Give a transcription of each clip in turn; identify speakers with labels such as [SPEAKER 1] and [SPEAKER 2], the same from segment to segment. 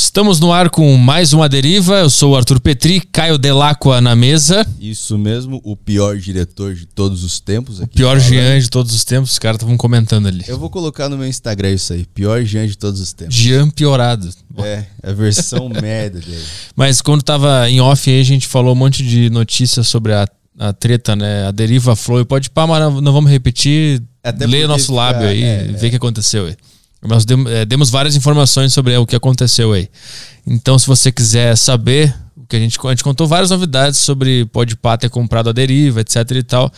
[SPEAKER 1] Estamos no ar com mais uma deriva. Eu sou o Arthur Petri, Caio Delacqua na mesa.
[SPEAKER 2] Isso mesmo, o pior diretor de todos os tempos. Aqui
[SPEAKER 1] o pior Jean de todos os tempos, os caras estavam comentando ali.
[SPEAKER 2] Eu vou colocar no meu Instagram isso aí, pior Jean de todos os tempos.
[SPEAKER 1] Jean piorado.
[SPEAKER 2] É, a versão merda dele.
[SPEAKER 1] Mas quando tava em off aí, a gente falou um monte de notícias sobre a treta, né? A deriva Flow. Pode pá, mas não vamos repetir. Lê o nosso lábio aí, vê o que aconteceu aí. Nós demos várias informações sobre o que aconteceu aí. Então, se você quiser saber, que a gente contou várias novidades sobre Podpah ter comprado a deriva, etc e tal.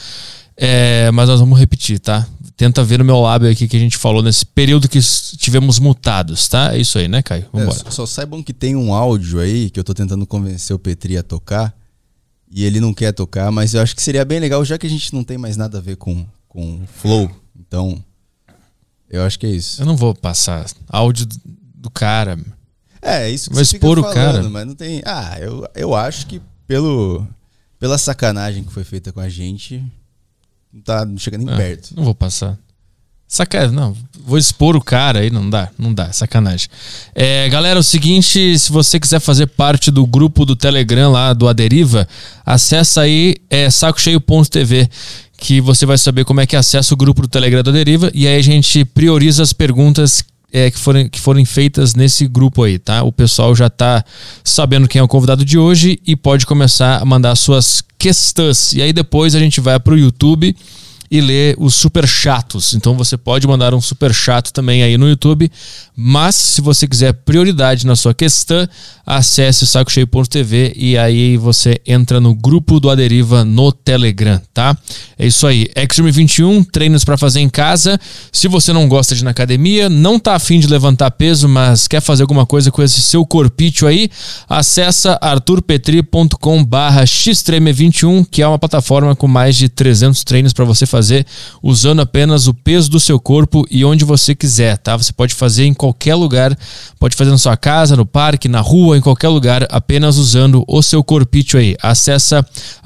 [SPEAKER 1] Mas nós vamos repetir, tá? Tenta ver no meu lábio aqui que a gente falou nesse período que estivemos mutados, tá? É isso aí, né, Caio? Vambora.
[SPEAKER 2] Só saibam que tem um áudio aí que eu tô tentando convencer o Petri a tocar e ele não quer tocar, mas eu acho que seria bem legal, já que a gente não tem mais nada a ver com Flow. Então, eu acho que é isso.
[SPEAKER 1] Eu não vou passar áudio do cara.
[SPEAKER 2] É isso que
[SPEAKER 1] vai
[SPEAKER 2] você
[SPEAKER 1] expor
[SPEAKER 2] fica
[SPEAKER 1] o
[SPEAKER 2] falando,
[SPEAKER 1] cara.
[SPEAKER 2] Mas não tem. Eu acho que pela sacanagem que foi feita com a gente, não chega nem perto.
[SPEAKER 1] Não vou passar. Sacanagem, não. Vou expor o cara aí, não dá, sacanagem. Galera, é o seguinte, se você quiser fazer parte do grupo do Telegram lá do A Deriva, acessa aí sacocheio.tv, que você vai saber como é que acessa o grupo do Telegram da Deriva, e aí a gente prioriza as perguntas que forem feitas nesse grupo aí, tá? O pessoal já tá sabendo quem é o convidado de hoje e pode começar a mandar suas questões. E aí depois a gente vai pro YouTube e ler os super chatos. Então você pode mandar um super chato também aí no YouTube, mas se você quiser prioridade na sua questão, acesse o sacocheio.tv e aí você entra no grupo do A Deriva no Telegram, tá? É isso aí. Extreme 21, treinos para fazer em casa. Se você não gosta de ir na academia, não tá afim de levantar peso, mas quer fazer alguma coisa com esse seu corpício aí, acessa arturpetri.com/xtreme21, que é uma plataforma com mais de 300 treinos para você fazer usando apenas o peso do seu corpo e onde você quiser, tá? Você pode fazer em qualquer lugar, pode fazer na sua casa, no parque, na rua, em qualquer lugar, apenas usando o seu corpício aí. Acessa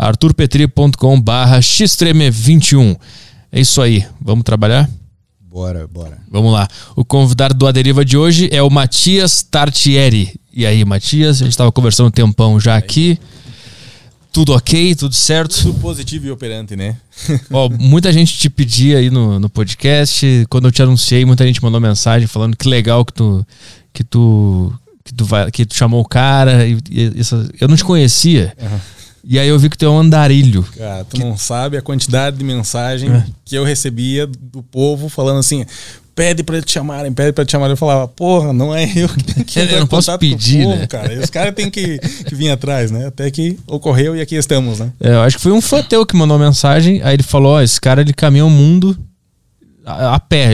[SPEAKER 1] arturpetri.com/xtreme21. É isso aí, vamos trabalhar?
[SPEAKER 2] Bora.
[SPEAKER 1] Vamos lá. O convidado do A Deriva de hoje é o Matias Tartieri. E aí, Matias, a gente estava conversando um tempão já aqui. Tudo ok, tudo certo?
[SPEAKER 3] Tudo positivo e operante, né?
[SPEAKER 1] Ó, muita gente te pedia aí no podcast. Quando eu te anunciei, muita gente mandou mensagem falando que legal que tu chamou o cara. Eu não te conhecia. Uhum. E aí eu vi que tu é um andarilho.
[SPEAKER 3] Cara, tu não sabe a quantidade de mensagem que eu recebia do povo falando assim: pede pra te chamarem. Eu falava, porra, não é eu que tenho que
[SPEAKER 1] eu não posso pedir, povo, né?
[SPEAKER 3] Cara. E os caras têm que vir atrás, né? Até que ocorreu e aqui estamos, né?
[SPEAKER 1] Eu acho que foi um fã teu que mandou mensagem. Aí ele falou: esse cara ele caminha o mundo a pé.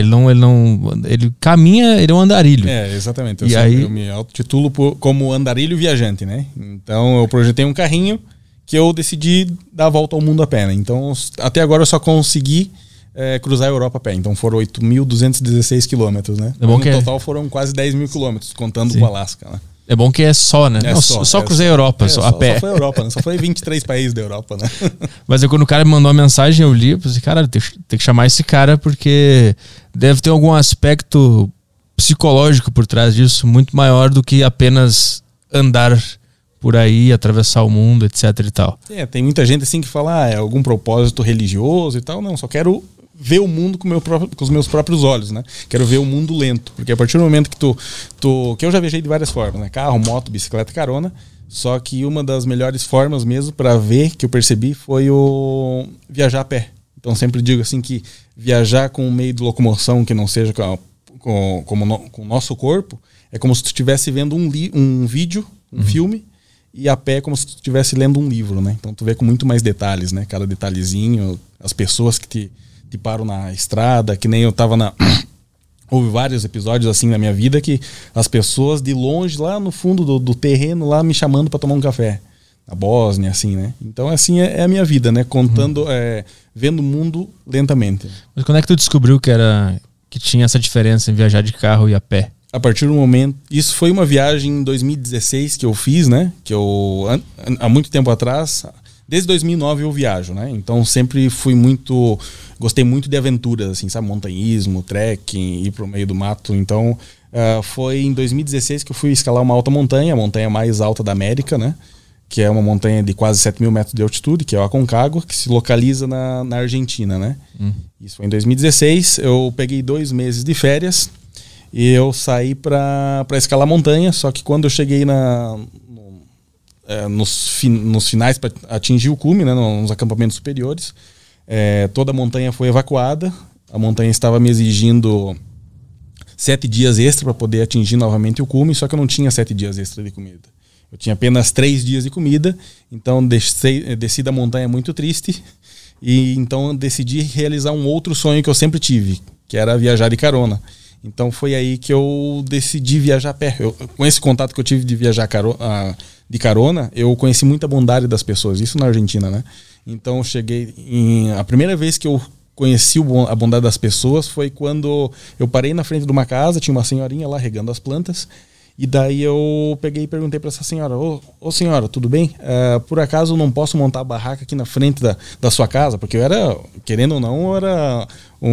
[SPEAKER 1] Ele caminha, ele é um andarilho.
[SPEAKER 3] Exatamente. Eu me autotitulo como andarilho viajante, né? Então eu projetei um carrinho que eu decidi dar a volta ao mundo a pé, né? Então até agora eu só consegui cruzar a Europa a pé. Então foram 8.216 quilômetros, né?
[SPEAKER 1] É bom
[SPEAKER 3] no total foram quase 10 mil quilômetros, contando o Alasca, né?
[SPEAKER 1] É bom que é só, né? Só cruzei a Europa, a pé.
[SPEAKER 3] Só foi a Europa, né? Só foi 23 países da Europa, né?
[SPEAKER 1] Mas quando o cara me mandou a mensagem, eu li, eu pensei, cara, tem que chamar esse cara porque deve ter algum aspecto psicológico por trás disso, muito maior do que apenas andar por aí, atravessar o mundo, etc e tal.
[SPEAKER 3] Tem muita gente assim que fala, é algum propósito religioso e tal. Não, só quero ver o mundo com os meus próprios olhos, né? Quero ver o mundo lento, porque a partir do momento que que eu já viajei de várias formas, né? Carro, moto, bicicleta, carona, só que uma das melhores formas mesmo para ver, que eu percebi, foi o viajar a pé. Então sempre digo assim que viajar com um meio de locomoção que não seja com o nosso corpo, é como se tu estivesse vendo um vídeo, um filme, e a pé é como se tu estivesse lendo um livro, né? Então tu vê com muito mais detalhes, né? Cada detalhezinho, as pessoas que te param na estrada, que nem eu tava Houve vários episódios assim na minha vida que as pessoas de longe, lá no fundo do terreno, lá me chamando para tomar um café. Na Bósnia, assim, né? Então assim é a minha vida, né? Contando, vendo o mundo lentamente.
[SPEAKER 1] Mas quando é que tu descobriu que tinha essa diferença em viajar de carro e a pé?
[SPEAKER 3] A partir do momento... Isso foi uma viagem em 2016 que eu fiz, né? Que eu, há muito tempo atrás... Desde 2009 eu viajo, né? Então sempre gostei muito de aventuras, assim, sabe? Montanhismo, trekking, ir pro meio do mato. Então Foi em 2016 que eu fui escalar uma alta montanha, a montanha mais alta da América, né? Que é uma montanha de quase 7 mil metros de altitude, que é o Aconcagua, que se localiza na Argentina, né? Isso foi em 2016. Eu peguei 2 meses de férias e eu saí para escalar montanha, só que quando eu cheguei nos finais para atingir o cume, né, nos acampamentos superiores, toda a montanha foi evacuada. A montanha estava me exigindo 7 dias extra para poder atingir novamente o cume, só que eu não tinha 7 dias extra de comida. Eu tinha apenas 3 dias de comida, então desci da montanha muito triste e então decidi realizar um outro sonho que eu sempre tive, que era viajar de carona. Então foi aí que eu decidi viajar a pé. Com esse contato que eu tive de viajar de carona, eu conheci muita bondade das pessoas, isso na Argentina, né? Então eu cheguei a primeira vez que eu conheci a bondade das pessoas foi quando eu parei na frente de uma casa, tinha uma senhorinha lá regando as plantas. E daí eu peguei e perguntei para essa senhora, ô senhora, tudo bem? Por acaso eu não posso montar a barraca aqui na frente da sua casa? Porque eu era, querendo ou não, eu era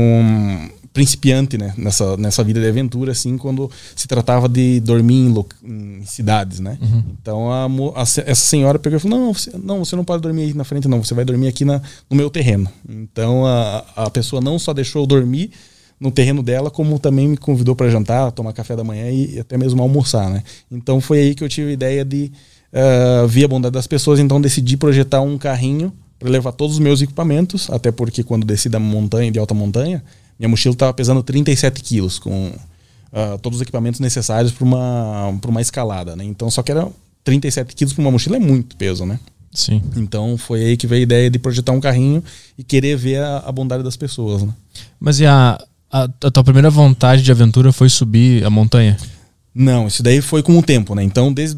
[SPEAKER 3] um principiante, né, nessa vida de aventura, assim, quando se tratava de dormir em cidades, né? Então essa senhora pegou e falou, não, você não pode dormir aí na frente não, você vai dormir aqui no meu terreno. Então a pessoa não só deixou eu dormir no terreno dela, como também me convidou para jantar, tomar café da manhã e até mesmo almoçar, né? Então foi aí que eu tive a ideia de ver a bondade das pessoas, então decidi projetar um carrinho para levar todos os meus equipamentos, até porque quando desci da montanha, de alta montanha, minha mochila estava pesando 37 quilos, com todos os equipamentos necessários para uma escalada, né? Então só que era 37 quilos para uma mochila é muito peso, né?
[SPEAKER 1] Sim.
[SPEAKER 3] Então foi aí que veio a ideia de projetar um carrinho e querer ver a bondade das pessoas, né?
[SPEAKER 1] Mas e a tua primeira vontade de aventura foi subir a montanha?
[SPEAKER 3] Não, isso daí foi com o tempo, né? Então, desde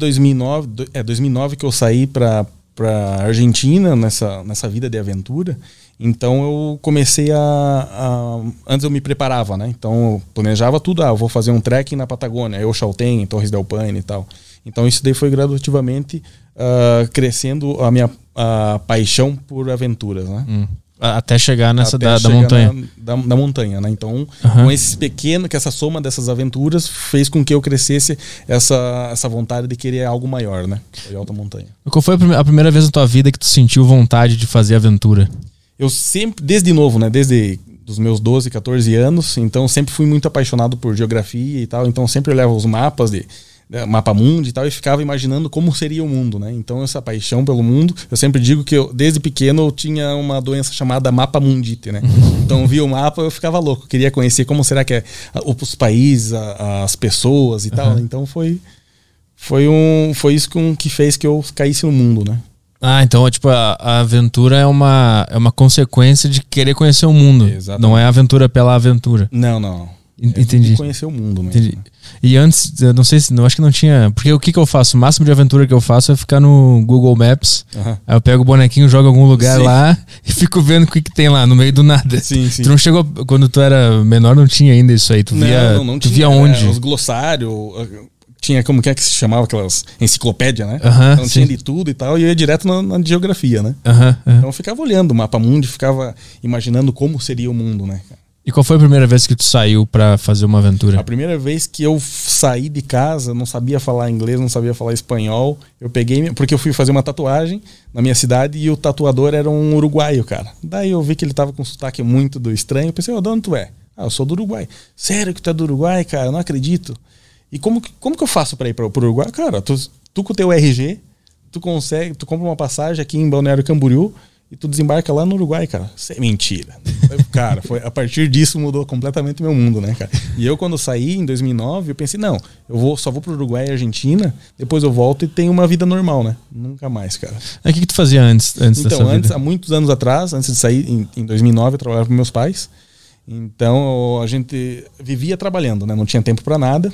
[SPEAKER 3] 2009 que eu saí para Argentina nessa vida de aventura. Então, eu comecei antes eu me preparava, né? Então, eu planejava tudo. Eu vou fazer um trekking na Patagônia, eu Chaltén, Torres del Paine e tal. Então, isso daí foi gradativamente crescendo a minha paixão por aventuras, né?
[SPEAKER 1] Até chegar nessa da
[SPEAKER 3] chegar
[SPEAKER 1] montanha.
[SPEAKER 3] Da montanha, né? Então, com esse pequeno, que essa soma dessas aventuras fez com que eu crescesse essa vontade de querer algo maior, né? De alta montanha.
[SPEAKER 1] Qual foi a primeira vez na tua vida que tu sentiu vontade de fazer aventura?
[SPEAKER 3] Eu sempre, desde novo, né? Desde os meus 12, 14 anos, então sempre fui muito apaixonado por geografia e tal, então sempre olhava os mapas Mapa Mundi e tal, e ficava imaginando como seria o mundo, né? Então essa paixão pelo mundo, eu sempre digo que desde pequeno eu tinha uma doença chamada Mapa Mundite, né? Então eu via o mapa, eu ficava louco, queria conhecer como será que é os países, as pessoas e tal. Então foi isso que fez que eu caísse no mundo, né?
[SPEAKER 1] Então tipo, a aventura é uma consequência de querer conhecer o mundo. Exatamente. Não é aventura pela aventura.
[SPEAKER 3] Não.
[SPEAKER 1] Entendi.
[SPEAKER 3] Conhecer o mundo mesmo.
[SPEAKER 1] Entendi. E antes, eu não sei se, acho que não tinha. Porque o que eu faço? O máximo de aventura que eu faço é ficar no Google Maps. Aí eu pego o bonequinho, jogo em algum lugar lá e fico vendo o que tem lá, no meio do nada.
[SPEAKER 3] Sim.
[SPEAKER 1] Tu não chegou. Quando tu era menor, não tinha ainda isso aí. Tu
[SPEAKER 3] não
[SPEAKER 1] tu
[SPEAKER 3] tinha,
[SPEAKER 1] via onde?
[SPEAKER 3] Os glossários. Tinha como que é que se chamava aquelas enciclopédia, né? Então tinha de tudo e tal, e eu ia direto na geografia, né? Então eu ficava olhando o mapa mundo, ficava imaginando como seria o mundo, né?
[SPEAKER 1] E qual foi a primeira vez que tu saiu pra fazer uma aventura?
[SPEAKER 3] A primeira vez que eu saí de casa, não sabia falar inglês, não sabia falar espanhol. Eu peguei, porque eu fui fazer uma tatuagem na minha cidade e o tatuador era um uruguaio, cara. Daí eu vi que ele tava com um sotaque muito do estranho. Eu pensei, de onde tu é? Eu sou do Uruguai. Sério que tu é do Uruguai, cara? Eu não acredito. E como que eu faço pra ir pro Uruguai? Cara, tu com o teu RG, tu compra uma passagem aqui em Balneário Camboriú e tu desembarca lá no Uruguai, cara. Isso é mentira. Cara, a partir disso mudou completamente meu mundo, né, cara? E eu, quando saí em 2009, eu pensei, não, só vou pro Uruguai e Argentina, depois eu volto e tenho uma vida normal, né? Nunca mais, cara.
[SPEAKER 1] O que tu fazia antes dessa vida?
[SPEAKER 3] Há muitos anos atrás, antes de sair, em 2009, eu trabalhava com meus pais. Então, a gente vivia trabalhando, né? Não tinha tempo pra nada.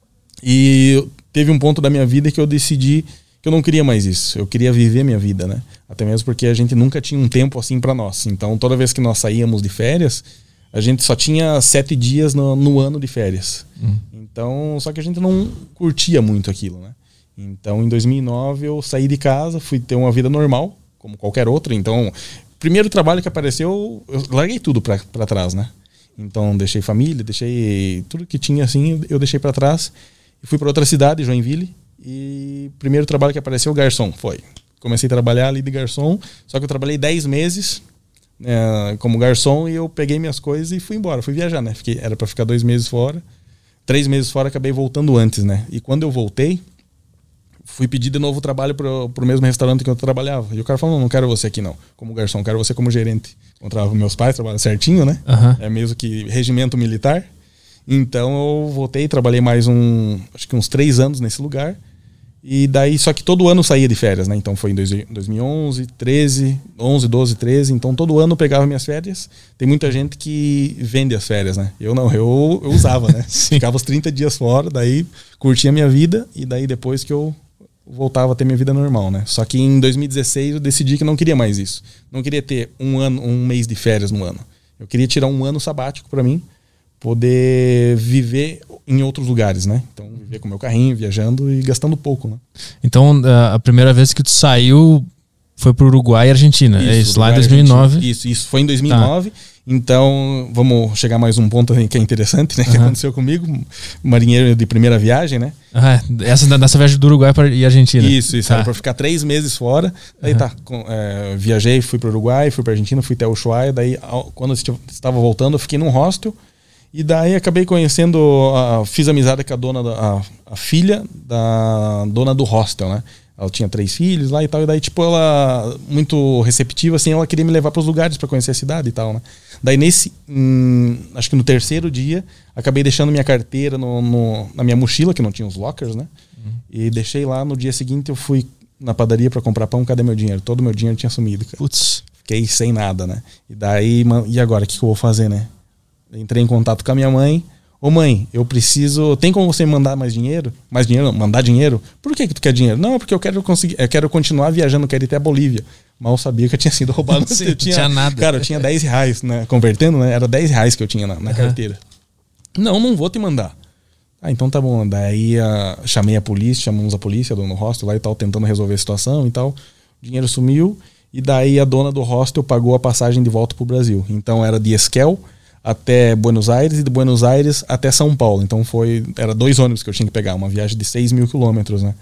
[SPEAKER 3] E teve um ponto da minha vida que eu decidi que eu não queria mais isso. Eu queria viver minha vida, né? Até mesmo porque a gente nunca tinha um tempo assim pra nós. Então, toda vez que nós saíamos de férias, a gente só tinha 7 dias no ano de férias. Então, só que a gente não curtia muito aquilo, né? Então, em 2009, eu saí de casa, fui ter uma vida normal, como qualquer outra. Então, primeiro trabalho que apareceu, eu larguei tudo pra trás, né? Então deixei família, deixei tudo que tinha assim, eu deixei para trás e fui para outra cidade, Joinville, e o primeiro trabalho que apareceu, garçom, foi. Comecei a trabalhar ali de garçom, só que eu trabalhei 10 meses como garçom e eu peguei minhas coisas e fui embora, fui viajar, né? Era para ficar 2 meses fora, 3 meses fora, acabei voltando antes, né? E quando eu voltei, fui pedir de novo trabalho pro mesmo restaurante que eu trabalhava. E o cara falou, não quero você aqui não, como garçom, quero você como gerente. Encontrava meus pais, trabalham certinho, né? É mesmo que regimento militar. Então eu voltei, trabalhei mais acho que uns 3 anos nesse lugar. E daí, só que todo ano eu saía de férias, né? Então foi em 2011, 13, 11, 12, 13. Então todo ano eu pegava minhas férias. Tem muita gente que vende as férias, né? Eu não, eu usava, né? Ficava os 30 dias fora, daí curtia a minha vida. E daí depois que eu voltava a ter minha vida normal, né? Só que em 2016 eu decidi que não queria mais isso. Não queria ter um mês de férias no ano. Eu queria tirar um ano sabático pra mim, poder viver em outros lugares, né? Então, viver com meu carrinho, viajando e gastando pouco, né?
[SPEAKER 1] Então, a primeira vez que tu saiu foi pro Uruguai e Argentina. Isso, é isso, Uruguai, lá em 2009.
[SPEAKER 3] Isso foi em 2009. Tá. Então, vamos chegar a mais um ponto que é interessante, né? Que aconteceu comigo. Marinheiro de primeira viagem, né?
[SPEAKER 1] Nessa viagem do Uruguai e Argentina.
[SPEAKER 3] Isso. Era pra ficar 3 meses fora. Daí viajei, fui pro Uruguai, fui pra Argentina, fui até Ushuaia. Daí, quando eu estava voltando, eu fiquei num hostel. E daí acabei conhecendo, fiz amizade com a dona, a filha da dona do hostel, né? Ela tinha 3 filhos lá e tal, e daí tipo ela, muito receptiva assim, ela queria me levar para os lugares para conhecer a cidade e tal, né? Daí acho que no 3º dia, acabei deixando minha carteira na minha mochila, que não tinha os lockers, né? E deixei lá, no dia seguinte eu fui na padaria para comprar pão, cadê meu dinheiro? Todo meu dinheiro tinha sumido, cara.
[SPEAKER 1] Putz.
[SPEAKER 3] Fiquei sem nada, né? E daí, e agora, o que eu vou fazer, né? Entrei em contato com a minha mãe. Ô mãe, eu preciso... Tem como você me mandar mais dinheiro? Mais dinheiro? Não, mandar dinheiro? Por que tu quer dinheiro? Não, é porque eu quero continuar viajando, quero ir até a Bolívia. Mal sabia que eu tinha sido roubado.
[SPEAKER 1] Não tinha nada.
[SPEAKER 3] Cara, eu tinha R$10, né? Convertendo, né? Era R$10 que eu tinha na carteira. Não vou te mandar. Então tá bom. Daí chamei a polícia, chamamos a polícia, a dona do hostel lá e tal, tentando resolver a situação e tal. O dinheiro sumiu. E daí a dona do hostel pagou a passagem de volta pro Brasil. Então era de Esquel até Buenos Aires e de Buenos Aires até São Paulo. Então era 2 ônibus que eu tinha que pegar, uma viagem de 6.000 quilômetros, né?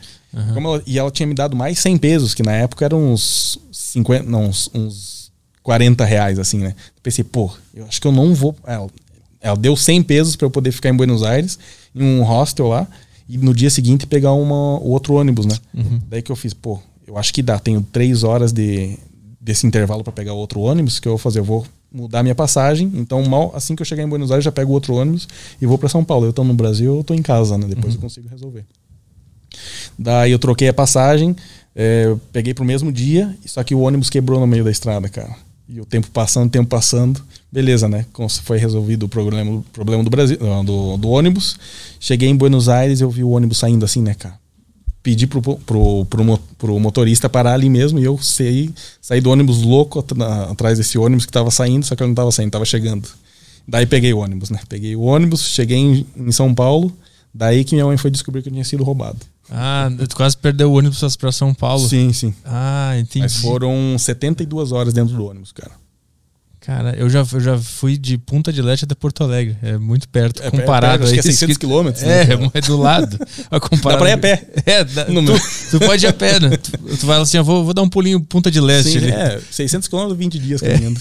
[SPEAKER 3] E ela tinha me dado mais 100 pesos, que na época eram uns 50, não, uns R$40, assim, né? Pensei, eu acho que eu não vou... Ela deu 100 pesos para eu poder ficar em Buenos Aires, em um hostel lá, e no dia seguinte pegar o outro ônibus, né? Daí que eu fiz, eu acho que dá, tenho 3 horas desse intervalo para pegar outro ônibus, que eu vou fazer, eu vou mudar minha passagem, então assim que eu chegar em Buenos Aires já pego outro ônibus e vou para São Paulo. Eu tô no Brasil, eu tô em casa, né? Depois eu consigo resolver. Daí eu troquei a passagem, peguei pro mesmo dia, só que o ônibus quebrou no meio da estrada, cara. E o tempo passando, beleza, né? Foi resolvido o problema do Brasil, do ônibus. Cheguei em Buenos Aires, eu vi o ônibus saindo assim, né, cara? Pedi pro motorista parar ali mesmo, e eu saí do ônibus louco atrás desse ônibus que tava saindo, só que eu não tava saindo, tava chegando. Daí peguei o ônibus, né? Peguei o ônibus, cheguei em São Paulo, daí que minha mãe foi descobrir que eu tinha sido roubado.
[SPEAKER 1] Tu quase perdeu o ônibus pra São Paulo.
[SPEAKER 3] Sim.
[SPEAKER 1] Entendi.
[SPEAKER 3] Mas foram 72 horas dentro do ônibus, cara.
[SPEAKER 1] Cara, eu já fui de Punta del Este até Porto Alegre. É muito perto. Comparado
[SPEAKER 3] acho que é 600 quilômetros.
[SPEAKER 1] É do lado.
[SPEAKER 3] Dá pra ir a pé.
[SPEAKER 1] Tu pode ir a pé, né? Tu vai assim, vou dar um pulinho Punta del Este.
[SPEAKER 3] Sim, 600 quilômetros, 20 dias caminhando.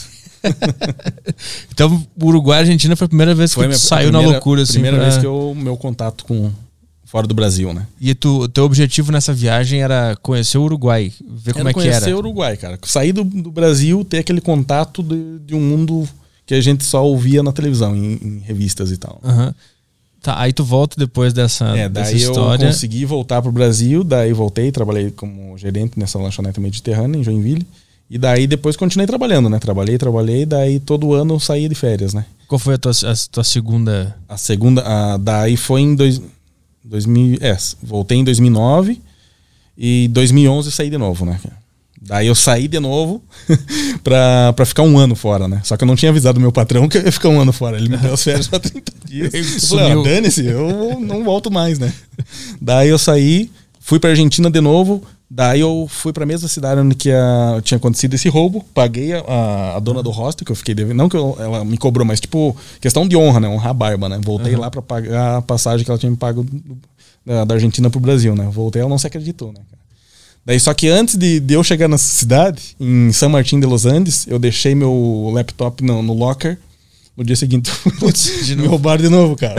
[SPEAKER 1] Então, o Uruguai e Argentina foi a primeira vez que tu saiu na loucura.
[SPEAKER 3] Primeira vez que meu contato com fora do Brasil, né?
[SPEAKER 1] E teu objetivo nessa viagem era conhecer o Uruguai, ver como é que era?
[SPEAKER 3] Conhecer o Uruguai, cara. Sair do Brasil, ter aquele contato de um mundo que a gente só ouvia na televisão, em revistas e tal.
[SPEAKER 1] Tá, aí tu volta depois dessa história.
[SPEAKER 3] Daí eu consegui voltar pro Brasil, daí voltei, trabalhei como gerente nessa lanchonete mediterrânea em Joinville. E daí depois continuei trabalhando, né? Trabalhei, daí todo ano eu saía de férias, né?
[SPEAKER 1] Qual foi a tua segunda?
[SPEAKER 3] A segunda, daí foi em 2000, voltei em 2009 e 2011 eu saí de novo, né? Daí eu saí de novo pra ficar 1 ano fora, né? Só que eu não tinha avisado o meu patrão que eu ia ficar 1 ano fora. Ele me deu as férias pra 30 dias. Eu falei, dane-se, eu não volto mais, né? Daí eu saí, Fui pra Argentina de novo. Daí eu fui pra mesma cidade onde que tinha acontecido esse roubo. Paguei a dona do hostel, que eu fiquei devendo. Não que ela me cobrou, mas tipo, questão de honra, né? Honrar a barba, né? Voltei lá pra pagar a passagem que ela tinha me pago da Argentina pro Brasil, né? Voltei, ela não se acreditou, né, cara? Daí, só que antes de eu chegar nessa cidade, em San Martín de los Andes, eu deixei meu laptop no locker. No dia seguinte, me roubaram de novo, cara.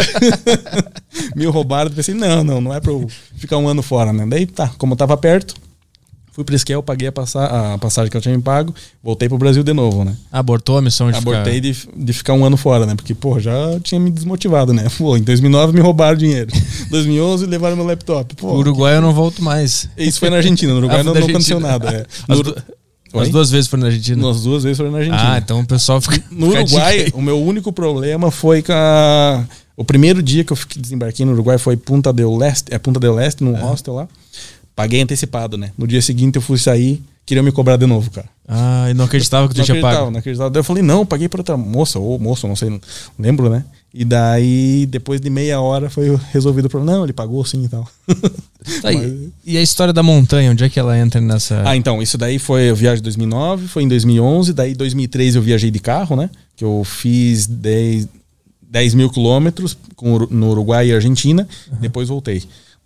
[SPEAKER 3] Me roubaram, pensei, não é pra eu ficar um ano fora, né? Daí, tá, como eu tava perto, fui pra Esquel, paguei a passagem que eu tinha me pago, voltei pro Brasil de novo, né?
[SPEAKER 1] Abortou a missão de
[SPEAKER 3] Abortei de ficar um ano fora, né? Porque, pô, já tinha me desmotivado, né? Pô, em 2009 me roubaram dinheiro. 2011 levaram meu laptop. Pô,
[SPEAKER 1] o Uruguai eu não volto mais.
[SPEAKER 3] Isso foi na Argentina, no Uruguai não aconteceu nada. É.
[SPEAKER 1] As 2 vezes foram na Argentina?
[SPEAKER 3] As 2 vezes foram na Argentina.
[SPEAKER 1] Ah, então o pessoal fica...
[SPEAKER 3] No Uruguai, o meu único problema foi com o primeiro dia que eu desembarquei no Uruguai foi Punta del Este, num hostel lá. Paguei antecipado, né? No dia seguinte eu fui sair, queriam me cobrar de novo, cara.
[SPEAKER 1] Ah, e não acreditava que tu tinha pago?
[SPEAKER 3] Não acreditava. Daí eu falei, não, paguei pra outra moça, ou moço, não sei, não lembro, né? E daí, depois de meia hora, foi resolvido o problema. Não, ele pagou sim e tal.
[SPEAKER 1] Tá aí. E a história da montanha, onde é que ela entra nessa...
[SPEAKER 3] Ah, então, isso daí foi a viagem de 2009, foi em 2011, daí em 2013 eu viajei de carro, né? Que eu fiz 10 mil quilômetros no Uruguai e Argentina, depois voltei.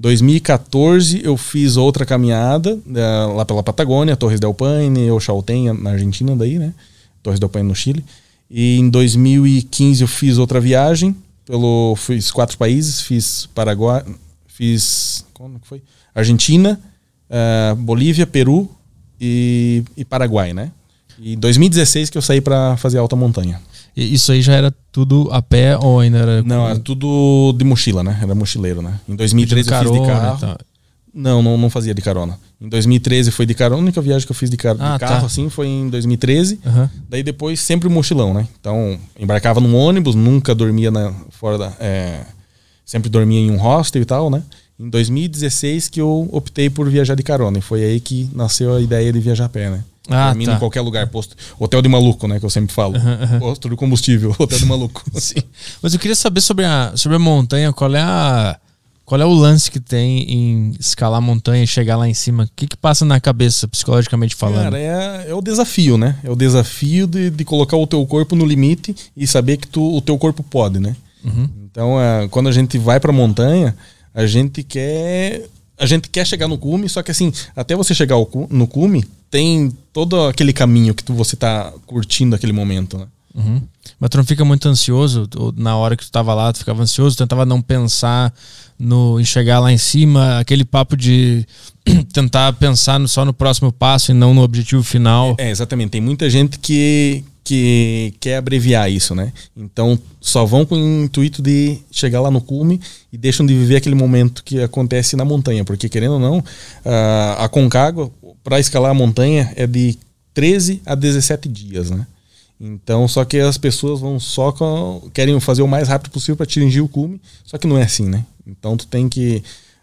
[SPEAKER 3] 2014 eu fiz outra caminhada lá pela Patagônia, Torres del Paine, ou Chaltén, na Argentina daí, né? Torres del Paine no Chile. E em 2015 eu fiz outra viagem, fiz 4 países, fiz Paraguai, como que foi? Argentina, Bolívia, Peru e Paraguai, né? E em 2016 que eu saí para fazer alta montanha.
[SPEAKER 1] E isso aí já era tudo a pé ou ainda era...
[SPEAKER 3] Não, era tudo de mochila, né? Era mochileiro, né? Em 2013 eu fiz de carro. Então. Não fazia de carona. Em 2013 foi de carona, a única viagem que eu fiz de carro assim foi em 2013. Daí depois sempre mochilão, né? Então embarcava num ônibus, nunca dormia sempre dormia em um hostel e tal, né? Em 2016 que eu optei por viajar de carona e foi aí que nasceu a ideia de viajar a pé, né? Dormindo em qualquer lugar, posto. Hotel de maluco, né? Que eu sempre falo. Posto de combustível, hotel de maluco.
[SPEAKER 1] Sim. Mas eu queria saber sobre a montanha, qual é o lance que tem em escalar a montanha e chegar lá em cima? O que passa na cabeça, psicologicamente falando?
[SPEAKER 3] Cara, é o desafio, né? É o desafio de colocar o teu corpo no limite e saber que o teu corpo pode, né? Então, quando a gente vai pra montanha, a gente quer chegar no cume, só que assim, até você chegar no cume, tem todo aquele caminho que você tá curtindo aquele momento, né?
[SPEAKER 1] Mas tu não fica muito ansioso? Na hora que tu tava lá, tu ficava ansioso? Tentava não pensar em chegar lá em cima? Aquele papo de tentar pensar só no próximo passo e não no objetivo final?
[SPEAKER 3] Exatamente. Tem muita gente que quer abreviar isso, né? Então só vão com o intuito de chegar lá no cume e deixam de viver aquele momento que acontece na montanha, porque querendo ou não, a Concagua para escalar a montanha é de 13 a 17 dias, né? Então, só que as pessoas vão querem fazer o mais rápido possível para atingir o cume, só que não é assim, né? Então tu tem que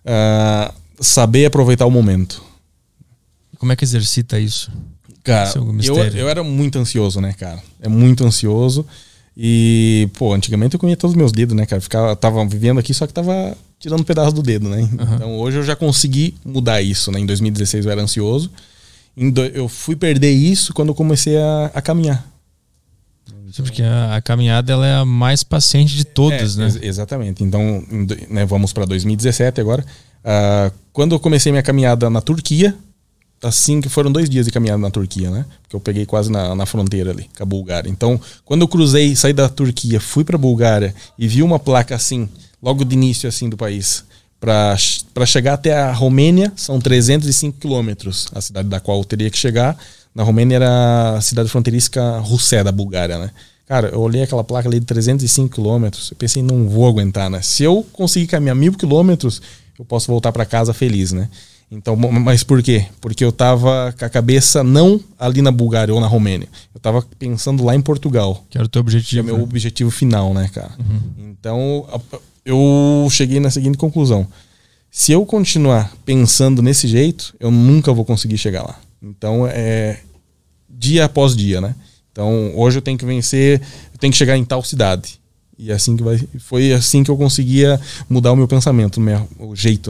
[SPEAKER 3] saber aproveitar o momento.
[SPEAKER 1] Como é que exercita isso?
[SPEAKER 3] Cara, eu era muito ansioso, né, cara? É muito ansioso. E, pô, antigamente eu comia todos os meus dedos, né, cara? Tava vivendo aqui, só que tava tirando um pedaço do dedo, né? Então hoje eu já consegui mudar isso, né? Em 2016 eu era ansioso. Eu fui perder isso quando eu comecei a caminhar.
[SPEAKER 1] Porque a caminhada ela é a mais paciente de todas, né?
[SPEAKER 3] Exatamente. Então, né, vamos para 2017 agora. Quando eu comecei minha caminhada na Turquia, assim que foram 2 dias de caminhada na Turquia, né? Porque eu peguei quase na fronteira ali, com a Bulgária. Então, quando eu saí da Turquia, fui pra Bulgária e vi uma placa assim, logo de início assim do país, para chegar até a Romênia, são 305 quilômetros, a cidade da qual eu teria que chegar. Na Romênia era a cidade fronteiriça Russé, da Bulgária, né? Cara, eu olhei aquela placa ali de 305 quilômetros, eu pensei, não vou aguentar, né? Se eu conseguir caminhar 1000 quilômetros, eu posso voltar para casa feliz, né? Então, mas por quê? Porque eu tava com a cabeça não ali na Bulgária ou na Romênia. Eu tava pensando lá em Portugal.
[SPEAKER 1] Que era o teu objetivo.
[SPEAKER 3] Que é o meu objetivo final, né, cara? Então, eu cheguei na seguinte conclusão. Se eu continuar pensando nesse jeito, eu nunca vou conseguir chegar lá. Então, é dia após dia, né? Então, hoje eu tenho que vencer, eu tenho que chegar em tal cidade. E assim que foi assim que eu conseguia mudar o meu pensamento, o jeito, né?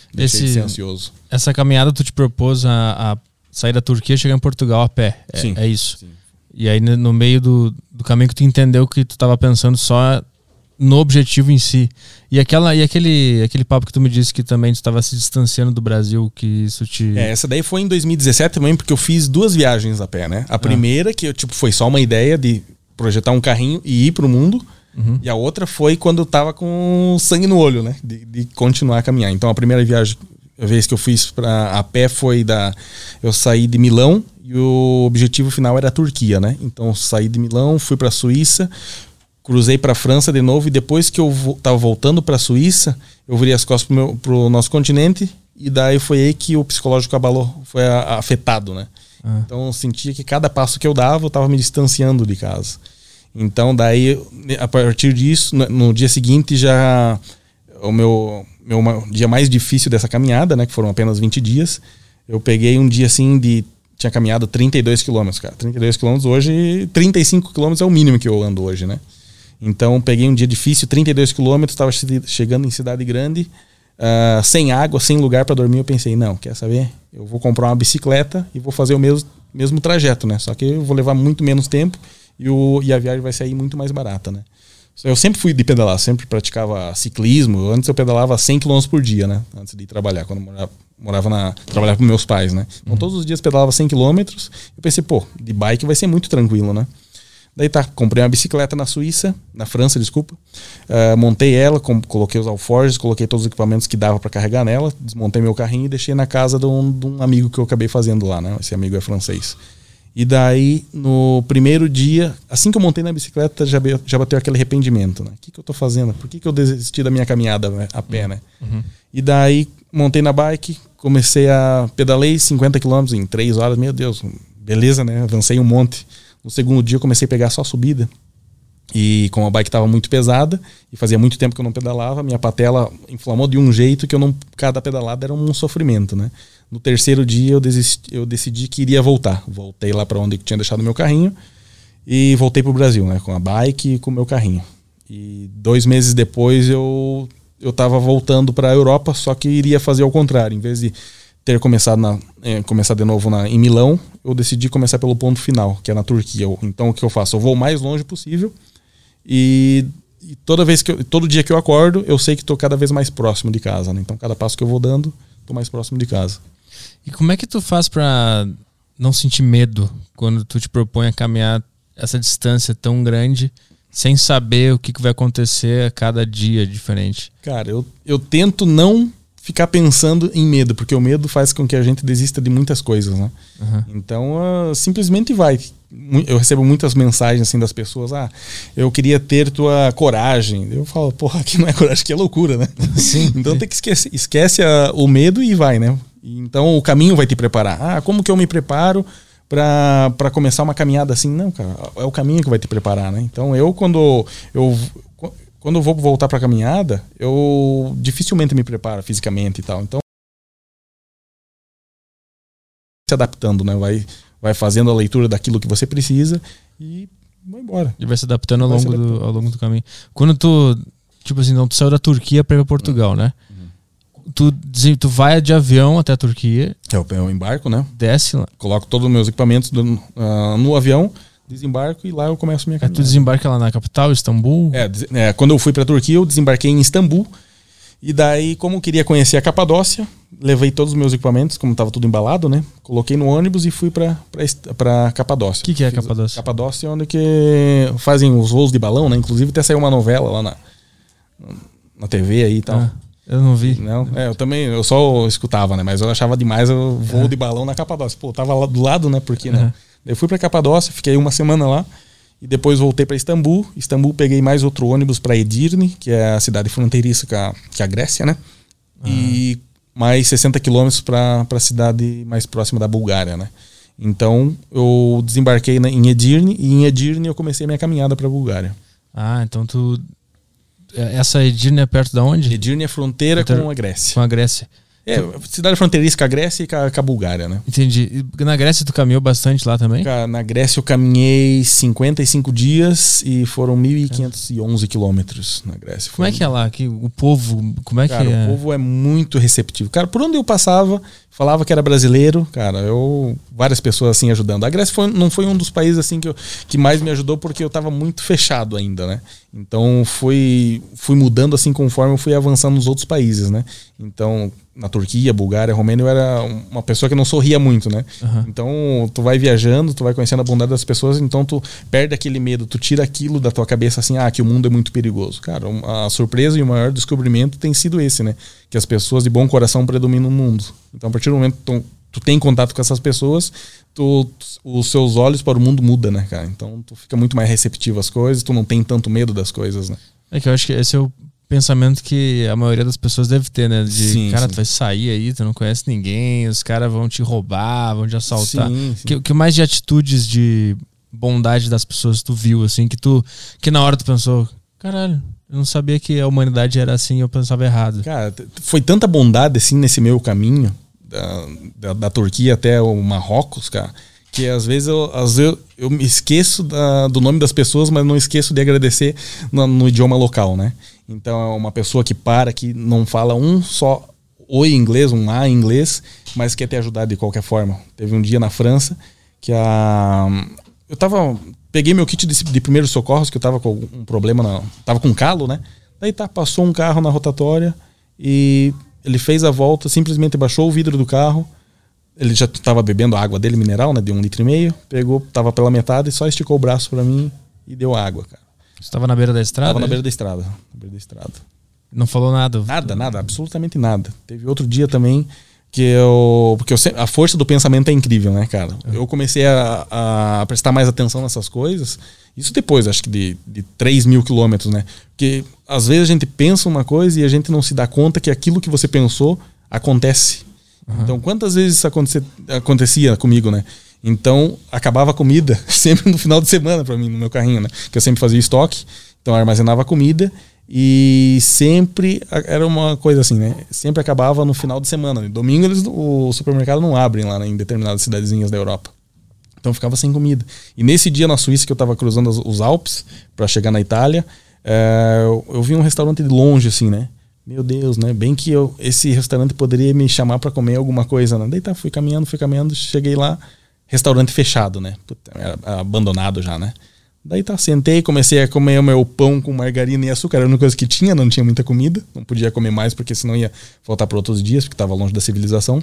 [SPEAKER 3] deixei de ser ansioso.
[SPEAKER 1] Essa caminhada tu te propôs a sair da Turquia e chegar em Portugal a pé.
[SPEAKER 3] Sim.
[SPEAKER 1] É isso.
[SPEAKER 3] Sim.
[SPEAKER 1] E aí no meio do caminho que tu entendeu que tu tava pensando só no objetivo em si. E aquele papo que tu me disse que também tu estava se distanciando do Brasil, que isso te...
[SPEAKER 3] Essa daí foi em 2017 também, porque eu fiz 2 viagens a pé, né? A primeira, que foi só uma ideia de projetar um carrinho e ir pro mundo.
[SPEAKER 1] Uhum.
[SPEAKER 3] E a outra foi quando eu tava com sangue no olho, né? De continuar a caminhar. Então a primeira vez que eu fiz a pé foi eu saí de Milão e o objetivo final era a Turquia, né? Então eu saí de Milão, fui pra Suíça, cruzei pra França de novo e depois que eu tava voltando pra Suíça, eu virei as costas pro nosso continente e daí foi aí que o psicológico abalou, foi afetado, né? Então eu sentia que cada passo que eu dava eu tava me distanciando de casa. Então daí, a partir disso, no dia seguinte já o meu dia mais difícil dessa caminhada, né, que foram apenas 20 dias, eu peguei um dia assim tinha caminhado 32 quilômetros, cara. 32 quilômetros hoje, 35 quilômetros é o mínimo que eu ando hoje, né? Então peguei um dia difícil, 32 quilômetros, estava chegando em cidade grande, sem água, sem lugar para dormir. Eu pensei, não, quer saber? Eu vou comprar uma bicicleta e vou fazer o mesmo trajeto, né? Só que eu vou levar muito menos tempo e a viagem vai sair muito mais barata, né? Eu sempre fui de pedalar, sempre praticava ciclismo. Antes eu pedalava 100 km por dia, né? Antes de ir trabalhar, quando eu trabalhava com meus pais, né? Então todos os dias pedalava 100 km. Eu pensei, de bike vai ser muito tranquilo, né? Daí comprei uma bicicleta na França, desculpa. Montei ela, coloquei os alforjes, coloquei todos os equipamentos que dava para carregar nela, desmontei meu carrinho e deixei na casa de um amigo que eu acabei fazendo lá, né? Esse amigo é francês. E daí, no primeiro dia, assim que eu montei na bicicleta, já bateu aquele arrependimento, né? O que eu tô fazendo? Por que eu desisti da minha caminhada, né, a pé, né?
[SPEAKER 1] Uhum.
[SPEAKER 3] E daí, montei na bike, comecei a pedalei 50 km em 3 horas. Meu Deus, beleza, né? Avancei um monte. No segundo dia, eu comecei a pegar só subida. E como a bike estava muito pesada, e fazia muito tempo que eu não pedalava, minha patela inflamou de um jeito que cada pedalada era um sofrimento, né? No terceiro dia eu decidi que iria voltar. Voltei lá para onde eu tinha deixado meu carrinho e voltei pro Brasil, né? Com a bike e com o meu carrinho. E 2 meses depois eu tava voltando para a Europa, só que iria fazer ao contrário. Em vez de ter começado começar de novo em Milão, eu decidi começar pelo ponto final, que é na Turquia. Então o que eu faço? Eu vou o mais longe possível e todo dia que eu acordo, eu sei que estou cada vez mais próximo de casa, né? Então cada passo que eu vou dando, estou mais próximo de casa.
[SPEAKER 1] E como é que tu faz pra não sentir medo quando tu te propõe a caminhar essa distância tão grande sem saber o que vai acontecer a cada dia diferente? Cara,
[SPEAKER 3] eu tento não ficar pensando em medo, porque o medo faz com que a gente desista de muitas coisas, né?
[SPEAKER 1] Uhum.
[SPEAKER 3] Então, simplesmente vai. Eu recebo muitas mensagens assim das pessoas, eu queria ter tua coragem. Eu falo, porra, aqui não é coragem, aqui é loucura, né?
[SPEAKER 1] Sim.
[SPEAKER 3] Então tem que esquece o medo e vai, né? Então o caminho vai te preparar. Como que eu me preparo para começar uma caminhada assim? Não, cara, é o caminho que vai te preparar, né? Então quando eu vou voltar para a caminhada, eu dificilmente me preparo fisicamente e tal. Então se adaptando, né? Vai fazendo a leitura daquilo que você precisa e vai embora.
[SPEAKER 1] E vai se adaptando ao longo do caminho. Quando tu, tipo assim, tu saiu da Turquia para ir pra Portugal, né? Tu vai de avião até a Turquia.
[SPEAKER 3] Eu embarco, né?
[SPEAKER 1] Desce lá.
[SPEAKER 3] Coloco todos os meus equipamentos no avião, desembarco e lá eu começo minha caminhada.
[SPEAKER 1] Tu desembarca lá na capital, Istambul?
[SPEAKER 3] Quando eu fui pra Turquia, eu desembarquei em Istambul. E daí, como eu queria conhecer a Capadócia, levei todos os meus equipamentos, como estava tudo embalado, né? Coloquei no ônibus e fui pra Capadócia.
[SPEAKER 1] O que é a Capadócia?
[SPEAKER 3] Capadócia é onde que fazem os voos de balão, né? Inclusive até saiu uma novela lá na TV aí e tal.
[SPEAKER 1] Eu não vi.
[SPEAKER 3] Não, eu só escutava, né? Mas eu achava demais o voo de balão na Capadócia. Pô, tava lá do lado, né? Porque não. Eu fui pra Capadócia, fiquei 1 semana lá. E depois voltei para Istambul. Istambul peguei mais outro ônibus para Edirne, que é a cidade fronteiriça com a Grécia, né? E mais 60 quilômetros para a cidade mais próxima da Bulgária, né? Então eu desembarquei em Edirne e em Edirne eu comecei a minha caminhada para a Bulgária.
[SPEAKER 1] Então essa Edirne é perto de onde?
[SPEAKER 3] Edirne é fronteira com a Grécia.
[SPEAKER 1] Com a Grécia.
[SPEAKER 3] Cidade fronteiriça com a Grécia e com a Bulgária, né?
[SPEAKER 1] Entendi. E na Grécia tu caminhou bastante lá também?
[SPEAKER 3] Na Grécia eu caminhei 55 dias e foram 1.511 quilômetros na Grécia.
[SPEAKER 1] Como é que é lá? O povo, como é que é?
[SPEAKER 3] O povo é muito receptivo. Cara, por onde eu passava, falava que era brasileiro, cara, várias pessoas assim ajudando. A Grécia não foi um dos países assim que mais me ajudou porque eu tava muito fechado ainda, né? Então fui mudando assim conforme eu fui avançando nos outros países, né? Então, na Turquia, Bulgária, Romênia, eu era uma pessoa que não sorria muito, né? Uhum. Então, tu vai viajando, tu vai conhecendo a bondade das pessoas, então tu perde aquele medo, tu tira aquilo da tua cabeça assim, que o mundo é muito perigoso. Cara, a surpresa e o maior descobrimento tem sido esse, né? Que as pessoas de bom coração predominam no mundo. Então, a partir do momento que tu tem contato com essas pessoas, os seus olhos para o mundo mudam, né, cara? Então, tu fica muito mais receptivo às coisas, tu não tem tanto medo das coisas, né? É
[SPEAKER 1] que eu acho que esse é o pensamento que a maioria das pessoas deve ter, né? De, tu vai sair aí, tu não conhece ninguém, os caras vão te roubar, vão te assaltar. Que mais de atitudes de bondade das pessoas tu viu, assim, que na hora tu pensou, caralho, eu não sabia que a humanidade era assim, eu pensava errado.
[SPEAKER 3] Cara, foi tanta bondade, assim, nesse meu caminho, da Turquia até o Marrocos, cara, que às vezes eu me esqueço do nome das pessoas, mas não esqueço de agradecer no idioma local, né? Então é uma pessoa que não fala um só oi em inglês, um A em inglês, mas quer te ajudar de qualquer forma. Teve um dia na França que peguei meu kit de primeiros socorros, que eu tava com um problema, tava com calo, né? Daí passou um carro na rotatória e ele fez a volta, simplesmente baixou o vidro do carro. Ele já estava bebendo a água dele, mineral, né? De 1,5 litros. Pegou, tava pela metade e só esticou o braço para mim e deu água, cara.
[SPEAKER 1] Você estava na beira da estrada?
[SPEAKER 3] Estava na beira da estrada.
[SPEAKER 1] Não falou nada?
[SPEAKER 3] Nada, absolutamente nada. Teve outro dia também porque a força do pensamento é incrível, né, cara? Eu comecei a prestar mais atenção nessas coisas. Isso depois, acho que de 3.000 quilômetros, né? Porque às vezes a gente pensa uma coisa e a gente não se dá conta que aquilo que você pensou acontece. Uhum. Então, quantas vezes isso acontecia comigo, né? Então, acabava a comida sempre no final de semana pra mim, no meu carrinho, né? Que eu sempre fazia estoque, então eu armazenava comida e sempre era uma coisa assim, né? Sempre acabava no final de semana. Domingo o supermercado não abrem lá, né, em determinadas cidadezinhas da Europa. Então eu ficava sem comida. E nesse dia na Suíça que eu tava cruzando os Alpes pra chegar na Itália, eu vi um restaurante de longe assim, né? Meu Deus, né? Bem que esse restaurante poderia me chamar pra comer alguma coisa, né? Daí fui caminhando, cheguei lá, restaurante fechado, né? Puta, era abandonado já, né? Daí sentei, comecei a comer o meu pão com margarina e açúcar, era a única coisa que tinha, não tinha muita comida, não podia comer mais porque senão ia voltar para outros dias, porque estava longe da civilização.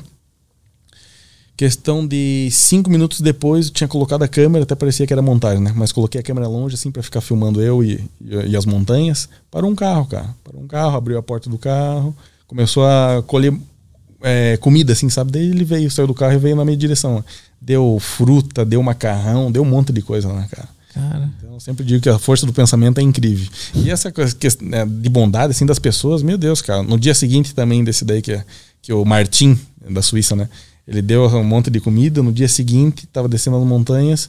[SPEAKER 3] Questão de 5 minutos depois, eu tinha colocado a câmera, até parecia que era montagem, né? Mas coloquei a câmera longe assim para ficar filmando eu e as montanhas. Parou um carro, cara. Abriu a porta do carro, começou a colher comida, assim, sabe? Daí ele saiu do carro e veio na minha direção. Deu fruta, deu macarrão, deu um monte de coisa lá, cara. Então eu sempre digo que a força do pensamento é incrível. E essa coisa de bondade, assim, das pessoas, meu Deus, cara. No dia seguinte também desse daí que o Martin, da Suíça, né? Ele deu um monte de comida. No dia seguinte, tava descendo as montanhas.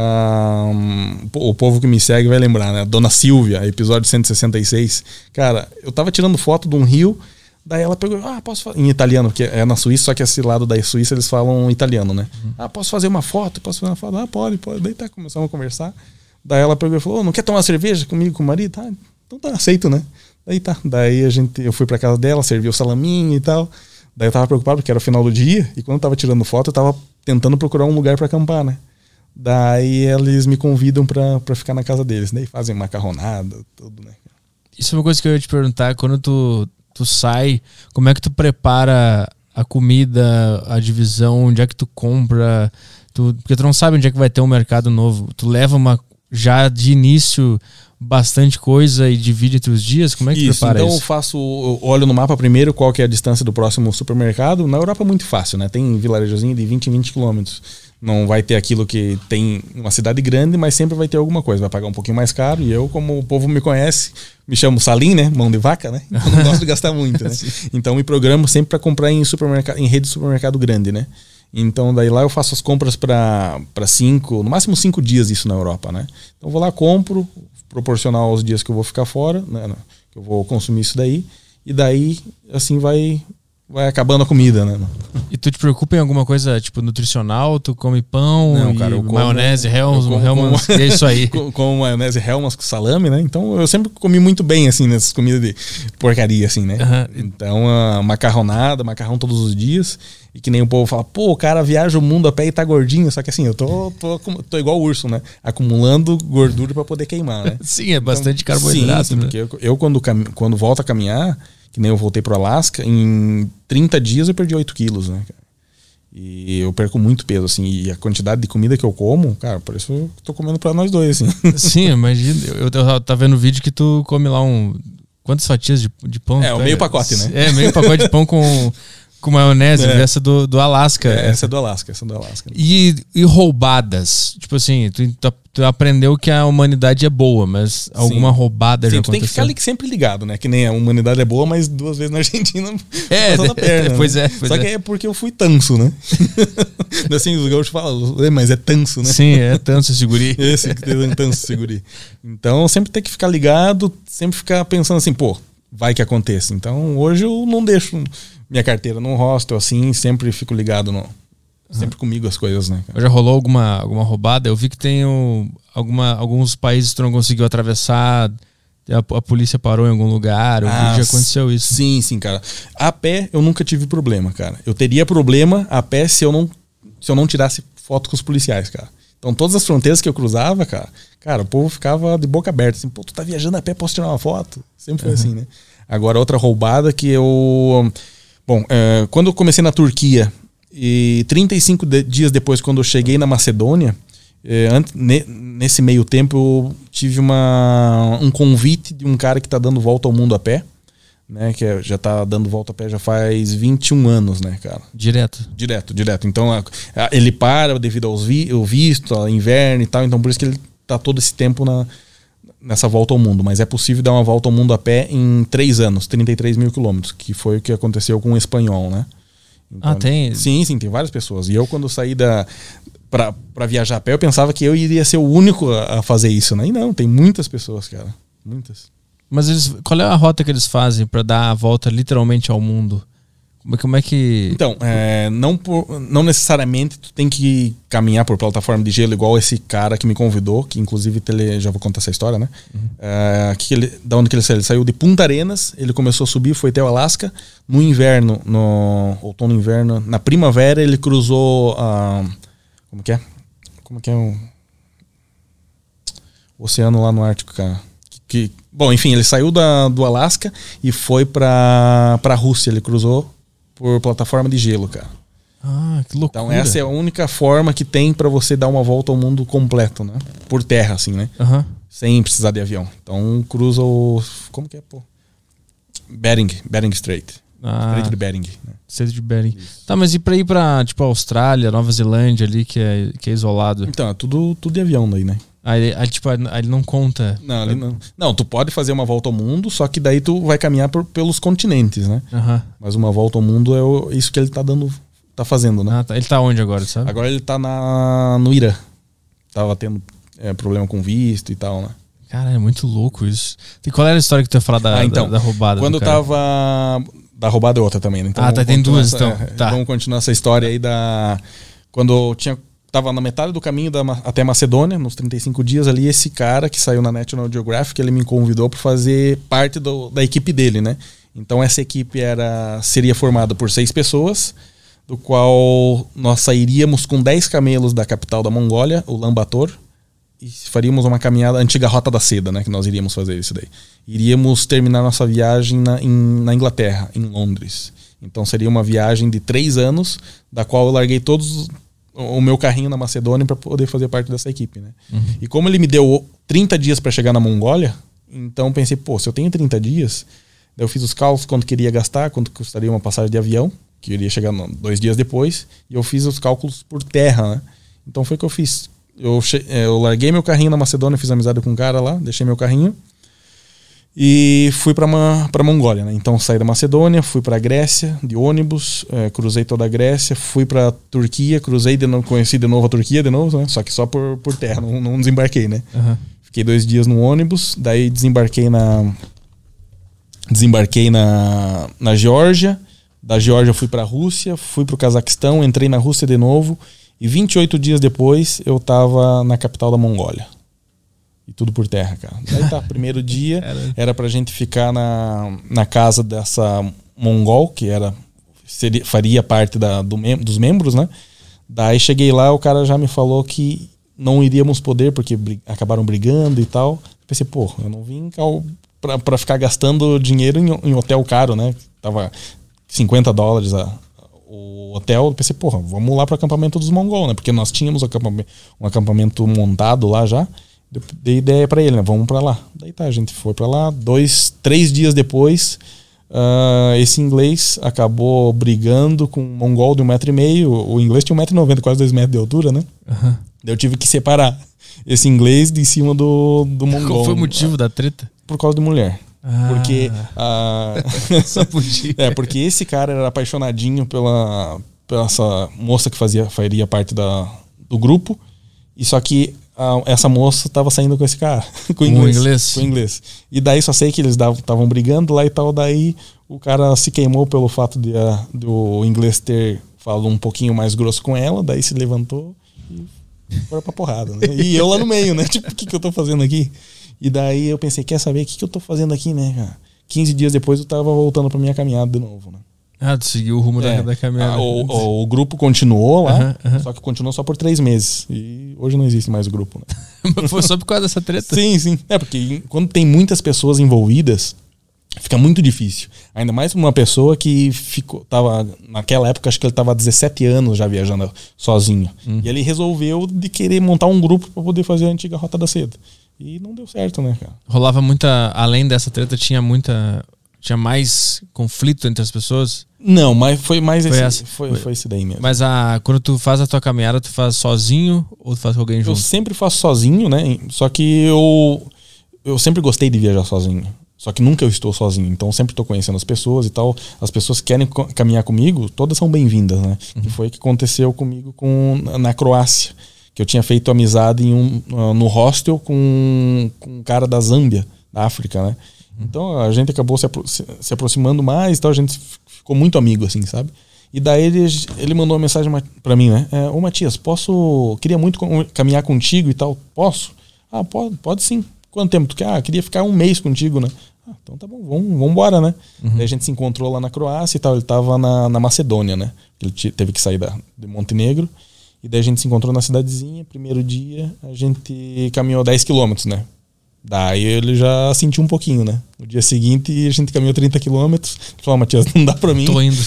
[SPEAKER 3] O povo que me segue vai lembrar, né? Dona Silvia, episódio 166. Cara, eu tava tirando foto de um rio. Daí ela pegou, posso fazer... Em italiano, porque é na Suíça, só que esse lado da Suíça eles falam italiano, né? Posso fazer uma foto? Pode. Daí começamos a conversar. Daí ela pegou e falou, não quer tomar cerveja comigo, com o marido? Então aceito, né? Daí eu fui pra casa dela, servi o salaminho e tal. Daí eu tava preocupado porque era o final do dia. E quando eu tava tirando foto, eu tava tentando procurar um lugar pra acampar, né? Daí eles me convidam pra ficar na casa deles. Daí fazem macarronada, tudo, né?
[SPEAKER 1] Isso é uma coisa que eu ia te perguntar. Quando tu sai, como é que tu prepara a comida, a divisão, onde é que tu compra, porque tu não sabe onde é que vai ter um mercado novo. Tu leva já de início bastante coisa e divide entre os dias? Como é que tu prepara isso?
[SPEAKER 3] Então eu olho no mapa primeiro qual que é a distância do próximo supermercado. Na Europa é muito fácil, né? Tem vilarejozinho de 20 em 20 quilômetros. Não vai ter aquilo que tem uma cidade grande, mas sempre vai ter alguma coisa. Vai pagar um pouquinho mais caro. E eu, como o povo me conhece, me chamo Salim, né? Mão de vaca, né? Eu não gosto de gastar muito, né? Então me programo sempre para comprar em rede de supermercado grande, né? Então daí lá eu faço as compras para 5, no máximo 5 dias isso na Europa, né? Então eu vou lá, compro, proporcional aos dias que eu vou ficar fora, né? Que eu vou consumir isso daí. E daí, assim, vai vai acabando a comida, né?
[SPEAKER 1] E tu te preocupa em alguma coisa, tipo, nutricional? Tu come pão,
[SPEAKER 3] Não, cara, eu como,
[SPEAKER 1] maionese, Hellmann's, e é isso aí.
[SPEAKER 3] Com maionese Hellmann's com salame, né? Então eu sempre comi muito bem, assim, nessas comidas de porcaria, assim, né? Então, macarronada, macarrão todos os dias. E que nem o povo fala, pô, o cara viaja o mundo a pé e tá gordinho. Só que assim, eu tô igual o urso, né? Acumulando gordura pra poder queimar, né?
[SPEAKER 1] Sim, é bastante carboidrato.
[SPEAKER 3] Sim,
[SPEAKER 1] né?
[SPEAKER 3] porque eu quando volto a caminhar, que nem eu voltei pro Alasca, em 30 dias eu perdi 8 quilos, né, cara? E eu perco muito peso, assim, e a quantidade de comida que eu como, cara, parece que eu tô comendo pra nós dois, assim.
[SPEAKER 1] Sim, imagina. Eu tava vendo o vídeo que tu come lá quantas fatias de pão?
[SPEAKER 3] É, o meio pacote, né?
[SPEAKER 1] É, meio pacote de pão com maionese, essa do Alasca.
[SPEAKER 3] Essa é do Alasca,
[SPEAKER 1] E roubadas? Tipo assim, tu aprendeu que a humanidade é boa, mas alguma roubada já aconteceu?
[SPEAKER 3] Tu tem que ficar sempre ligado, né? Que nem a humanidade é boa, mas 2 vezes na Argentina
[SPEAKER 1] passando
[SPEAKER 3] a perna.
[SPEAKER 1] Pois
[SPEAKER 3] né?
[SPEAKER 1] é.
[SPEAKER 3] Só que é porque eu fui tanso, né? Assim, os gaúchos falam, mas é tanso, né?
[SPEAKER 1] Sim, é tanso esse guri.
[SPEAKER 3] Esse que tem tanso esse guri. Então, sempre tem que ficar ligado, sempre ficar pensando assim, pô, vai que aconteça. Então, hoje eu não deixo minha carteira num hostel, assim, sempre fico ligado sempre comigo as coisas, né?
[SPEAKER 1] Já rolou alguma roubada? Eu vi que tem alguns países que tu não conseguiu atravessar, a polícia parou em algum lugar, já aconteceu isso.
[SPEAKER 3] Sim, cara. A pé eu nunca tive problema, cara. Eu teria problema a pé se eu não tirasse foto com os policiais, cara. Então todas as fronteiras que eu cruzava, cara, o povo ficava de boca aberta, assim, pô, tu tá viajando a pé, posso tirar uma foto? Sempre foi assim, né? Agora, outra roubada que eu... Bom, quando eu comecei na Turquia e 35 dias depois, quando eu cheguei na Macedônia, nesse meio tempo eu tive um convite de um cara que está dando volta ao mundo a pé, né? Que já está dando volta a pé já faz 21 anos, né, cara?
[SPEAKER 1] Direto.
[SPEAKER 3] Então ele para devido ao visto, ao inverno e tal, então por isso que ele está todo esse tempo nessa volta ao mundo, mas é possível dar uma volta ao mundo a pé em 3 anos, 33 mil quilômetros, que foi o que aconteceu com o espanhol, né? Então,
[SPEAKER 1] tem?
[SPEAKER 3] Sim, tem várias pessoas. E eu, quando saí pra viajar a pé, eu pensava que eu iria ser o único a fazer isso, né? E não, tem muitas pessoas, cara. Muitas.
[SPEAKER 1] Mas qual é a rota que eles fazem pra dar a volta literalmente ao mundo? Como é que...
[SPEAKER 3] Então, não necessariamente tu tem que caminhar por plataforma de gelo igual esse cara que me convidou, que inclusive já vou contar essa história, né? Da onde que ele saiu? Ele saiu de Punta Arenas, ele começou a subir, foi até o Alasca. No inverno, no outono e inverno, na primavera ele cruzou como que é o oceano lá no Ártico, cara? Bom, enfim, ele saiu do Alasca e foi pra Rússia, ele cruzou por plataforma de gelo, cara.
[SPEAKER 1] Que loucura.
[SPEAKER 3] Então essa é a única forma que tem pra você dar uma volta ao mundo completo, né? Por terra, assim, né? Sem precisar de avião. Então cruza como que é, pô? Bering Strait. Strait de Bering. Né?
[SPEAKER 1] Strait de Bering. Tá, mas e pra ir pra, tipo, Austrália, Nova Zelândia ali, que é isolado?
[SPEAKER 3] Então, é tudo de avião daí, né?
[SPEAKER 1] Aí ele não conta.
[SPEAKER 3] Não, ele não. Não, tu pode fazer uma volta ao mundo, só que daí tu vai caminhar pelos continentes, né? Mas uma volta ao mundo é isso que ele tá fazendo, né?
[SPEAKER 1] Ele tá onde agora, sabe?
[SPEAKER 3] Agora ele tá no Irã. Tava tendo problema com visto e tal, né?
[SPEAKER 1] Cara, é muito louco isso. E qual era a história que tu ia falar da roubada?
[SPEAKER 3] Quando eu tava... Da roubada é outra também, né? Então,
[SPEAKER 1] tem duas, então.
[SPEAKER 3] Vamos continuar essa história aí quando eu tava na metade do caminho até Macedônia, nos 35 dias ali, esse cara que saiu na National Geographic, ele me convidou para fazer parte da equipe dele, né? Então essa equipe seria formada por 6 pessoas, do qual nós sairíamos com 10 camelos da capital da Mongólia, Ulaanbaatar, e faríamos uma caminhada, a antiga Rota da Seda, né? Que nós iríamos fazer isso daí. Iríamos terminar nossa viagem na Inglaterra, em Londres. Então seria uma viagem de 3 anos, da qual eu larguei o meu carrinho na Macedônia para poder fazer parte dessa equipe, né? E como ele me deu 30 dias para chegar na Mongólia, então pensei, pô, se eu tenho 30 dias, daí eu fiz os cálculos quanto queria gastar, quanto custaria uma passagem de avião, que iria chegar 2 dias depois, e eu fiz os cálculos por terra, né? Então foi o que eu fiz. Eu larguei meu carrinho na Macedônia, fiz amizade com um cara lá, deixei meu carrinho e fui pra Mongólia, né? Então saí da Macedônia, fui pra Grécia de ônibus, cruzei toda a Grécia, fui pra Turquia, cruzei de novo, conheci de novo a Turquia de novo, né? Só que só por terra, não desembarquei, né? Fiquei 2 dias no ônibus, daí desembarquei na Geórgia, Da Geórgia eu fui pra Rússia, fui pro Cazaquistão, entrei na Rússia de novo. E 28 dias depois eu tava na capital da Mongólia. E tudo por terra, cara. Daí tá, primeiro dia era pra gente ficar na casa dessa mongol, que faria parte dos membros, né? Daí cheguei lá, o cara já me falou que não iríamos poder, porque acabaram brigando e tal. Pensei, pô, eu não vim pra ficar gastando dinheiro em hotel caro, né? Tava $50 o hotel. Eu pensei, porra, vamos lá pro acampamento dos mongol, né? Porque nós tínhamos um acampamento montado lá já. Dei ideia pra ele, né? Vamos pra lá. Daí tá, a gente foi pra lá. 3 dias depois, esse inglês acabou brigando com um mongol de 1,5 m. O inglês tinha 1,90 m, quase 2 metros de altura, né? Uhum. Daí eu tive que separar esse inglês de cima do mongol.
[SPEAKER 1] Qual foi o motivo da treta?
[SPEAKER 3] Por causa de mulher. Porque
[SPEAKER 1] só podia.
[SPEAKER 3] Porque esse cara era apaixonadinho pela essa moça que faria parte do grupo. E só que essa moça tava saindo com esse cara, com o inglês. E daí só sei que eles estavam brigando lá e tal. Daí o cara se queimou pelo fato do inglês ter falado um pouquinho mais grosso com ela. Daí se levantou e foi pra porrada, né? E eu lá no meio, né? Tipo, o que eu tô fazendo aqui? E daí eu pensei, quer saber o que eu tô fazendo aqui, né, cara? 15 dias depois eu tava voltando pra minha caminhada de novo, né?
[SPEAKER 1] Tu seguiu o rumo da caminhada.
[SPEAKER 3] O grupo continuou lá, só que continuou só por 3 meses. E hoje não existe mais o grupo, né?
[SPEAKER 1] Foi só por causa dessa treta?
[SPEAKER 3] Sim. Porque quando tem muitas pessoas envolvidas, fica muito difícil. Ainda mais uma pessoa que tava, naquela época, acho que ele tava há 17 anos já viajando sozinho. E ele resolveu de querer montar um grupo pra poder fazer a antiga Rota da Seda. E não deu certo, né, cara?
[SPEAKER 1] Rolava muita... Além dessa treta, tinha mais conflito entre as pessoas?
[SPEAKER 3] Não, mas foi mais foi esse daí mesmo.
[SPEAKER 1] Mas quando tu faz a tua caminhada, tu faz sozinho ou tu faz com alguém junto?
[SPEAKER 3] Eu sempre faço sozinho, né? Só que eu sempre gostei de viajar sozinho. Só que nunca eu estou sozinho. Então sempre estou conhecendo as pessoas e tal. As pessoas que querem caminhar comigo, todas são bem-vindas, né? Que foi o que aconteceu comigo na Croácia. Que eu tinha feito amizade no hostel com um cara da Zâmbia, da África, né? Então a gente acabou se aproximando mais e tal, a gente ficou muito amigo, assim, sabe? E daí ele mandou uma mensagem pra mim, né? Ô Matias, queria muito caminhar contigo e tal, posso? Pode sim. Quanto tempo tu quer? Queria ficar 1 mês contigo, né? Então tá bom, vamos embora, né? Daí a gente se encontrou lá na Croácia e tal, ele tava na Macedônia, né? Ele teve que sair de Montenegro. E daí a gente se encontrou na cidadezinha, primeiro dia, a gente caminhou 10 quilômetros, né? Daí ele já sentiu um pouquinho, né? No dia seguinte a gente caminhou 30 quilômetros. Ele falou, Matias, não dá pra mim.
[SPEAKER 1] Tô indo.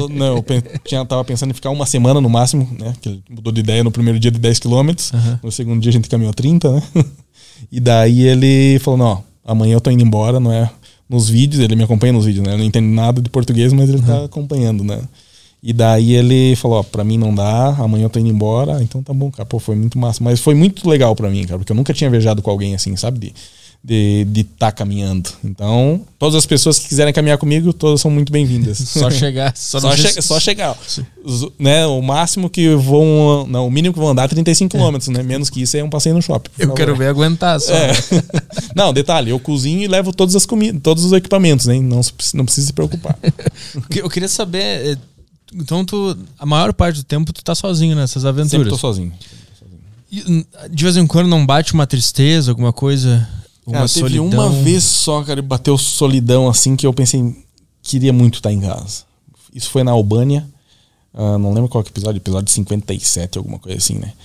[SPEAKER 3] Eu tava pensando em ficar 1 semana no máximo, né? Que ele mudou de ideia no primeiro dia de 10 quilômetros. No segundo dia a gente caminhou 30, né? E daí ele falou, não, amanhã eu tô indo embora, não é? Nos vídeos, ele me acompanha nos vídeos, né? Eu não entendo nada de português, mas ele tá acompanhando, né? E daí ele falou, pra mim não dá, amanhã eu tô indo embora, então tá bom, cara. Pô, foi muito massa. Mas foi muito legal pra mim, cara, porque eu nunca tinha viajado com alguém assim, sabe? De tá caminhando. Então, todas as pessoas que quiserem caminhar comigo, todas são muito bem-vindas.
[SPEAKER 1] Só chegar.
[SPEAKER 3] Só chegar. Né? O máximo que vão... Não, o mínimo que vão andar é 35 km, né? Menos que isso é um passeio no shopping.
[SPEAKER 1] Eu quero ver aguentar só.
[SPEAKER 3] Não, detalhe, eu cozinho e levo todas as comidas, todos os equipamentos, né? Não precisa se preocupar.
[SPEAKER 1] Eu queria saber... Então a maior parte do tempo tu tá sozinho nessas aventuras?
[SPEAKER 3] Sempre tô sozinho.
[SPEAKER 1] E, de vez em quando não bate uma tristeza, alguma coisa?
[SPEAKER 3] Cara, teve uma vez só, cara, bateu solidão assim que eu pensei, queria muito estar em casa. Isso foi na Albânia, não lembro qual que é o episódio 57, alguma coisa assim, né?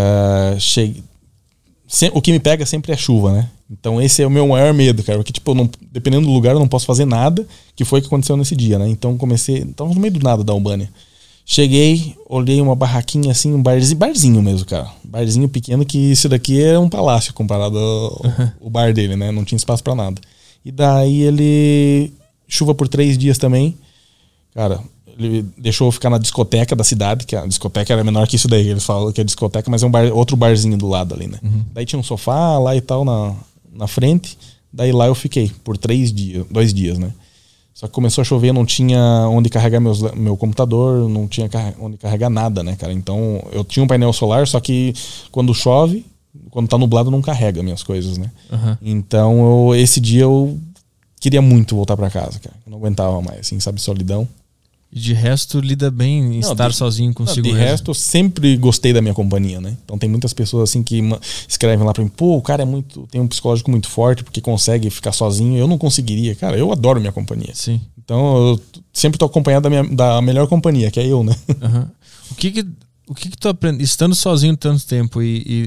[SPEAKER 3] O que me pega sempre é chuva, né? Então esse é o meu maior medo, cara. Porque, tipo, dependendo do lugar, eu não posso fazer nada, que foi o que aconteceu nesse dia, né? Então tava no meio do nada da Albânia. Cheguei, olhei uma barraquinha assim, um barzinho mesmo, cara. Barzinho pequeno, que isso daqui é um palácio comparado ao bar dele, né? Não tinha espaço pra nada. E daí chuva por 3 dias também. Cara, ele deixou eu ficar na discoteca da cidade, que a discoteca era menor que isso daí. Eles falam que é discoteca, mas é outro barzinho do lado ali, né? Daí tinha um sofá lá e tal na frente. Daí lá eu fiquei por 2 dias, né? Só que começou a chover, não tinha onde carregar meu computador, não tinha onde carregar nada, né, cara? Então eu tinha um painel solar, só que quando chove, quando tá nublado, não carrega minhas coisas, né? Então esse dia eu queria muito voltar pra casa, cara. Eu não aguentava mais, assim, sabe, solidão.
[SPEAKER 1] E de resto, lida bem em estar sozinho consigo
[SPEAKER 3] mesmo. De resto, eu sempre gostei da minha companhia, né? Então tem muitas pessoas assim que escrevem lá pra mim, pô, o cara tem um psicológico muito forte porque consegue ficar sozinho. Eu não conseguiria. Cara, eu adoro minha companhia.
[SPEAKER 1] Sim.
[SPEAKER 3] Então eu sempre tô acompanhado da melhor companhia, que é eu, né?
[SPEAKER 1] Uhum. O que tu aprende, estando sozinho tanto tempo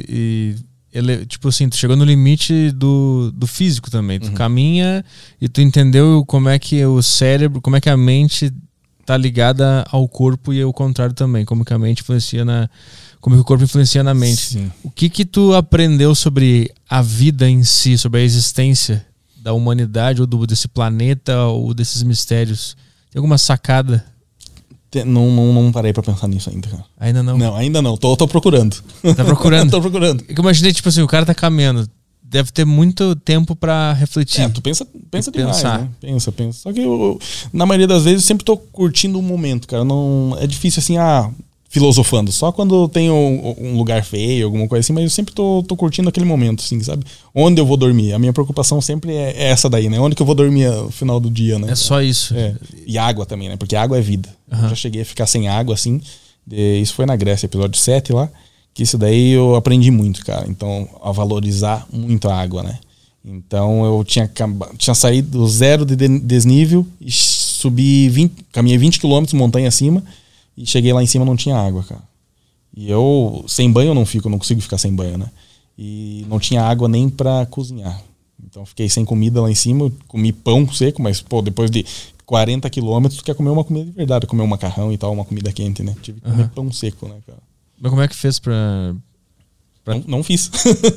[SPEAKER 1] tipo assim, tu chegou no limite do físico também. Tu caminha e tu entendeu como é que o cérebro, como é que a mente tá ligada ao corpo e ao contrário também. Como que a mente influencia como que o corpo influencia na mente.
[SPEAKER 3] Sim.
[SPEAKER 1] O que tu aprendeu sobre a vida em si, sobre a existência da humanidade ou desse planeta ou desses mistérios? Tem alguma sacada?
[SPEAKER 3] Não parei pra pensar nisso ainda, cara.
[SPEAKER 1] Ainda não?
[SPEAKER 3] Não, ainda não. Tô procurando.
[SPEAKER 1] Tá procurando?
[SPEAKER 3] Tô procurando.
[SPEAKER 1] Eu imaginei, tipo assim, o cara tá caminhando. Deve ter muito tempo pra refletir.
[SPEAKER 3] Tu pensa demais, né? Pensa. Só que na maioria das vezes, eu sempre tô curtindo o momento, cara. Não, é difícil assim, filosofando. Só quando tem um lugar feio, alguma coisa assim, mas eu sempre tô curtindo aquele momento, assim, sabe? Onde eu vou dormir. A minha preocupação sempre é essa daí, né? Onde que eu vou dormir no final do dia, né?
[SPEAKER 1] É só isso.
[SPEAKER 3] E água também, né? Porque água é vida. Eu já cheguei a ficar sem água, assim. Isso foi na Grécia, episódio 7 lá. Que isso daí eu aprendi muito, cara. Então, a valorizar muito a água, né? Então, eu tinha saído do zero de desnível e caminhei 20 km montanha acima e cheguei lá em cima e não tinha água, cara. E eu, sem banho eu não consigo ficar sem banho, né? E não tinha água nem pra cozinhar. Então, fiquei sem comida lá em cima, eu comi pão seco, mas, pô, depois de 40 quilômetros, tu quer comer uma comida de verdade, comer um macarrão e tal, uma comida quente, né? Tive que comer pão seco, né, cara?
[SPEAKER 1] Mas como é que fez pra...
[SPEAKER 3] Não fiz.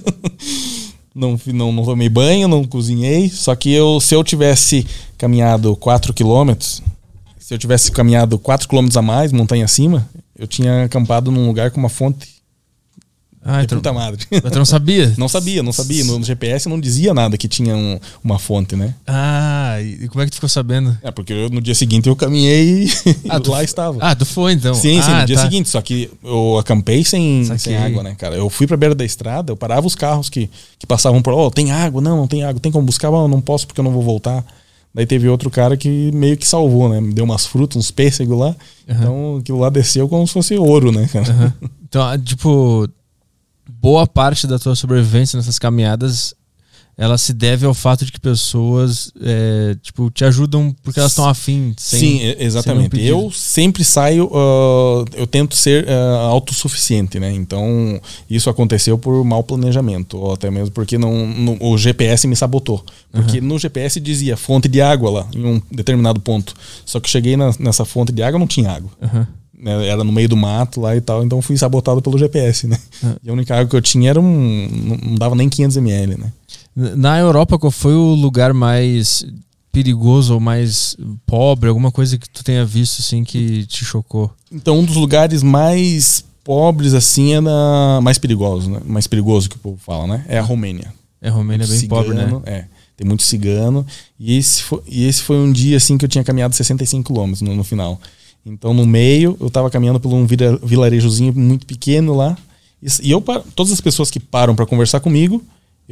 [SPEAKER 3] não tomei banho, não cozinhei. Só que se eu tivesse caminhado 4 quilômetros, se eu tivesse caminhado 4 quilômetros a mais, montanha acima, eu tinha acampado num lugar com uma fonte de puta madre.
[SPEAKER 1] Mas tu não sabia?
[SPEAKER 3] Não sabia. No GPS não dizia nada que tinha uma fonte, né?
[SPEAKER 1] E como é que tu ficou sabendo?
[SPEAKER 3] Porque no dia seguinte eu caminhei e lá estava.
[SPEAKER 1] Tu foi então?
[SPEAKER 3] Sim, no dia seguinte. Só que eu acampei sem água, né, cara? Eu fui pra beira da estrada, eu parava os carros que passavam por... tem água? Não tem água. Tem como buscar? Não posso porque eu não vou voltar. Daí teve outro cara que meio que salvou, né? Me deu umas frutas, uns pêssegos lá. Então aquilo lá desceu como se fosse ouro, né, cara?
[SPEAKER 1] Então, tipo... Boa parte da tua sobrevivência nessas caminhadas, ela se deve ao fato de que pessoas te ajudam porque elas estão afim.
[SPEAKER 3] Sim, exatamente. Eu sempre saio, eu tento ser autossuficiente, né? Então, isso aconteceu por mau planejamento, ou até mesmo porque o GPS me sabotou. Porque no GPS dizia fonte de água lá, em um determinado ponto. Só que eu cheguei nessa fonte de água, não tinha água. Era no meio do mato lá e tal, então fui sabotado pelo GPS, né? E a única água que eu tinha era não dava nem 500 ml, né?
[SPEAKER 1] Na Europa, qual foi o lugar mais perigoso ou mais pobre? Alguma coisa que tu tenha visto, assim, que te chocou?
[SPEAKER 3] Então, um dos lugares mais pobres, assim, mais perigoso, né? Mais perigoso que o povo fala, né? É a Romênia.
[SPEAKER 1] A Romênia é bem
[SPEAKER 3] cigano,
[SPEAKER 1] pobre, né?
[SPEAKER 3] Tem muito cigano. E esse foi um dia, assim, que eu tinha caminhado 65 km no final. Então, no meio, eu tava caminhando por um vilarejozinho muito pequeno lá. E todas as pessoas que param para conversar comigo,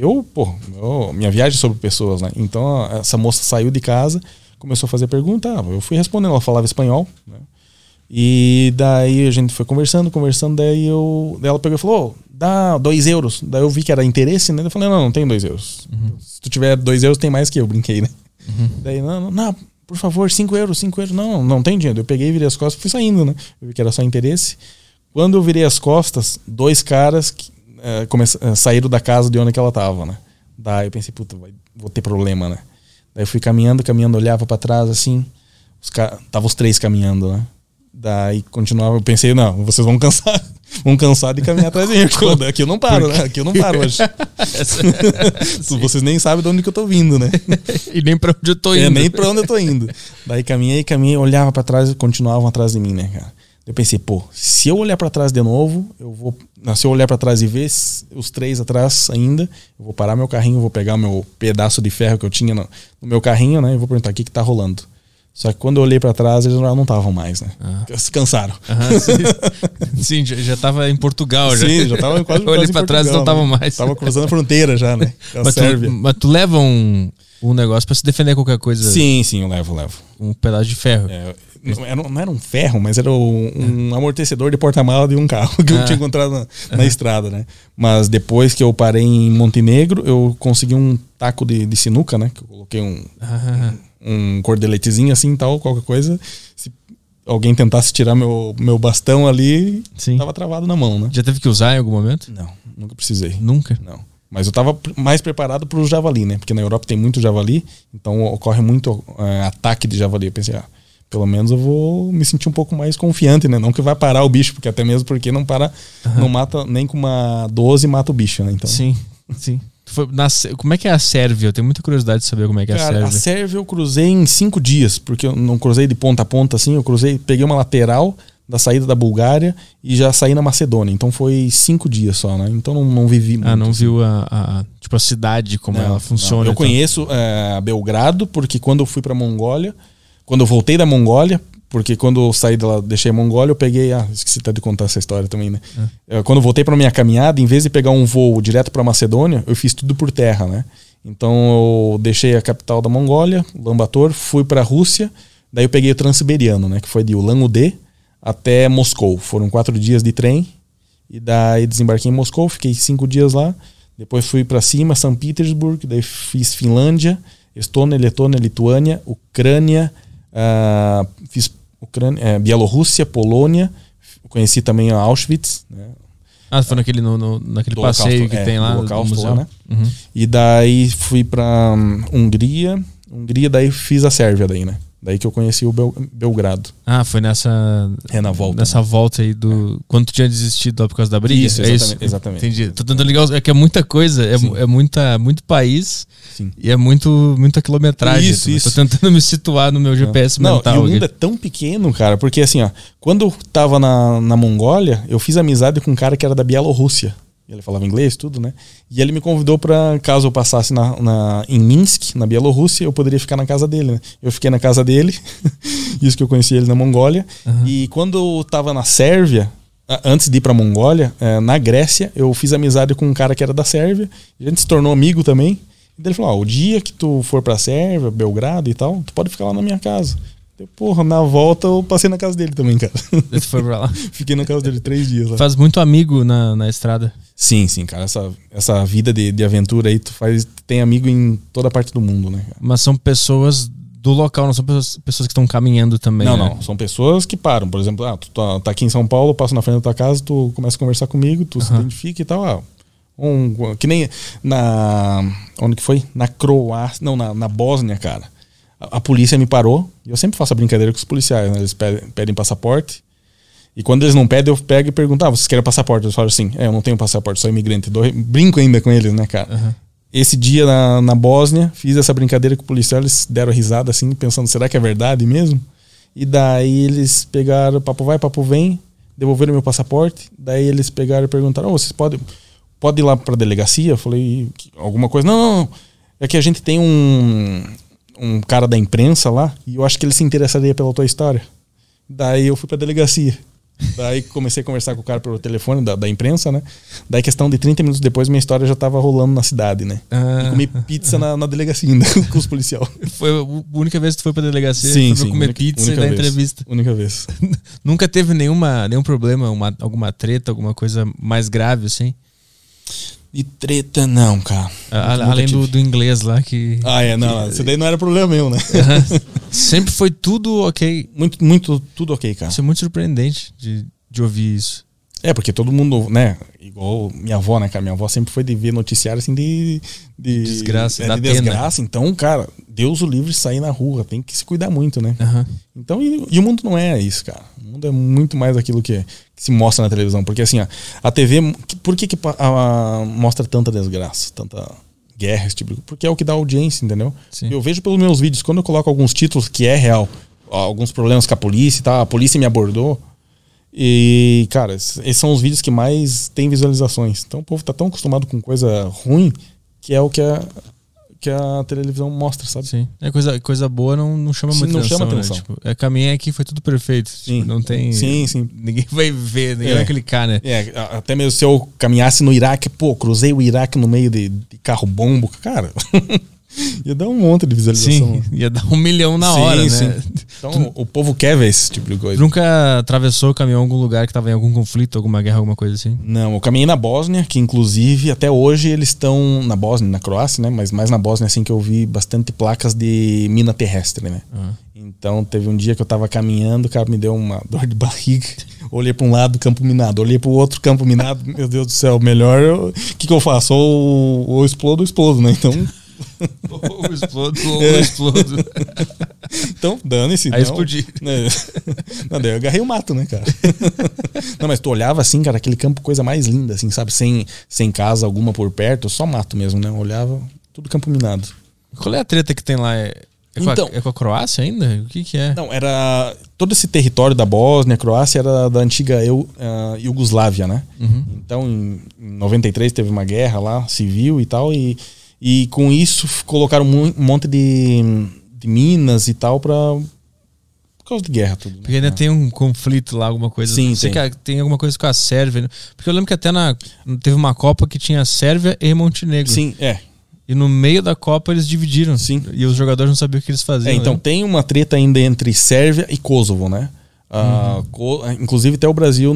[SPEAKER 3] minha viagem é sobre pessoas, né? Então, essa moça saiu de casa, começou a fazer pergunta, eu fui respondendo, ela falava espanhol, né? E daí a gente foi conversando, daí ela pegou e falou, dá 2 euros. Daí eu vi que era interesse, né? Eu falei, não tenho 2 euros. Se tu tiver 2 euros, tem mais que eu, brinquei, né? Daí, não, por favor, 5 euros. Não tem dinheiro. Eu peguei, virei as costas e fui saindo, né? Eu vi que era só interesse. Quando eu virei as costas, 2 caras saíram da casa de onde que ela tava, né? Daí eu pensei, puta, vou ter problema, né? Daí eu fui caminhando, olhava pra trás, assim. Tava os 3 caminhando, né? Daí continuava, eu pensei, não, vocês vão cansar de caminhar atrás de mim. Aqui eu não paro, né? Aqui eu não paro hoje. Vocês nem sabem de onde que eu tô vindo, né?
[SPEAKER 1] E nem pra onde eu tô indo.
[SPEAKER 3] Nem pra onde eu tô indo. Daí caminhei, olhava pra trás e continuavam atrás de mim, né, cara? Eu pensei, se eu olhar pra trás de novo, se eu olhar pra trás e ver os 3 atrás ainda, eu vou parar meu carrinho, vou pegar o meu pedaço de ferro que eu tinha no meu carrinho, né? E vou perguntar o que tá rolando. Só que quando eu olhei pra trás, eles já não estavam mais, né? Se cansaram.
[SPEAKER 1] Sim, já tava em Portugal.
[SPEAKER 3] Sim, já tava quase
[SPEAKER 1] eu olhei pra trás e não tava mais.
[SPEAKER 3] Tava cruzando a fronteira já, né?
[SPEAKER 1] Mas tu leva um negócio pra se defender qualquer coisa?
[SPEAKER 3] Sim, eu levo.
[SPEAKER 1] Um pedaço de ferro.
[SPEAKER 3] Não era um ferro, mas era um amortecedor de porta-mala de um carro que eu tinha encontrado na estrada, né? Mas depois que eu parei em Montenegro, eu consegui um taco de sinuca, né? Que eu coloquei um cordeletezinho assim, tal, qualquer coisa. Se alguém tentasse tirar meu bastão ali, tava travado na mão, né?
[SPEAKER 1] Já teve que usar em algum momento?
[SPEAKER 3] Não, nunca precisei.
[SPEAKER 1] Nunca?
[SPEAKER 3] Não. Mas eu tava mais preparado pro javali, né? Porque na Europa tem muito javali, então ocorre muito ataque de javali. Eu pensei, pelo menos eu vou me sentir um pouco mais confiante, né? Não que vai parar o bicho, porque até mesmo porque não para, não mata nem com uma 12 mata o bicho, né? Então...
[SPEAKER 1] Sim. Como é que é a Sérvia? Eu tenho muita curiosidade de saber como é que é a Sérvia.
[SPEAKER 3] A Sérvia eu cruzei em 5 dias, porque eu não cruzei de ponta a ponta assim, peguei uma lateral da saída da Bulgária e já saí na Macedônia. Então foi 5 dias só, né? Então não vivi muito.
[SPEAKER 1] Não viu a cidade, como ela funciona.
[SPEAKER 3] Eu conheço Belgrado, porque quando eu fui pra Mongólia, quando eu voltei da Mongólia, porque quando eu saí dela, deixei a Mongólia, eu peguei... esqueci até de contar essa história também, né? Quando eu voltei pra minha caminhada, em vez de pegar um voo direto pra Macedônia, eu fiz tudo por terra, né? Então eu deixei a capital da Mongólia, Ulaanbaatar, fui pra Rússia, daí eu peguei o Transiberiano, né? Que foi de Ulan-Ude até Moscou. Foram 4 dias de trem, e daí desembarquei em Moscou, fiquei 5 dias lá, depois fui pra cima, São Petersburgo, daí fiz Finlândia, Estônia, Letônia, Lituânia, Ucrânia, fiz Bielorrússia, Polônia, conheci também a Auschwitz, né?
[SPEAKER 1] Foi naquele passeio que tem lá,
[SPEAKER 3] do Holocausto lá, né?
[SPEAKER 1] Uhum.
[SPEAKER 3] E daí fui pra Hungria, daí fiz a Sérvia daí, né? Daí que eu conheci o Belgrado.
[SPEAKER 1] Foi nessa...
[SPEAKER 3] na volta.
[SPEAKER 1] Nessa volta aí do... Quando tu tinha desistido lá por causa da briga?
[SPEAKER 3] Isso, exatamente.
[SPEAKER 1] Entendi. Tô tentando ligar... É que é muita coisa, muito país.
[SPEAKER 3] Sim.
[SPEAKER 1] E é muita quilometragem.
[SPEAKER 3] Isso.
[SPEAKER 1] Tô tentando me situar no meu GPS mental.
[SPEAKER 3] E o mundo é tão pequeno, cara, porque assim, quando eu tava na Mongólia, eu fiz amizade com um cara que era da Bielorrússia. Ele falava inglês, tudo, né? E ele me convidou pra, caso eu passasse em Minsk, na Bielorrússia, eu poderia ficar na casa dele, né? Eu fiquei na casa dele, isso que eu conheci ele na Mongólia. Uhum. E quando eu tava na Sérvia, antes de ir pra Mongólia, na Grécia, eu fiz amizade com um cara que era da Sérvia. A gente se tornou amigo também. E ele falou, o dia que tu for pra Sérvia, Belgrado e tal, tu pode ficar lá na minha casa. Porra, na volta eu passei na casa dele também, cara.
[SPEAKER 1] Você foi pra lá?
[SPEAKER 3] Fiquei na casa dele 3 dias lá.
[SPEAKER 1] Faz muito amigo na estrada.
[SPEAKER 3] Sim, cara. Essa vida de aventura aí, tem amigo em toda parte do mundo, né?
[SPEAKER 1] Mas são pessoas do local, não são pessoas que estão caminhando também.
[SPEAKER 3] Não. São pessoas que param. Por exemplo, tu tá aqui em São Paulo, eu passo na frente da tua casa, tu começa a conversar comigo, tu se identifica e tal. Que nem onde que foi? Na Croácia. Não, na Bósnia, cara. A polícia me parou, e eu sempre faço a brincadeira com os policiais, né? Eles pedem passaporte, e quando eles não pedem, eu pego e pergunto, vocês querem passaporte? Eles falam assim, eu não tenho passaporte, sou imigrante. Brinco ainda com eles, né, cara? Uhum. Esse dia na Bósnia, fiz essa brincadeira com o policial, eles deram risada assim, pensando, será que é verdade mesmo? E daí eles pegaram, papo vai, papo vem, devolveram meu passaporte, daí eles pegaram e perguntaram, vocês podem ir lá pra delegacia? Eu falei, alguma coisa? Não, é que a gente tem um cara da imprensa lá, e eu acho que ele se interessaria pela tua história. Daí eu fui pra delegacia. Daí comecei a conversar com o cara pelo telefone da imprensa, né? Daí questão de 30 minutos depois, minha história já tava rolando na cidade, né? E comi pizza na delegacia ainda, com os policiais.
[SPEAKER 1] Foi a única vez que tu foi pra delegacia?
[SPEAKER 3] Sim,
[SPEAKER 1] foi comer pizza e dar entrevista?
[SPEAKER 3] Única vez.
[SPEAKER 1] Nunca teve nenhum problema, alguma treta, alguma coisa mais grave, assim?
[SPEAKER 3] De treta, não, cara.
[SPEAKER 1] Além do inglês lá que...
[SPEAKER 3] não. Isso daí não era problema meu, né?
[SPEAKER 1] Sempre foi tudo ok.
[SPEAKER 3] Muito tudo ok, cara.
[SPEAKER 1] Isso é muito surpreendente de ouvir isso.
[SPEAKER 3] Porque todo mundo, né? Igual minha avó, né, cara? Minha avó sempre foi de ver noticiário assim de
[SPEAKER 1] desgraça.
[SPEAKER 3] De desgraça. Então, cara, Deus o livre sair na rua. Tem que se cuidar muito, né?
[SPEAKER 1] Uhum.
[SPEAKER 3] Então, e o mundo não é isso, cara. O mundo é muito mais aquilo que se mostra na televisão. Porque assim, a TV, por que mostra tanta desgraça, tanta guerra, esse tipo de... Porque é o que dá audiência, entendeu?
[SPEAKER 1] Sim.
[SPEAKER 3] Eu vejo pelos meus vídeos, quando eu coloco alguns títulos que é real, alguns problemas com a polícia e tal, a polícia me abordou. E, cara, esses são os vídeos que mais tem visualizações. Então o povo tá tão acostumado com coisa ruim que é o que a televisão mostra, sabe?
[SPEAKER 1] Sim. Coisa boa não chama muita atenção. Chama atenção. Né? Tipo, caminhei aqui, foi tudo perfeito.
[SPEAKER 3] Sim.
[SPEAKER 1] Tipo, não tem.
[SPEAKER 3] Sim.
[SPEAKER 1] Ninguém vai ver, ninguém vai clicar, né?
[SPEAKER 3] Até mesmo se eu caminhasse no Iraque, cruzei o Iraque no meio de carro bombo, cara. Ia dar um monte de visualização.
[SPEAKER 1] Sim, ia dar 1 milhão na hora, né?
[SPEAKER 3] Sim. Então, o povo quer ver esse tipo de coisa.
[SPEAKER 1] Nunca atravessou, caminhou em algum lugar que tava em algum conflito, alguma guerra, alguma coisa assim?
[SPEAKER 3] Não, eu caminhei na Bósnia, que inclusive até hoje eles estão na Bósnia, na Croácia, né? Mas mais na Bósnia, assim, que eu vi bastante placas de mina terrestre, né? Então teve um dia que eu tava caminhando, o cara me deu uma dor de barriga. Olhei pra um lado, campo minado. Olhei pro outro, campo minado. Meu Deus do céu, melhor... O que eu faço? Ou explodo, né? Então...
[SPEAKER 1] ou explodo.
[SPEAKER 3] Então, dane-se.
[SPEAKER 1] Aí explodi.
[SPEAKER 3] Não, daí eu agarrei o mato, né, cara? Não, mas tu olhava assim, cara, aquele campo, coisa mais linda, assim, sabe? Sem casa alguma por perto, só mato mesmo, né? Eu olhava, tudo campo minado.
[SPEAKER 1] Qual é a treta que tem lá? É com a Croácia ainda? O que é?
[SPEAKER 3] Não, era... Todo esse território da Bósnia, Croácia, era da antiga Iugoslávia, né? Então, em 93 teve uma guerra lá, civil e tal, e com isso colocaram um monte de minas e tal por causa de guerra tudo. Né?
[SPEAKER 1] Porque ainda tem um conflito lá, alguma coisa.
[SPEAKER 3] Sim,
[SPEAKER 1] sei que tem alguma coisa com a Sérvia. Porque eu lembro que até teve uma Copa que tinha Sérvia e Montenegro.
[SPEAKER 3] Sim,
[SPEAKER 1] E no meio da Copa eles dividiram.
[SPEAKER 3] Sim.
[SPEAKER 1] E os jogadores não sabiam o que eles faziam.
[SPEAKER 3] Então
[SPEAKER 1] né?
[SPEAKER 3] tem uma treta ainda entre Sérvia e Kosovo, né? Inclusive até o Brasil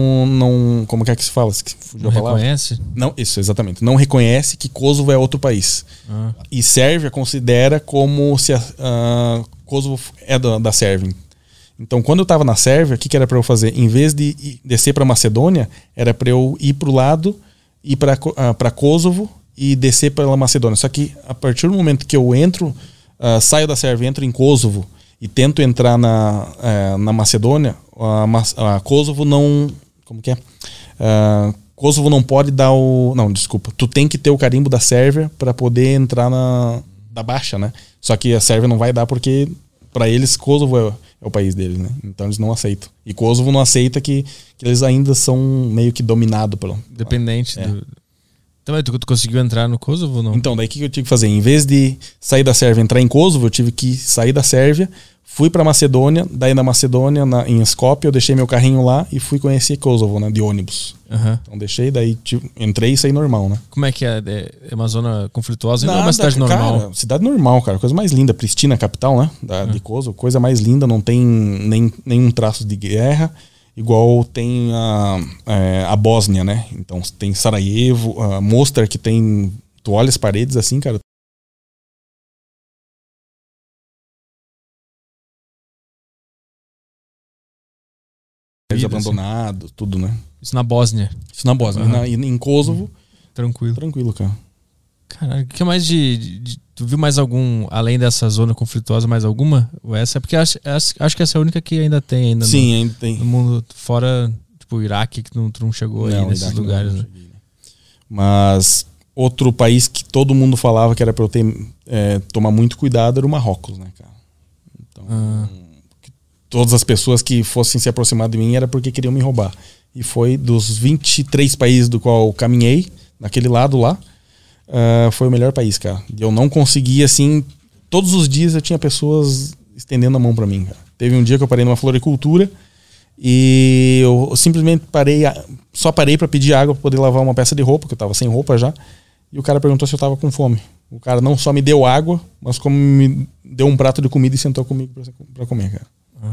[SPEAKER 3] não como é que se fala?
[SPEAKER 1] Não reconhece?
[SPEAKER 3] Não, isso, exatamente. Não reconhece que Kosovo é outro país. E Sérvia considera como se Kosovo é da Sérvia. Então, quando eu estava na Sérvia, o que era para eu fazer? Em vez de descer para Macedônia, era para eu ir para o lado, ir para Kosovo e descer pela Macedônia. Só que a partir do momento que eu entro, saio da Sérvia, entro em Kosovo e tento entrar na Macedônia, a Kosovo não... Como que é? Kosovo não pode dar o... Não, desculpa. Tu tem que ter o carimbo da Sérvia para poder entrar da Baixa, né? Só que a Sérvia não vai dar porque, para eles, Kosovo é o país deles, né? Então eles não aceitam. E Kosovo não aceita que eles ainda são meio que dominados pelo...
[SPEAKER 1] Dependente do... Então, tu conseguiu entrar no Kosovo ou não?
[SPEAKER 3] Então, daí o que eu tive que fazer? Em vez de sair da Sérvia e entrar em Kosovo, eu tive que sair da Sérvia, fui pra Macedônia, daí na Macedônia, em Skopje, eu deixei meu carrinho lá e fui conhecer Kosovo, né, de ônibus. Então deixei, daí entrei e saí normal, né?
[SPEAKER 1] Como é que é? É uma zona conflituosa ou é uma cidade normal?
[SPEAKER 3] Cara, cidade normal, cara. Coisa mais linda. Pristina, capital, né? De Kosovo. Coisa mais linda, não tem nenhum traço de guerra. Igual tem a Bósnia, né? Então tem Sarajevo, Mostar, que tem... Tu olha as paredes assim, cara. Abandonados, tudo, né?
[SPEAKER 1] Isso na Bósnia?
[SPEAKER 3] Isso na Bósnia. Em Kosovo...
[SPEAKER 1] Tranquilo,
[SPEAKER 3] cara.
[SPEAKER 1] Caralho, o que mais tu viu mais algum, além dessa zona conflituosa, mais alguma? Ou essa? Porque acho que essa é a única que ainda tem ainda.
[SPEAKER 3] Sim, ainda tem.
[SPEAKER 1] No mundo fora, tipo o Iraque, que tu não chegou aí nesses Iraque lugares, né?
[SPEAKER 3] Cheguei, né? Mas outro país que todo mundo falava que era pra eu tomar muito cuidado era o Marrocos, né, cara? Então, todas as pessoas que fossem se aproximar de mim era porque queriam me roubar. E foi dos 23 países do qual eu caminhei, naquele lado lá, foi o melhor país, cara. Eu não conseguia, assim... Todos os dias eu tinha pessoas estendendo a mão pra mim, cara. Teve um dia que eu parei numa floricultura e eu simplesmente só parei pra pedir água pra poder lavar uma peça de roupa, que eu tava sem roupa já. E o cara perguntou se eu tava com fome. O cara não só me deu água, mas como me deu um prato de comida e sentou comigo pra comer, cara.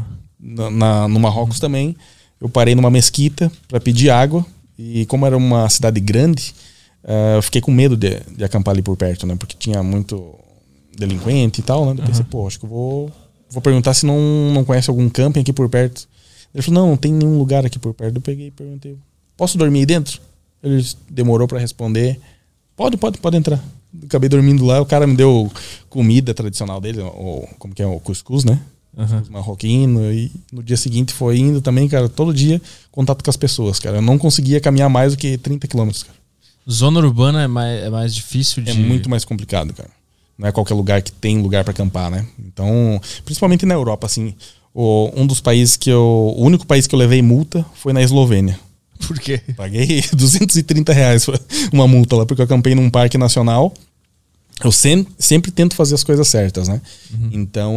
[SPEAKER 3] No Marrocos também, eu parei numa mesquita pra pedir água. E como era uma cidade grande, eu fiquei com medo de acampar ali por perto, né? Porque tinha muito delinquente e tal, né? Eu pensei, acho que eu vou perguntar se não conhece algum camping aqui por perto. Ele falou, não tem nenhum lugar aqui por perto. Eu peguei e perguntei, posso dormir aí dentro? Ele demorou pra responder. Pode entrar. Acabei dormindo lá, o cara me deu comida tradicional dele, como que é, o cuscuz, né? Cuscuz marroquino. E no dia seguinte foi indo também, cara, todo dia contato com as pessoas, cara. Eu não conseguia caminhar mais do que 30 quilômetros, cara.
[SPEAKER 1] Zona urbana é mais difícil de...
[SPEAKER 3] É muito mais complicado, cara. Não é qualquer lugar que tem lugar pra acampar, né? Então, principalmente na Europa, assim, um dos países o único país que eu levei multa foi na Eslovênia.
[SPEAKER 1] Por quê?
[SPEAKER 3] Paguei R$230 uma multa lá, porque eu acampei num parque nacional. Eu sempre tento fazer as coisas certas, né? Então,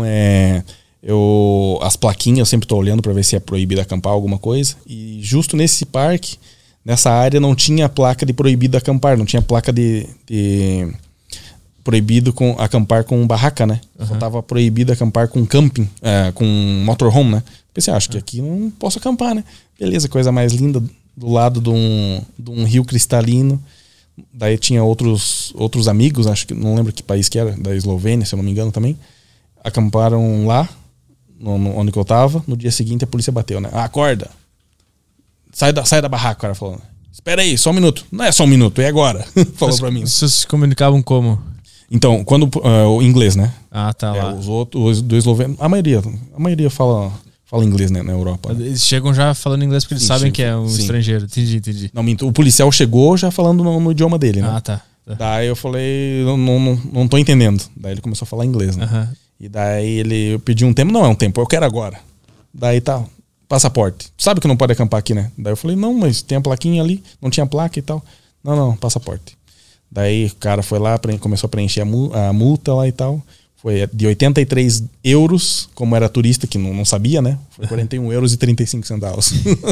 [SPEAKER 3] as plaquinhas eu sempre tô olhando pra ver se é proibido acampar alguma coisa. E justo nesse parque, nessa área, não tinha placa de proibido acampar, não tinha placa proibido acampar com barraca, né? Só tava proibido acampar com camping, com motorhome, né? Pensei, acho que aqui não posso acampar, né? Beleza, coisa mais linda, do lado de um rio cristalino. Daí tinha outros amigos, acho que não lembro que país que era, da Eslovênia, se eu não me engano também. Acamparam lá, onde que eu tava. No dia seguinte a polícia bateu, né? Acorda! Sai da barraca, o cara falou. Espera aí, só um minuto. Não é só um minuto, é agora. Falou pra mim.
[SPEAKER 1] Vocês se comunicavam como?
[SPEAKER 3] Então, quando o inglês, né?
[SPEAKER 1] Ah, tá lá.
[SPEAKER 3] Os outros do esloveno, a maioria fala inglês, né, na Europa. Né?
[SPEAKER 1] Eles chegam já falando inglês porque eles sabem que é um estrangeiro. Entendi.
[SPEAKER 3] Não, minto. O policial chegou já falando no idioma dele, né?
[SPEAKER 1] Ah, tá.
[SPEAKER 3] Daí eu falei, não tô entendendo. Daí ele começou a falar inglês, né? E daí eu pedi um tempo. Não é um tempo, eu quero agora. Daí tá, passaporte. Sabe que não pode acampar aqui, né? Daí eu falei, não, mas tem a plaquinha ali. Não tinha placa e tal. Não, passaporte. Daí o cara foi lá, começou a preencher a multa lá e tal. Foi de 83 euros, como era turista, que não sabia, né? Foi 41 euros e 35 centavos.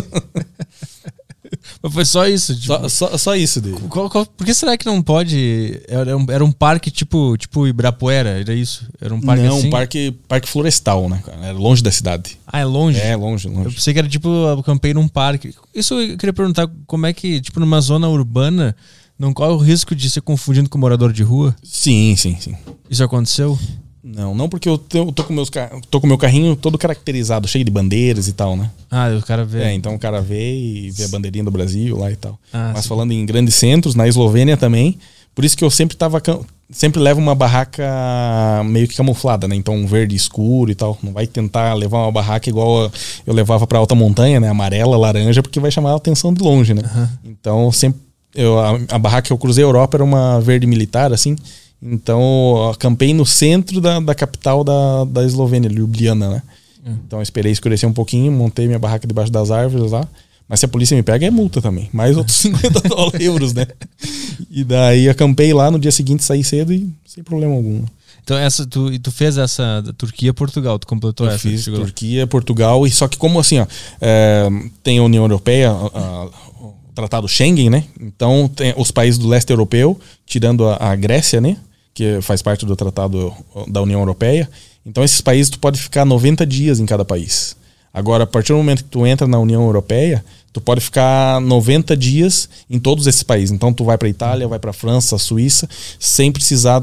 [SPEAKER 1] Mas foi só isso? Tipo,
[SPEAKER 3] só isso dele.
[SPEAKER 1] Por que será que não pode? Era um parque tipo Ibirapuera, era isso? Era um parque assim?
[SPEAKER 3] Não, parque florestal, né? Era longe da cidade.
[SPEAKER 1] Ah, é longe?
[SPEAKER 3] É, longe.
[SPEAKER 1] Eu pensei que era tipo, eu acampei num parque. Isso eu queria perguntar, como é que, tipo, numa zona urbana, não corre o risco de ser confundido com morador de rua?
[SPEAKER 3] Sim.
[SPEAKER 1] Isso aconteceu?
[SPEAKER 3] Não porque eu tô com meu carrinho todo caracterizado, cheio de bandeiras e tal, né?
[SPEAKER 1] Ah, o cara vê.
[SPEAKER 3] Então o cara vê e vê a bandeirinha do Brasil lá e tal. Mas
[SPEAKER 1] sim.
[SPEAKER 3] falando em grandes centros, na Eslovênia também, por isso que eu sempre levo uma barraca meio que camuflada, né? Então um verde escuro e tal. Não vai tentar levar uma barraca igual eu levava pra alta montanha, né? Amarela, laranja, porque vai chamar a atenção de longe, né? Então sempre a barraca que eu cruzei a Europa era uma verde militar, assim. Então eu acampei no centro da capital da Eslovênia, Ljubljana, né? Então eu esperei escurecer um pouquinho, montei minha barraca debaixo das árvores lá. Mas se a polícia me pega, é multa também. Mais outros 50 euros, né? E daí acampei lá, no dia seguinte saí cedo e sem problema algum.
[SPEAKER 1] Então tu fez essa da Turquia-Portugal, tu completou essa?
[SPEAKER 3] Fiz Turquia, Portugal, e só que como assim, ó, tem a União Europeia, o Tratado Schengen, né? Então tem os países do leste europeu, tirando a Grécia, né? Que faz parte do Tratado da União Europeia. Então esses países tu pode ficar 90 dias em cada país. Agora, a partir do momento que tu entra na União Europeia, tu pode ficar 90 dias em todos esses países. Então tu vai para Itália, vai para França, Suíça, sem precisar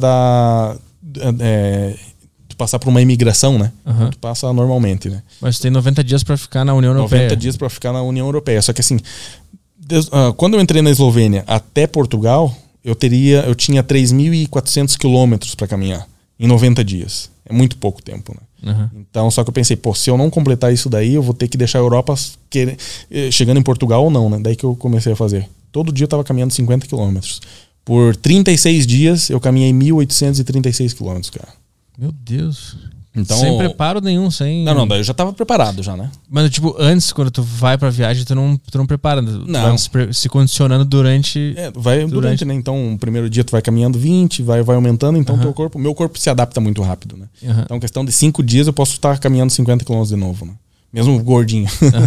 [SPEAKER 3] tu passar por uma imigração, né? Tu passa normalmente, né?
[SPEAKER 1] Mas tem 90 dias para ficar na União Europeia.
[SPEAKER 3] 90 dias para ficar na União Europeia. Só que assim, quando eu entrei na Eslovênia até Portugal, eu tinha 3.400 quilômetros para caminhar em 90 dias. É muito pouco tempo, né? Então, só que eu pensei, se eu não completar isso daí, eu vou ter que deixar a Europa chegando em Portugal ou não, né? Daí que eu comecei a fazer. Todo dia eu tava caminhando 50 quilômetros. Por 36 dias, eu caminhei 1.836 quilômetros, cara.
[SPEAKER 1] Meu Deus.
[SPEAKER 3] Então,
[SPEAKER 1] sem preparo nenhum, sem...
[SPEAKER 3] Não, daí eu já tava preparado já, né?
[SPEAKER 1] Mas, tipo, antes, quando tu vai pra viagem, tu não prepara. Tu vai se condicionando durante...
[SPEAKER 3] Durante, né? Então, o primeiro dia tu vai caminhando 20, vai aumentando, então meu corpo se adapta muito rápido, né? Então, questão de 5 dias, eu posso estar caminhando 50 km de novo, né? Mesmo gordinho.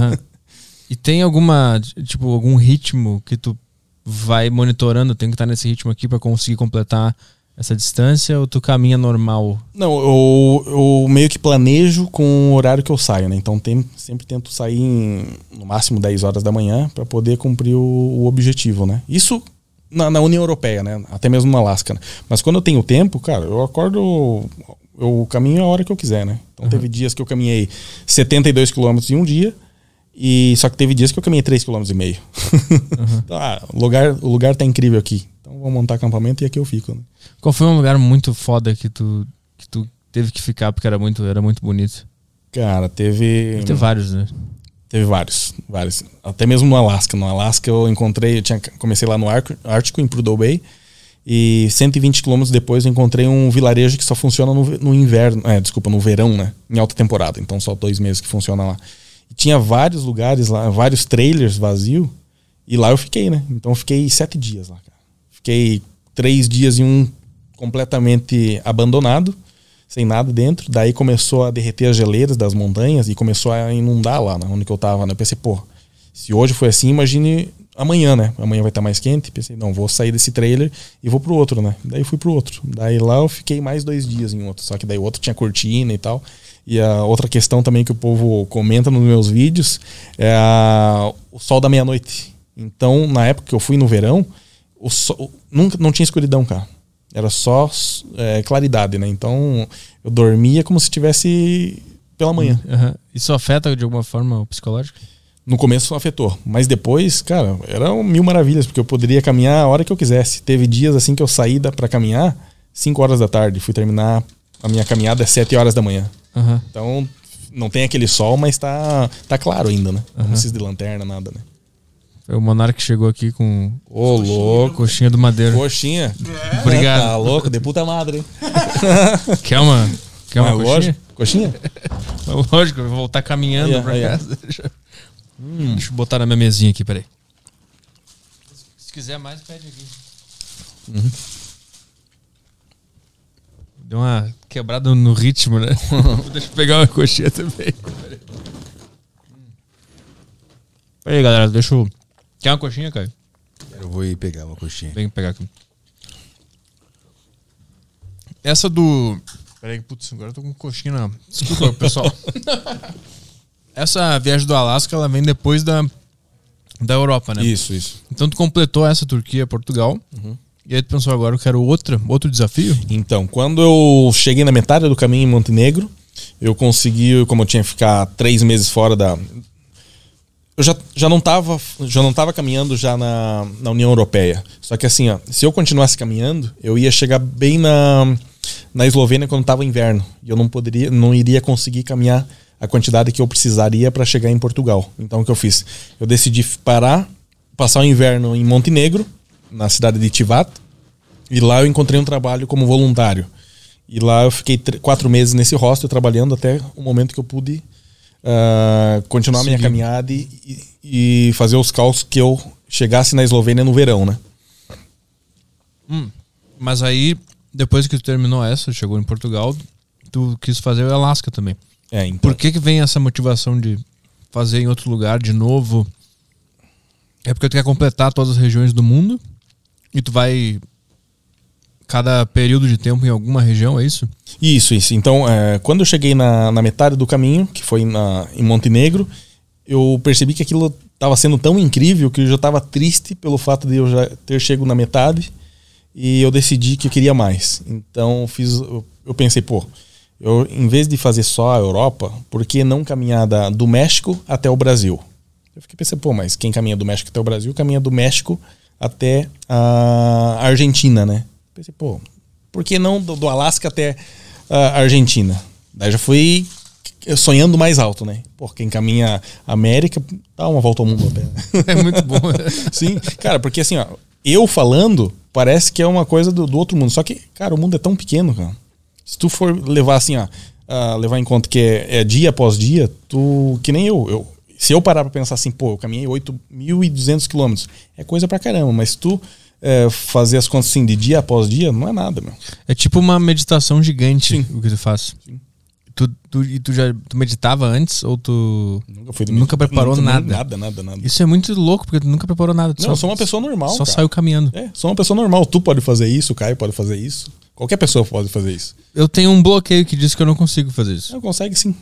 [SPEAKER 1] E tem algum ritmo que tu vai monitorando? Tem que estar nesse ritmo aqui pra conseguir completar essa distância, ou tu caminha normal? Não,
[SPEAKER 3] eu meio que planejo com o horário que eu saio, né? Então sempre tento sair no máximo 10 horas da manhã para poder cumprir o objetivo, né? Isso na União Europeia, né? Até mesmo no Alasca, né? Mas quando eu tenho tempo, cara, eu acordo, eu caminho a hora que eu quiser, né? Então teve dias que eu caminhei 72 km em um dia, e só que teve dias que eu caminhei 3,5 km. Então, o lugar tá incrível aqui. Então vou montar acampamento e aqui eu fico, né?
[SPEAKER 1] Qual foi um lugar muito foda que tu teve que ficar porque era muito bonito?
[SPEAKER 3] Cara, teve
[SPEAKER 1] vários, né?
[SPEAKER 3] Teve vários. Até mesmo no Alasca. No Alasca eu comecei lá no Ártico, em Prudhoe Bay, e 120 km depois eu encontrei um vilarejo que só funciona no inverno, no verão, né? Em alta temporada. Então só 2 meses que funciona lá. E tinha vários lugares lá, vários trailers vazios, e lá eu fiquei, né? Então eu fiquei 7 dias lá, cara. Fiquei 3 dias em um completamente abandonado, sem nada dentro. Daí começou a derreter as geleiras das montanhas e começou a inundar lá, né, onde que eu tava, né? Eu pensei, se hoje foi assim, imagine amanhã, né? Amanhã vai estar mais quente. Pensei, não, vou sair desse trailer e vou pro outro, né? Daí fui pro outro. Daí lá eu fiquei mais 2 dias em outro. Só que daí o outro tinha cortina e tal. E a outra questão também que o povo comenta nos meus vídeos é o sol da meia-noite. Então, na época que eu fui no verão, o sol, não tinha escuridão, cara. Era só claridade, né? Então, eu dormia como se estivesse pela manhã.
[SPEAKER 1] Uhum. Isso afeta de alguma forma o psicológico?
[SPEAKER 3] No começo afetou, mas depois, cara, eram 1000 maravilhas, porque eu poderia caminhar a hora que eu quisesse. Teve dias assim que eu saí pra caminhar 5 horas da tarde, fui terminar a minha caminhada às 7 horas da manhã.
[SPEAKER 1] Uhum.
[SPEAKER 3] Então, não tem aquele sol, mas tá claro ainda, né? Não precisa de lanterna, nada, né?
[SPEAKER 1] Foi o Monark que chegou aqui com
[SPEAKER 3] louco.
[SPEAKER 1] Coxinha do Madeiro.
[SPEAKER 3] Coxinha?
[SPEAKER 1] Obrigado.
[SPEAKER 3] Tá louco, de puta madre, hein?
[SPEAKER 1] Quer uma coxinha?
[SPEAKER 3] Lógico. Coxinha?
[SPEAKER 1] Lógico, eu vou voltar caminhando pra casa. Deixa eu botar na minha mesinha aqui, peraí. Se quiser mais, pede aqui. Deu uma quebrada no ritmo, né? Deixa eu pegar uma coxinha também. Peraí, galera, deixa eu... Quer uma coxinha, Caio?
[SPEAKER 2] Eu vou ir pegar uma coxinha.
[SPEAKER 1] Vem pegar aqui. Essa do... Peraí, putz, agora eu tô com coxinha na... Desculpa, pessoal. Essa viagem do Alasca, ela vem depois da Europa, né?
[SPEAKER 3] Isso.
[SPEAKER 1] Então tu completou essa Turquia, Portugal. E aí tu pensou, agora eu quero outro desafio?
[SPEAKER 3] Então, quando eu cheguei na metade do caminho em Montenegro, eu consegui, como eu tinha que ficar 3 meses fora da... Eu já não tava caminhando já na União Europeia. Só que assim, ó, se eu continuasse caminhando, eu ia chegar bem na Eslovênia quando tava inverno. E eu não iria conseguir caminhar a quantidade que eu precisaria para chegar em Portugal. Então o que eu fiz? Eu decidi parar, passar o inverno em Montenegro, na cidade de Tivat, e lá eu encontrei um trabalho como voluntário. E lá eu fiquei 4 meses nesse hostel trabalhando até o momento que eu pude continuar a minha caminhada e fazer os cálculos que eu chegasse na Eslovênia no verão, né?
[SPEAKER 1] Mas aí, depois que tu terminou essa, chegou em Portugal, tu quis fazer o Alasca também.
[SPEAKER 3] Então.
[SPEAKER 1] Por que vem essa motivação de fazer em outro lugar de novo? É porque tu quer completar todas as regiões do mundo e tu vai cada período de tempo em alguma região, é isso?
[SPEAKER 3] Isso. Então, quando eu cheguei na metade do caminho, que foi em Montenegro, eu percebi que aquilo estava sendo tão incrível que eu já estava triste pelo fato de eu já ter chegado na metade e eu decidi que eu queria mais. Então, eu pensei, eu, em vez de fazer só a Europa, por que não caminhar do México até o Brasil? Eu fiquei pensando, mas quem caminha do México até o Brasil, caminha do México até a Argentina, né? Pensei, por que não do Alasca até a Argentina? Daí já fui sonhando mais alto, né? Quem caminha América, dá uma volta ao mundo até.
[SPEAKER 1] É muito bom.
[SPEAKER 3] Sim, cara, porque assim, ó, eu falando, parece que é uma coisa do outro mundo. Só que, cara, o mundo é tão pequeno, cara. Se tu for levar assim, levar em conta que é dia após dia, que nem eu. Se eu parar pra pensar assim, eu caminhei 8.200 quilômetros, é coisa pra caramba, mas tu fazer as contas assim de dia após dia, não é nada, meu.
[SPEAKER 1] É tipo uma meditação gigante. Sim. O que tu faz.
[SPEAKER 3] Sim.
[SPEAKER 1] Tu meditava antes ou tu nunca preparou nada?
[SPEAKER 3] Nada.
[SPEAKER 1] Isso é muito louco, porque tu nunca preparou nada.
[SPEAKER 3] Eu sou uma pessoa normal,
[SPEAKER 1] Só saiu caminhando.
[SPEAKER 3] Sou uma pessoa normal. Tu pode fazer isso, o Caio pode fazer isso. Qualquer pessoa pode fazer isso.
[SPEAKER 1] Eu tenho um bloqueio que diz que eu não consigo fazer isso.
[SPEAKER 3] Não consegue, sim.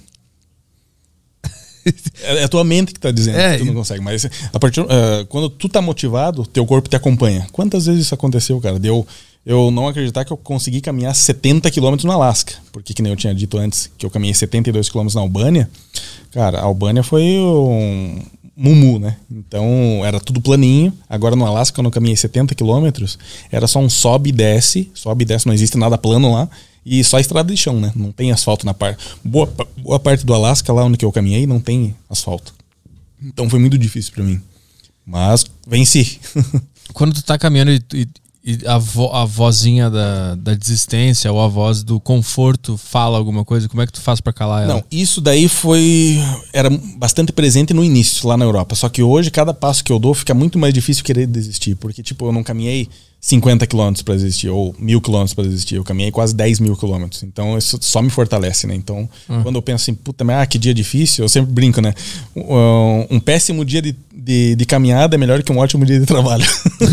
[SPEAKER 3] É a tua mente que tá dizendo que tu não consegue. Mas quando tu tá motivado, teu corpo te acompanha. Quantas vezes isso aconteceu, cara? Eu não acreditar que eu consegui caminhar 70 km no Alasca. Porque, que nem eu tinha dito antes, que eu caminhei 72 km na Albânia. Cara, a Albânia foi um mumu, né? Então, era tudo planinho. Agora, no Alasca, quando eu caminhei 70 km, era só um sobe e desce. Sobe e desce, não existe nada plano lá. E só estrada de chão, né? Não tem asfalto na parte... Boa parte do Alasca, lá onde eu caminhei, não tem asfalto. Então, foi muito difícil pra mim. Mas, venci.
[SPEAKER 1] Quando tu tá caminhando e a vozinha da desistência ou a voz do conforto fala alguma coisa, como é que tu faz pra calar ela?
[SPEAKER 3] Não, isso daí era bastante presente no início, lá na Europa. Só que hoje, cada passo que eu dou, fica muito mais difícil querer desistir. Porque, eu não caminhei 50 km pra desistir, ou 1.000 km pra desistir. Eu caminhei quase 10.000 km. Então, isso só me fortalece, né? Então, quando eu penso assim, que dia difícil, eu sempre brinco, né? Um péssimo dia de de caminhada é melhor que um ótimo dia de trabalho.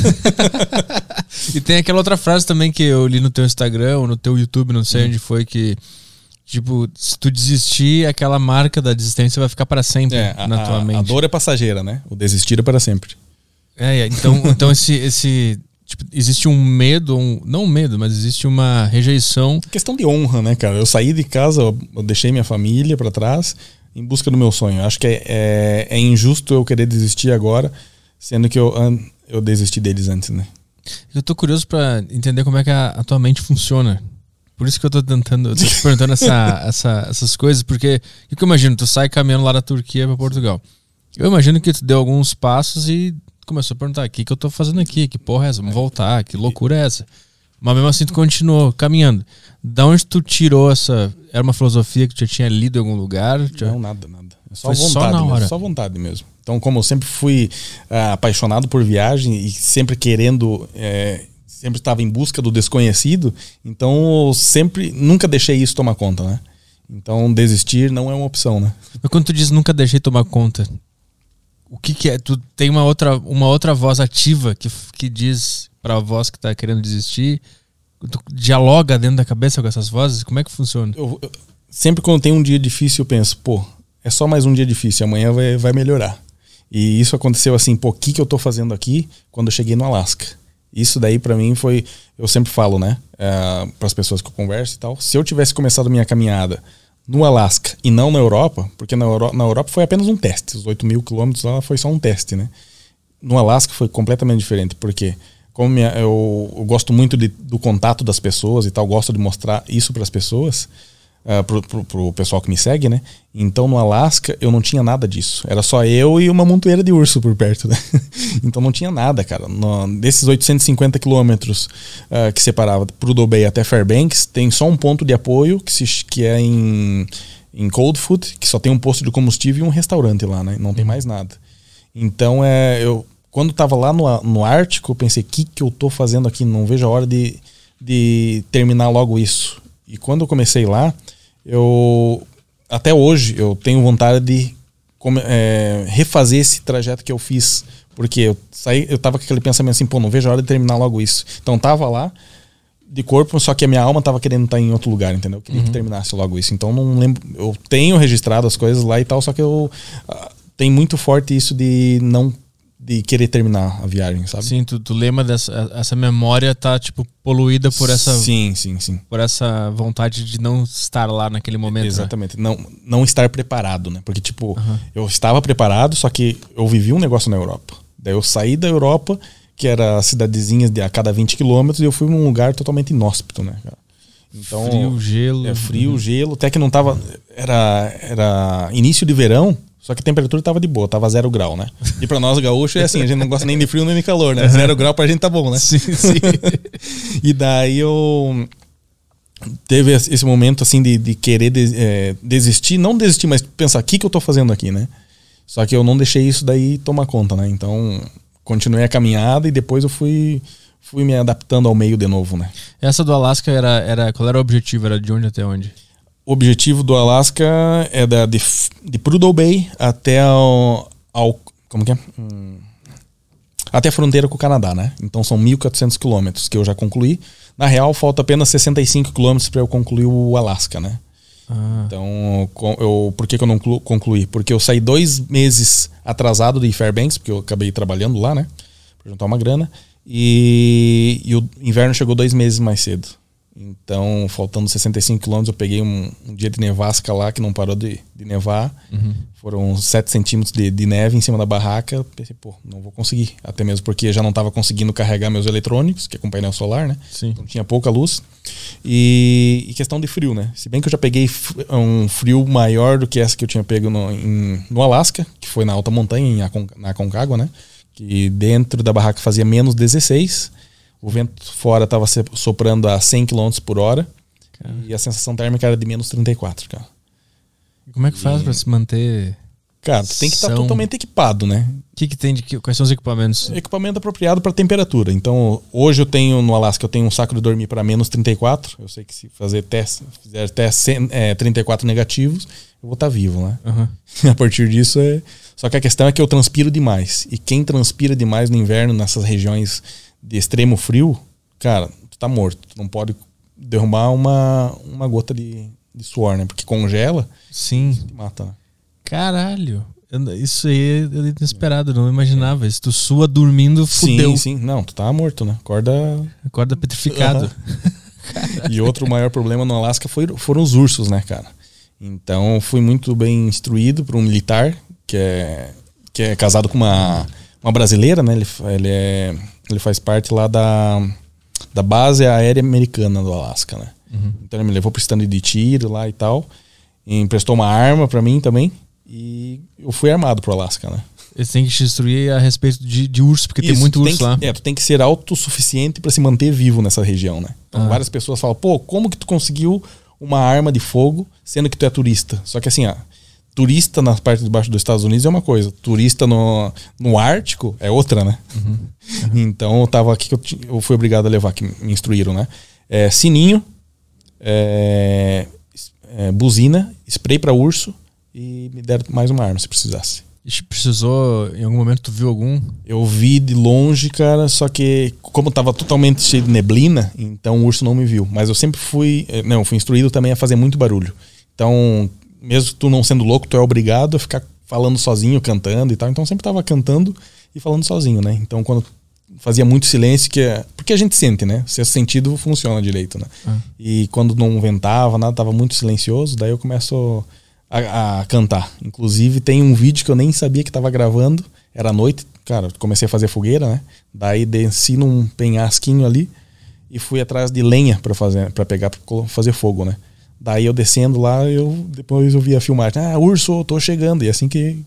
[SPEAKER 1] E tem aquela outra frase também que eu li no teu Instagram ou no teu YouTube, não sei onde foi, que tipo, se tu desistir, aquela marca da desistência vai ficar para sempre na tua mente.
[SPEAKER 3] A dor é passageira, né? O desistir é para sempre.
[SPEAKER 1] Então esse tipo, existe um medo, não um medo, mas existe uma rejeição.
[SPEAKER 3] Questão de honra, né, cara? Eu saí de casa, eu deixei minha família para trás em busca do meu sonho. Acho que é injusto eu querer desistir agora, sendo que eu desisti deles antes, né?
[SPEAKER 1] Eu tô curioso para entender como é que a tua mente funciona. Por isso que eu tô te perguntando essas coisas, porque o que eu imagino? Tu sai caminhando lá da Turquia para Portugal. Eu imagino que tu deu alguns passos e começou a perguntar: o que eu tô fazendo aqui? Que porra é essa? Vamos voltar? Que loucura é essa? Mas mesmo assim tu continuou caminhando. Da onde tu tirou essa... Era uma filosofia que tu já tinha lido em algum lugar?
[SPEAKER 3] Não, nada. É só
[SPEAKER 1] Foi
[SPEAKER 3] vontade
[SPEAKER 1] só na hora.
[SPEAKER 3] mesmo, só vontade mesmo. Então, como eu sempre fui apaixonado por viagem e sempre querendo... sempre estava em busca do desconhecido, então eu nunca deixei isso tomar conta, né? Então, desistir não é uma opção, né?
[SPEAKER 1] Mas quando tu diz nunca deixei tomar conta, o que é? Tu tem uma outra voz ativa que diz pra voz que tá querendo desistir? Tu dialoga dentro da cabeça com essas vozes? Como é que funciona?
[SPEAKER 3] Eu sempre quando tem um dia difícil, eu penso, pô, é só mais um dia difícil, amanhã vai melhorar. E isso aconteceu assim, pô, o que eu tô fazendo aqui quando eu cheguei no Alasca? Isso daí pra mim foi, eu sempre falo, né, pras pessoas que eu converso e tal, se eu tivesse começado minha caminhada no Alasca e não na Europa, porque na Europa foi apenas um teste, os 8.000 quilômetros lá foi só um teste, né? No Alasca foi completamente diferente, porque como eu gosto muito do contato das pessoas e tal, gosto de mostrar isso para as pessoas, pro pessoal que me segue, né? Então no Alasca eu não tinha nada disso. Era só eu e uma montoeira de urso por perto, né? Então não tinha nada, cara. Desses 850 quilômetros que separava Prudhoe Bay até Fairbanks, tem só um ponto de apoio que é em Coldfoot, que só tem um posto de combustível e um restaurante lá, né? Não tem mais nada. Então quando tava lá no Ártico, eu pensei, o que eu tô fazendo aqui? Não vejo a hora de terminar logo isso. E quando eu comecei lá, até hoje eu tenho vontade de refazer esse trajeto que eu fiz. Porque eu tava com aquele pensamento assim, pô, não vejo a hora de terminar logo isso. Então tava lá de corpo, só que a minha alma tava querendo estar em outro lugar, entendeu? Eu queria que terminasse logo isso. Então não lembro, eu tenho registrado as coisas lá e tal, só que tem muito forte isso de querer terminar a viagem, sabe?
[SPEAKER 1] Sim, tu lembra essa memória tá tipo poluída por essa...
[SPEAKER 3] Sim.
[SPEAKER 1] Por essa vontade de não estar lá naquele momento.
[SPEAKER 3] Exatamente, né? Não estar preparado, né? Porque tipo, eu estava preparado, só que eu vivi um negócio na Europa. Daí eu saí da Europa, que era cidadezinhas de a cada 20 quilômetros, e eu fui num lugar totalmente inóspito, né, cara? Então,
[SPEAKER 1] frio, gelo.
[SPEAKER 3] Frio, gelo, até que não tava... Era início de verão, só que a temperatura tava de boa, tava 0 grau, né? E pra nós gaúchos é assim, a gente não gosta nem de frio nem de calor, né? 0 grau pra gente tá bom, né?
[SPEAKER 1] Sim.
[SPEAKER 3] E daí teve esse momento assim de querer desistir, não desistir, mas pensar, o que eu tô fazendo aqui, né? Só que eu não deixei isso daí tomar conta, né? Então, continuei a caminhada e depois eu fui me adaptando ao meio de novo, né? Essa
[SPEAKER 1] do Alasca qual era o objetivo? Era de onde até onde?
[SPEAKER 3] O objetivo do Alasca é de Prudhoe Bay até como que é? Até a fronteira com o Canadá, né? Então são 1.400 quilômetros que eu já concluí. Na real, falta apenas 65 quilômetros para eu concluir o Alasca, né? Então, por que eu não concluí? Porque eu saí 2 meses atrasado de Fairbanks, porque eu acabei trabalhando lá, né? Pra juntar uma grana. E o inverno chegou 2 meses mais cedo. Então, faltando 65 quilômetros, eu peguei um dia de nevasca lá que não parou de nevar. Foram 7 centímetros de neve em cima da barraca. Pensei, pô, não vou conseguir. Até mesmo porque já não estava conseguindo carregar meus eletrônicos, que é com painel solar, né?
[SPEAKER 1] Sim.
[SPEAKER 3] Então tinha pouca luz. E questão de frio, né? Se bem que eu já peguei um frio maior do que essa que eu tinha pego no Alasca, que foi na alta montanha, na Aconcagua, né? Que dentro da barraca fazia menos 16. O vento fora estava soprando a 100 km por hora. Cara. E a sensação térmica era de menos 34, cara.
[SPEAKER 1] E como é que faz para se manter
[SPEAKER 3] Cara, tu tem que estar totalmente equipado, né?
[SPEAKER 1] Quais são os equipamentos?
[SPEAKER 3] Equipamento apropriado para temperatura. Então, hoje eu tenho no Alasca, eu tenho um saco de dormir para menos 34. Eu sei que se fizer teste 34 negativos, eu vou estar vivo, né? A partir disso Só que a questão é que eu transpiro demais. E quem transpira demais no inverno, nessas regiões de extremo frio, cara, tu tá morto. Tu não pode derrubar uma gota de suor, né? Porque congela.
[SPEAKER 1] Sim.
[SPEAKER 3] Te mata, né?
[SPEAKER 1] Caralho. Isso aí é inesperado, não imaginava. Se tu sua dormindo, fudeu.
[SPEAKER 3] Sim. Não, tu tá morto, né?
[SPEAKER 1] Acorda petrificado.
[SPEAKER 3] E outro maior problema no Alasca foram os ursos, né, cara? Então, fui muito bem instruído por um militar que é casado com uma brasileira, né? Ele faz parte lá da base aérea americana do Alasca, né? Então, ele me levou pro stand de tiro lá e tal. E emprestou uma arma pra mim também. E eu fui armado pro Alasca, né?
[SPEAKER 1] Eles têm que te instruir a respeito de urso, porque tem muito urso lá.
[SPEAKER 3] Tu tem que ser autossuficiente pra se manter vivo nessa região, né? Então, várias pessoas falam, pô, como que tu conseguiu uma arma de fogo sendo que tu é turista? Só que assim, turista na parte de baixo dos Estados Unidos é uma coisa, turista no Ártico é outra, né? Então eu tava aqui que eu fui obrigado a levar, que me instruíram, né? Sininho, buzina, spray pra urso e me deram mais uma arma se precisasse.
[SPEAKER 1] E precisou, em algum momento tu viu algum?
[SPEAKER 3] Eu vi de longe, cara, só que como tava totalmente cheio de neblina, então o urso não me viu. Mas eu sempre fui instruído também a fazer muito barulho. Então, mesmo tu não sendo louco, tu é obrigado a ficar falando sozinho, cantando e tal. Então eu sempre tava cantando e falando sozinho, né? Então quando fazia muito silêncio, porque a gente sente, né? O sexto sentido funciona direito, né? E quando não ventava, nada, tava muito silencioso, daí eu começo a cantar. Inclusive tem um vídeo que eu nem sabia que tava gravando, era à noite, cara, comecei a fazer fogueira, né? Daí desci num penhasquinho ali e fui atrás de lenha pra pegar, pra fazer fogo, né? Daí eu descendo lá, depois eu vi a filmagem, urso, tô chegando, e assim que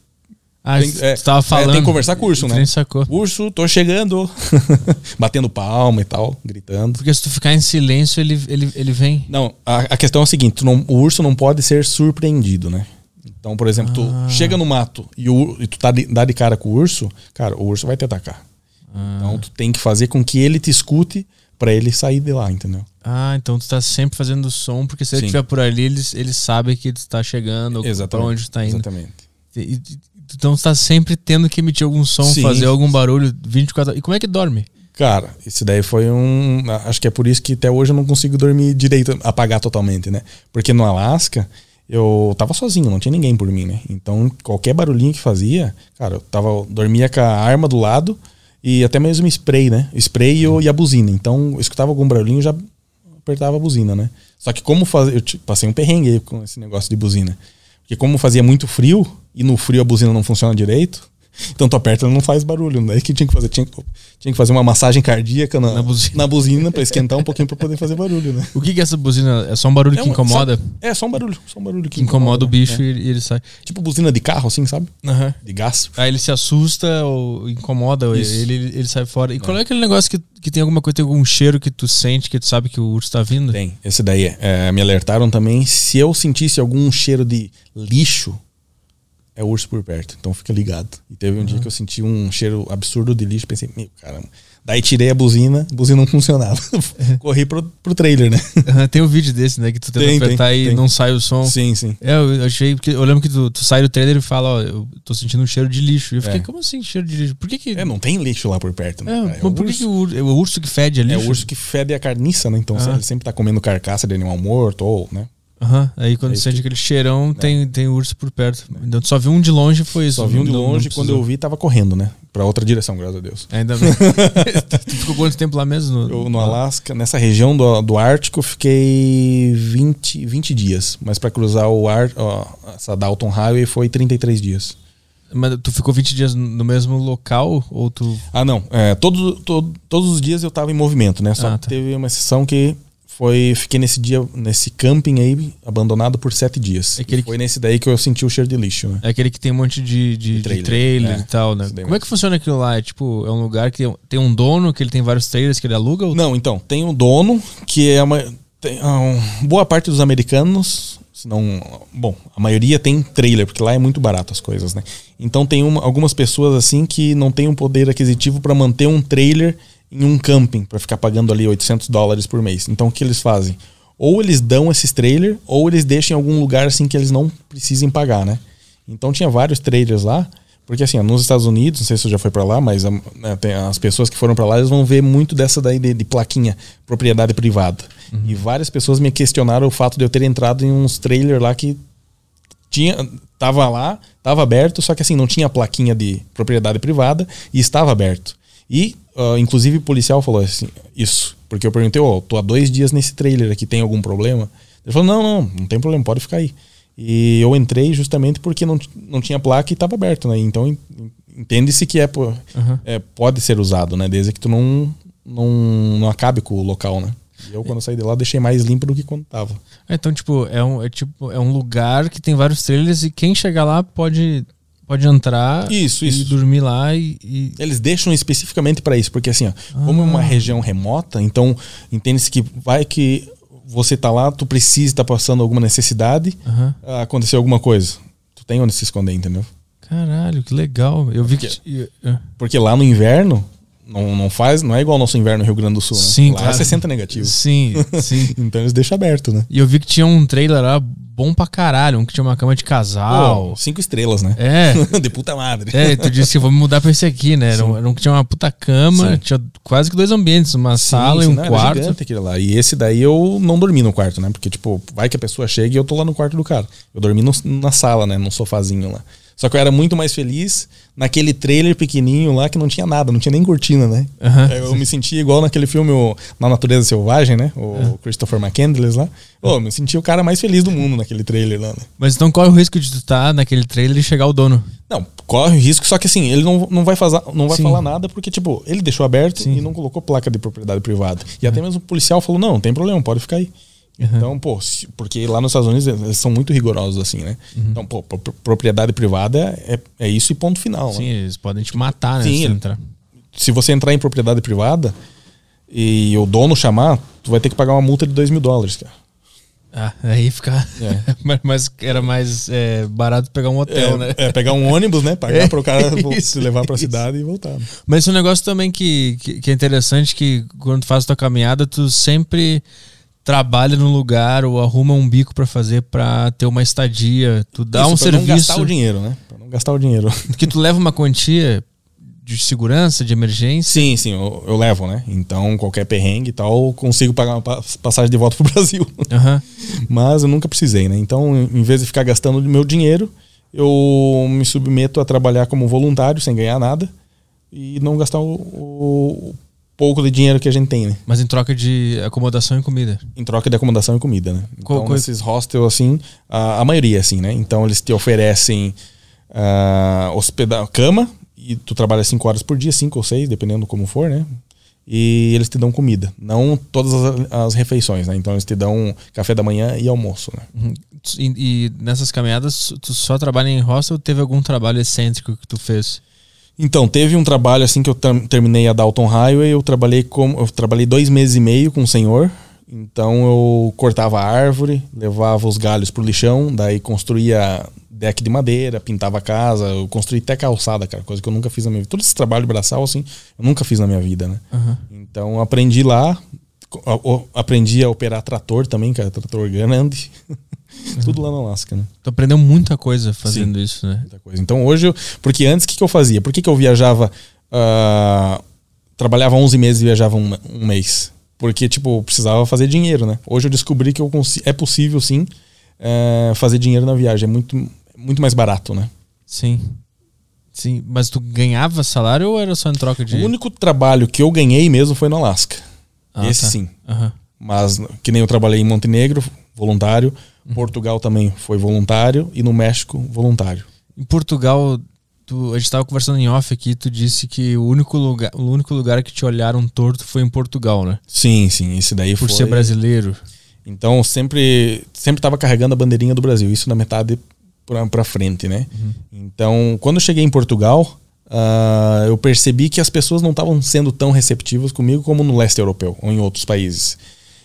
[SPEAKER 1] você tava falando.
[SPEAKER 3] Tem que conversar com o urso, né?
[SPEAKER 1] Sacou.
[SPEAKER 3] Urso, tô chegando. Batendo palma e tal, gritando.
[SPEAKER 1] Porque se tu ficar em silêncio, ele vem.
[SPEAKER 3] Não, a questão é a seguinte, o urso não pode ser surpreendido, né? Então, por exemplo, tu chega no mato e tu dá de cara com o urso, cara, o urso vai te atacar. Então tu tem que fazer com que ele te escute pra ele sair de lá, entendeu?
[SPEAKER 1] Então tu tá sempre fazendo som, porque se ele estiver por ali, ele sabe que tu tá chegando, ou pra onde tu tá indo.
[SPEAKER 3] Exatamente.
[SPEAKER 1] Então tu tá sempre tendo que emitir algum som, fazer algum barulho 24 horas. E como é que dorme?
[SPEAKER 3] Cara, esse daí foi acho que é por isso que até hoje eu não consigo dormir direito, apagar totalmente, né? Porque no Alasca eu tava sozinho, não tinha ninguém por mim, né? Então qualquer barulhinho que fazia, cara, eu dormia com a arma do lado e até mesmo spray, né? Spray e a buzina. Então eu escutava algum barulhinho, já apertava a buzina, né? Só que eu passei um perrengue aí com esse negócio de buzina. Porque como fazia muito frio, e no frio a buzina não funciona direito, então tu aperta e ela não faz barulho. Daí que tinha que fazer? Tinha que fazer uma massagem cardíaca na buzina pra esquentar um pouquinho pra poder fazer barulho, né?
[SPEAKER 1] O que é essa buzina? É só um barulho que incomoda?
[SPEAKER 3] Só um barulho. Só um barulho que
[SPEAKER 1] incomoda o bicho, e ele sai.
[SPEAKER 3] Tipo buzina de carro, assim, sabe? De gás.
[SPEAKER 1] Aí ele se assusta ou incomoda, ele sai fora. E qual é aquele negócio que tem alguma coisa, tem algum cheiro que tu sente, que tu sabe que o urso tá vindo?
[SPEAKER 3] Tem. Esse daí me alertaram também. Se eu sentisse algum cheiro de lixo, é urso por perto, então fica ligado. E teve um dia que eu senti um cheiro absurdo de lixo, pensei, meu caramba. Daí tirei a buzina não funcionava. Corri pro trailer, né?
[SPEAKER 1] Tem um vídeo desse, né? Que tu tenta apertar e não sai o som.
[SPEAKER 3] Sim.
[SPEAKER 1] Eu achei, porque eu lembro que tu sai do trailer e fala, eu tô sentindo um cheiro de lixo. E eu fiquei, como assim cheiro de lixo? Por que
[SPEAKER 3] não tem lixo lá por perto, né?
[SPEAKER 1] Por que o urso que fede é lixo?
[SPEAKER 3] É o urso que fede a carniça, né? Então ele sempre tá comendo carcaça de animal morto, ou, né?
[SPEAKER 1] Aí quando sente aquele cheirão, tem urso por perto. Então tu só viu um de longe, foi isso.
[SPEAKER 3] Só vi um de longe, quando eu vi, tava correndo, né? Pra outra direção, graças a Deus.
[SPEAKER 1] Ainda bem. Tu ficou quanto tempo lá mesmo?
[SPEAKER 3] No Alasca, nessa região do Ártico, eu fiquei 20 dias. Mas pra cruzar essa Dalton Highway foi 33 dias.
[SPEAKER 1] Mas tu ficou 20 dias no mesmo local? Ou tu...
[SPEAKER 3] não. Todos os dias eu tava em movimento, né? Só que teve uma exceção que fiquei nesse camping aí, abandonado por 7 dias. Foi nesse daí que eu senti o cheiro de lixo, né?
[SPEAKER 1] É aquele que tem um monte de trailer e tal, né? Como é que funciona aquilo lá? É tipo, é um lugar que tem um dono, que ele tem vários trailers que ele aluga?
[SPEAKER 3] Não, então, tem um dono que é boa parte dos americanos Bom, a maioria tem trailer, porque lá é muito barato as coisas, né? Então tem algumas pessoas assim que não tem um poder aquisitivo para manter um trailer em um camping, para ficar pagando ali $800 por mês. Então o que eles fazem? Ou eles dão esses trailers, ou eles deixam em algum lugar assim que eles não precisem pagar, né? Então tinha vários trailers lá, porque assim, nos Estados Unidos, não sei se você já foi para lá, mas as pessoas que foram para lá, eles vão ver muito dessa daí de plaquinha, propriedade privada. E várias pessoas me questionaram o fato de eu ter entrado em uns trailers lá que tava aberto, só que assim, não tinha plaquinha de propriedade privada e estava aberto. E, inclusive, o policial falou assim, isso, porque eu perguntei, tô há 2 dias nesse trailer aqui, tem algum problema? Ele falou, não tem problema, pode ficar aí. E eu entrei justamente porque não tinha placa e estava aberto, né? Então, entende-se que pode ser usado, né? Desde que tu não acabe com o local, né? E eu, quando eu saí de lá, deixei mais limpo do que quando tava.
[SPEAKER 1] Então, tipo, é um lugar que tem vários trailers e quem chegar lá pode entrar e dormir lá e...
[SPEAKER 3] Eles deixam especificamente para isso, porque assim, como é uma região remota, então entende-se que vai que você tá lá, tu precisa estar passando alguma necessidade, acontecer alguma coisa. Tu tem onde se esconder, entendeu?
[SPEAKER 1] Caralho, que legal. Eu vi
[SPEAKER 3] porque lá no inverno não é igual ao nosso inverno no Rio Grande do Sul, né?
[SPEAKER 1] Sim,
[SPEAKER 3] lá
[SPEAKER 1] claro.
[SPEAKER 3] é 60 negativo.
[SPEAKER 1] Sim.
[SPEAKER 3] Então eles deixam aberto, né?
[SPEAKER 1] E eu vi que tinha um trailer lá bom pra caralho, um que tinha uma cama de casal.
[SPEAKER 3] 5 estrelas, né?
[SPEAKER 1] É.
[SPEAKER 3] De puta madre.
[SPEAKER 1] Tu disse que eu vou me mudar pra esse aqui, né? Era um que tinha uma puta cama, tinha quase que 2 ambientes, uma sala e um quarto.
[SPEAKER 3] Era gigante aquele lá. E esse daí eu não dormi no quarto, né? Porque, tipo, vai que a pessoa chega e eu tô lá no quarto do cara. Eu dormi na sala, né? Num sofazinho lá. Só que eu era muito mais feliz naquele trailer pequenininho lá que não tinha nada, não tinha nem cortina, né? Eu me sentia igual naquele filme Na Natureza Selvagem, né? O Christopher McCandless lá. Eu me sentia o cara mais feliz do mundo naquele trailer lá, né?
[SPEAKER 1] Mas então corre o risco de tu estar naquele trailer e chegar o dono?
[SPEAKER 3] Não, corre o risco, só que assim, ele não vai falar nada porque, tipo, ele deixou aberto e não colocou placa de propriedade privada. E até mesmo o policial falou, não tem problema, pode ficar aí. Então, porque lá nos Estados Unidos eles são muito rigorosos assim, né? Então, propriedade privada é isso e ponto final.
[SPEAKER 1] Sim,
[SPEAKER 3] né?
[SPEAKER 1] eles podem te matar, né?
[SPEAKER 3] Sim, se você entrar em propriedade privada e o dono chamar, tu vai ter que pagar uma multa de $2.000, cara.
[SPEAKER 1] Aí fica... Mas era mais barato pegar um hotel, né?
[SPEAKER 3] Pegar um ônibus, né? Pagar para o cara se levar para a cidade e voltar. Né?
[SPEAKER 1] Mas esse é um negócio também que é interessante, que quando tu faz tua caminhada, tu sempre... trabalha no lugar ou arruma um bico pra fazer pra ter uma estadia, tu dá um serviço...
[SPEAKER 3] Pra não gastar o dinheiro, né? Pra não gastar o dinheiro.
[SPEAKER 1] Porque tu leva uma quantia de segurança, de emergência?
[SPEAKER 3] Sim, eu levo, né? Então, qualquer perrengue e tal, eu consigo pagar uma passagem de volta pro Brasil. Mas eu nunca precisei, né? Então, em vez de ficar gastando meu dinheiro, eu me submeto a trabalhar como voluntário, sem ganhar nada, e não gastar o pouco de dinheiro que a gente tem, né?
[SPEAKER 1] Mas em troca de acomodação e comida?
[SPEAKER 3] Em troca de acomodação e comida, né? Então, esses hostels, assim, a maioria, assim, né? Então, eles te oferecem cama, e tu trabalha 5 horas por dia, 5 ou 6, dependendo como for, né? E eles te dão comida. Não todas as refeições, né? Então, eles te dão café da manhã e almoço, né?
[SPEAKER 1] E nessas caminhadas, tu só trabalha em hostel ou teve algum trabalho excêntrico que tu fez?
[SPEAKER 3] Então, teve um trabalho assim que eu terminei a Dalton Highway, eu trabalhei 2 meses e meio com o senhor. Então eu cortava a árvore, levava os galhos pro lixão, daí construía deck de madeira, pintava a casa, eu construí até calçada, cara, coisa que eu nunca fiz na minha vida. Todo esse trabalho braçal, assim, eu nunca fiz na minha vida, né? Então eu aprendi lá, aprendi a operar trator também, cara, trator grande. Tudo lá no Alasca, né?
[SPEAKER 1] Tu aprendeu muita coisa fazendo isso, né?
[SPEAKER 3] Muita coisa. Então hoje, porque antes o que eu fazia? Por que eu viajava, trabalhava 11 meses e viajava um mês? Porque, tipo, eu precisava fazer dinheiro, né? Hoje eu descobri que é possível, sim, fazer dinheiro na viagem. É muito mais barato, né?
[SPEAKER 1] Sim. Mas tu ganhava salário ou era só em troca de...
[SPEAKER 3] O único trabalho que eu ganhei mesmo foi no Alasca. Esse sim. Mas que nem eu trabalhei em Montenegro, voluntário. Portugal também foi voluntário. E no México, voluntário.
[SPEAKER 1] Em Portugal, a gente estava conversando em off aqui, tu disse que o único lugar que te olharam torto foi em Portugal, né?
[SPEAKER 3] Sim, esse daí foi...
[SPEAKER 1] Por ser brasileiro.
[SPEAKER 3] Então sempre estava carregando a bandeirinha do Brasil. Isso na metade pra frente, né? Então, quando eu cheguei em Portugal, eu percebi que as pessoas não estavam sendo tão receptivas comigo como no leste europeu ou em outros países.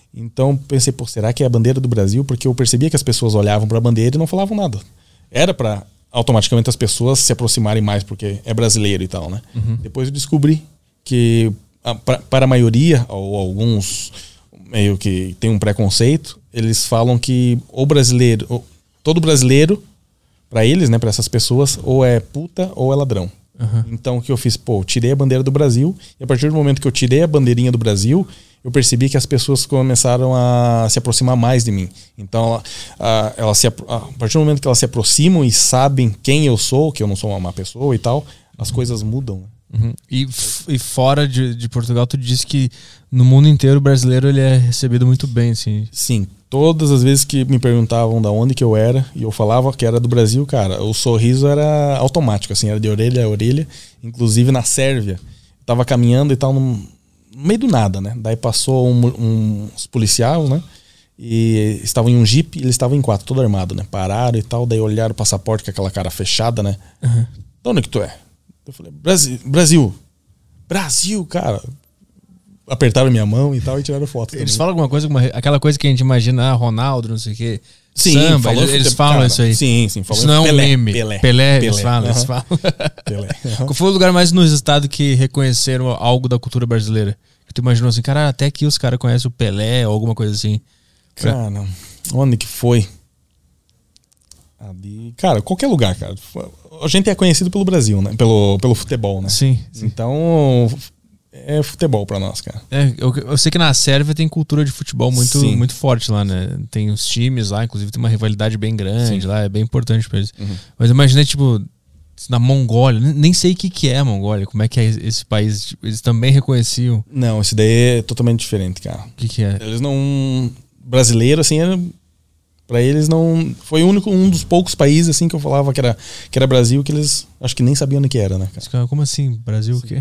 [SPEAKER 3] Então pensei, pô, será que é a bandeira do Brasil? Porque eu percebia que as pessoas olhavam para a bandeira e não falavam nada. Era para automaticamente as pessoas se aproximarem mais porque é brasileiro e tal, né? Depois eu descobri que para a maioria, ou alguns meio que tem um preconceito, eles falam que todo brasileiro, para eles, né, para essas pessoas, ou é puta ou é ladrão. Então o que eu fiz? Pô, tirei a bandeira do Brasil, e a partir do momento que eu tirei a bandeirinha do Brasil, eu percebi que as pessoas começaram a se aproximar mais de mim. Então, a partir do momento que elas se aproximam e sabem quem eu sou, que eu não sou uma má pessoa e tal, as coisas mudam.
[SPEAKER 1] E fora de Portugal, tu disse que no mundo inteiro o brasileiro ele é recebido muito bem, assim.
[SPEAKER 3] Sim, todas as vezes que me perguntavam da onde que eu era, e eu falava que era do Brasil, cara, o sorriso era automático, assim, era de orelha a orelha. Inclusive na Sérvia, eu tava caminhando e tal, no meio do nada, né? Daí passou uns policiais, né? E estavam em um jipe, eles estavam em 4, todo armado, né? Pararam e tal, daí olharam o passaporte com aquela cara fechada, né? De onde que tu é? Eu falei, Brasil, cara. Apertaram minha mão e tal e tiraram foto.
[SPEAKER 1] Eles
[SPEAKER 3] também.
[SPEAKER 1] falam alguma coisa, aquela coisa que a gente imagina, Ronaldo, não sei o quê.
[SPEAKER 3] Sim,
[SPEAKER 1] samba, eles falam
[SPEAKER 3] cara,
[SPEAKER 1] isso aí.
[SPEAKER 3] Sim, falou.
[SPEAKER 1] Isso não é um meme. Pelé, eles falam.
[SPEAKER 3] Pelé.
[SPEAKER 1] Qual foi o lugar mais inusitado que reconheceram algo da cultura brasileira? Que tu imaginou assim, cara, até aqui os caras conhecem o Pelé ou alguma coisa assim.
[SPEAKER 3] Cara, onde que foi? Ali, cara, qualquer lugar, cara. A gente é conhecido pelo Brasil, né? Pelo futebol, né?
[SPEAKER 1] Sim.
[SPEAKER 3] Então, é futebol pra nós, cara.
[SPEAKER 1] Eu sei que na Sérvia tem cultura de futebol muito forte lá, né? Tem os times lá, inclusive tem uma rivalidade bem grande lá, é bem importante pra eles. Mas eu imaginei, tipo, na Mongólia, nem sei o que é a Mongólia, como é que é esse país, tipo, eles também reconheciam.
[SPEAKER 3] Não, esse daí é totalmente diferente, cara.
[SPEAKER 1] O que é?
[SPEAKER 3] Eles não... Brasileiro, assim, pra eles não... Foi um dos poucos países, assim, que eu falava que era Brasil, que eles acho que nem sabiam onde que era, né, cara?
[SPEAKER 1] Como assim? Brasil o quê?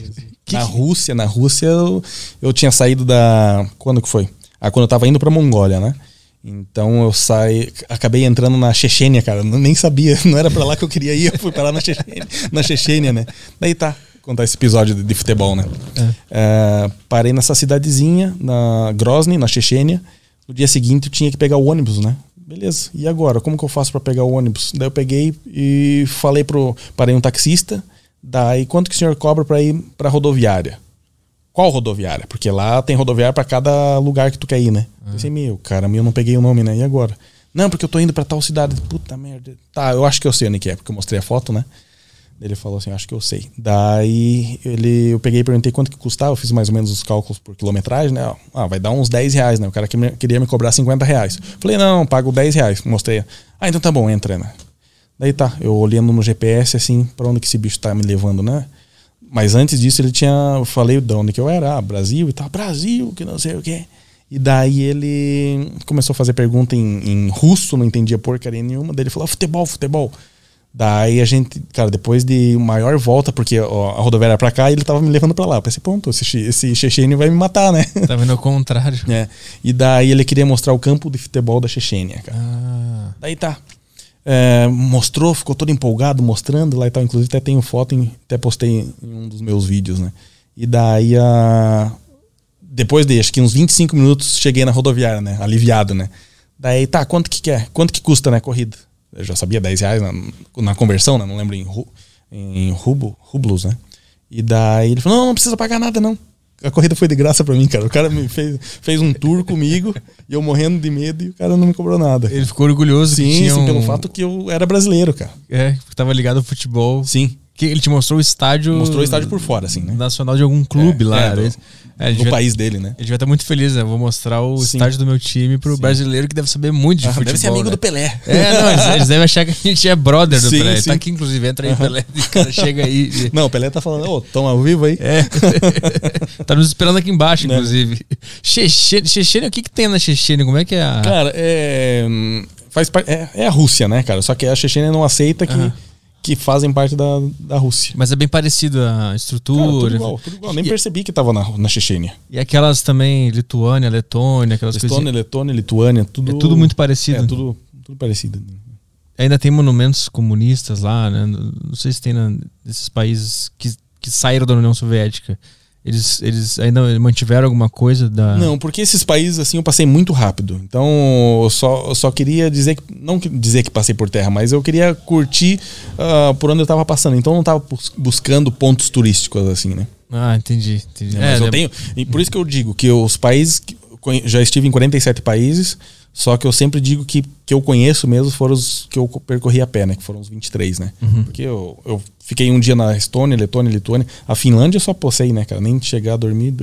[SPEAKER 3] Na Rússia eu tinha saído da... Quando que foi? Quando eu tava indo pra Mongólia, né? Então eu acabei entrando na Chechênia, cara. Nem sabia, não era pra lá que eu queria ir, eu fui parar na Chechênia, né? Daí tá, contar esse episódio de futebol, né? Parei nessa cidadezinha, na Grozny, na Chechênia. No dia seguinte eu tinha que pegar o ônibus, né? Beleza, e agora? Como que eu faço pra pegar o ônibus? Daí eu peguei e parei um taxista. Daí, quanto que o senhor cobra pra ir pra rodoviária? Qual rodoviária? Porque lá tem rodoviária pra cada lugar que tu quer ir, né? Pensei, eu não peguei o nome, né? E agora? Não, porque eu tô indo pra tal cidade. Puta merda. Tá, eu acho que eu sei onde que é, porque eu mostrei a foto, né? Ele falou assim, acho que eu sei. Daí eu peguei e perguntei quanto que custava, eu fiz mais ou menos os cálculos por quilometragem, né? Vai dar uns 10 reais, né? O cara queria me cobrar 50 reais. Falei, não, pago 10 reais. Mostrei. Então tá bom, entra, né? Daí tá, eu olhando no GPS, assim, pra onde que esse bicho tá me levando, né? Mas antes disso eu falei de onde que eu era, Brasil e tal, Brasil, que não sei o quê. E daí ele começou a fazer pergunta em russo, não entendia porcaria nenhuma. Daí ele falou, futebol. Daí a gente, cara, depois de maior volta, porque a rodoviária era pra cá, ele tava me levando pra lá. Eu pensei, pronto, esse chechênio vai me matar, né?
[SPEAKER 1] Tá vendo ao contrário.
[SPEAKER 3] E daí ele queria mostrar o campo de futebol da Chechênia, cara. Daí tá. Mostrou, ficou todo empolgado, mostrando lá e tal. Inclusive até tenho foto, até postei em um dos meus vídeos, né? E daí, depois de acho que uns 25 minutos, cheguei na rodoviária, né? Aliviado, né? Daí, tá, quanto que quer? Quanto que custa, né, corrida? Eu já sabia 10 reais na conversão, né? Não lembro em rublos, né? E daí ele falou, não precisa pagar nada, não. A corrida foi de graça pra mim, cara. O cara me fez um tour comigo e eu morrendo de medo e o cara não me cobrou nada.
[SPEAKER 1] Ele ficou orgulhoso
[SPEAKER 3] sim, pelo fato que eu era brasileiro, cara.
[SPEAKER 1] Que tava ligado ao futebol.
[SPEAKER 3] Sim.
[SPEAKER 1] Que ele te mostrou o estádio...
[SPEAKER 3] Mostrou o estádio por fora, assim, né?
[SPEAKER 1] Nacional de algum clube lá.
[SPEAKER 3] No país dele, né?
[SPEAKER 1] Ele vai estar muito feliz, né? Vou mostrar o estádio do meu time pro brasileiro que deve saber muito de futebol.
[SPEAKER 3] Deve ser amigo do Pelé.
[SPEAKER 1] Eles devem achar que a gente é brother do Pelé. Sim. Tá aqui, inclusive, entra aí, Pelé. O cara chega aí.
[SPEAKER 3] Não, o Pelé tá falando, tão ao vivo aí.
[SPEAKER 1] Tá nos esperando aqui embaixo, inclusive. Chechênia, o que tem na Chechênia? Como é que é a...
[SPEAKER 3] Cara, faz parte. É a Rússia, né, cara? Só que a Chechênia não aceita que fazem parte da Rússia.
[SPEAKER 1] Mas é bem parecido a estrutura.
[SPEAKER 3] Cara, tudo igual. Nem percebi que tava na Chechênia.
[SPEAKER 1] E aquelas também, Lituânia, Letônia, aquelas coisas.
[SPEAKER 3] Letônia, Lituânia, tudo...
[SPEAKER 1] É tudo muito parecido.
[SPEAKER 3] Tudo parecido.
[SPEAKER 1] Ainda tem monumentos comunistas lá, né? Não sei se tem nesses países que saíram da União Soviética. Eles ainda mantiveram alguma coisa da...
[SPEAKER 3] Não, porque esses países assim eu passei muito rápido. Então eu só queria dizer que, não dizer que passei por terra, mas eu queria curtir por onde eu tava passando. Então eu não tava buscando pontos turísticos assim, né?
[SPEAKER 1] Ah, entendi.
[SPEAKER 3] Mas eu tenho, e por isso que eu digo que os países, já estive em 47 países, só que eu sempre digo que eu conheço mesmo foram os que eu percorri a pé, né? Que foram os 23, né? Porque eu fiquei um dia na Estônia, Letônia, Lituânia. A Finlândia eu só passei, né, cara? Nem chegar a dormir.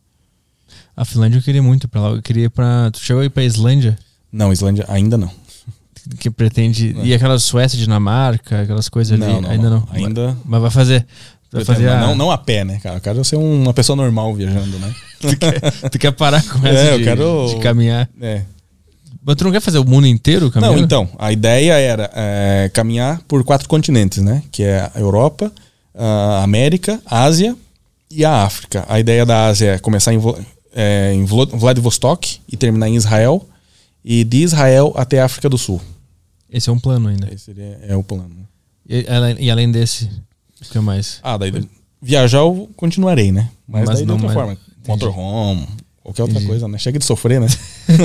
[SPEAKER 1] A Finlândia eu queria muito ir pra lá. Eu queria ir pra... Tu chegou a ir pra Islândia?
[SPEAKER 3] Não, Islândia ainda não.
[SPEAKER 1] Que pretende... E aquela Suécia, Dinamarca, aqulas coisas ali? Ainda não. Mas vai fazer...
[SPEAKER 3] Não a pé, né, cara? Eu quero ser uma pessoa normal viajando, né?
[SPEAKER 1] Tu quer parar com essa de caminhar?
[SPEAKER 3] É.
[SPEAKER 1] Mas tu não quer fazer o mundo inteiro caminhando?
[SPEAKER 3] Não, então. A ideia era caminhar por 4 continentes, né? Que é a Europa, a América, a Ásia e a África. A ideia da Ásia é começar em Vladivostok e terminar em Israel. E de Israel até a África do Sul.
[SPEAKER 1] Esse é um plano ainda.
[SPEAKER 3] Esse é o plano.
[SPEAKER 1] E além desse, o que mais?
[SPEAKER 3] Daí viajar eu continuarei, né? Mas daí
[SPEAKER 1] não
[SPEAKER 3] de outra forma. Motorhome, qualquer outra coisa, né? Chega de sofrer, né?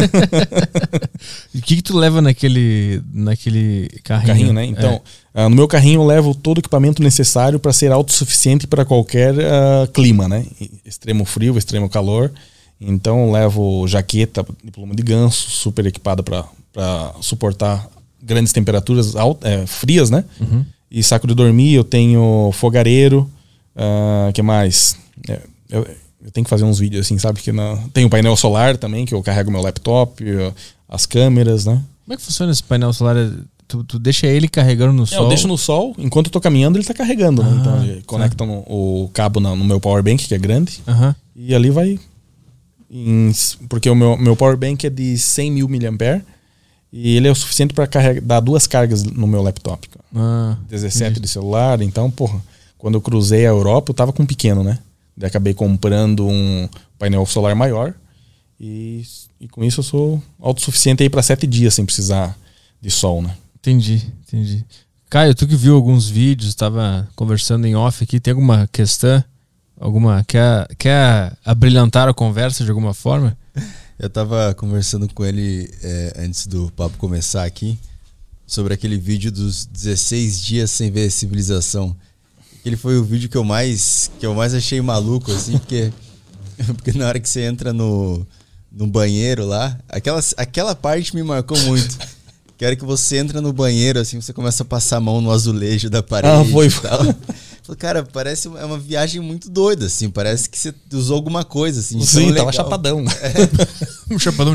[SPEAKER 1] E o que tu leva naquele carrinho?
[SPEAKER 3] Né? Então, no meu carrinho eu levo todo o equipamento necessário para ser autossuficiente para qualquer clima, né? Extremo frio, extremo calor. Então eu levo jaqueta de pluma de ganso, super equipada para suportar grandes temperaturas frias, né? E saco de dormir, eu tenho fogareiro, que mais? Eu tenho que fazer uns vídeos assim, sabe? Tenho painel solar também, que eu carrego meu laptop, as câmeras, né?
[SPEAKER 1] Como é que funciona esse painel solar? Tu deixa ele carregando no sol?
[SPEAKER 3] Eu deixo no sol, enquanto eu tô caminhando ele tá carregando, né? Então ele conecta o cabo no meu power bank, que é grande, e ali vai... porque o meu power bank é de 100.000 mAh e ele é o suficiente para dar 2 cargas no meu laptop. 17 de celular, então, porra, quando eu cruzei a Europa eu tava com um pequeno, né? Daí acabei comprando um painel solar maior e com isso eu sou autossuficiente aí para 7 dias sem precisar de sol, né?
[SPEAKER 1] Entendi. Caio, tu que viu alguns vídeos, estava conversando em off aqui, tem alguma questão? Quer abrilhantar a conversa de alguma forma?
[SPEAKER 2] Eu tava conversando com ele antes do papo começar aqui sobre aquele vídeo dos 16 dias sem ver civilização. Ele foi o vídeo que eu mais achei maluco, assim, porque na hora que você entra no banheiro lá, aquela parte me marcou muito. Que hora que você entra no banheiro, assim, você começa a passar a mão no azulejo da parede e tal. Cara, parece uma viagem muito doida, assim. Parece que você usou alguma coisa, assim.
[SPEAKER 3] Sim, tava chapadão.
[SPEAKER 1] Um chapadão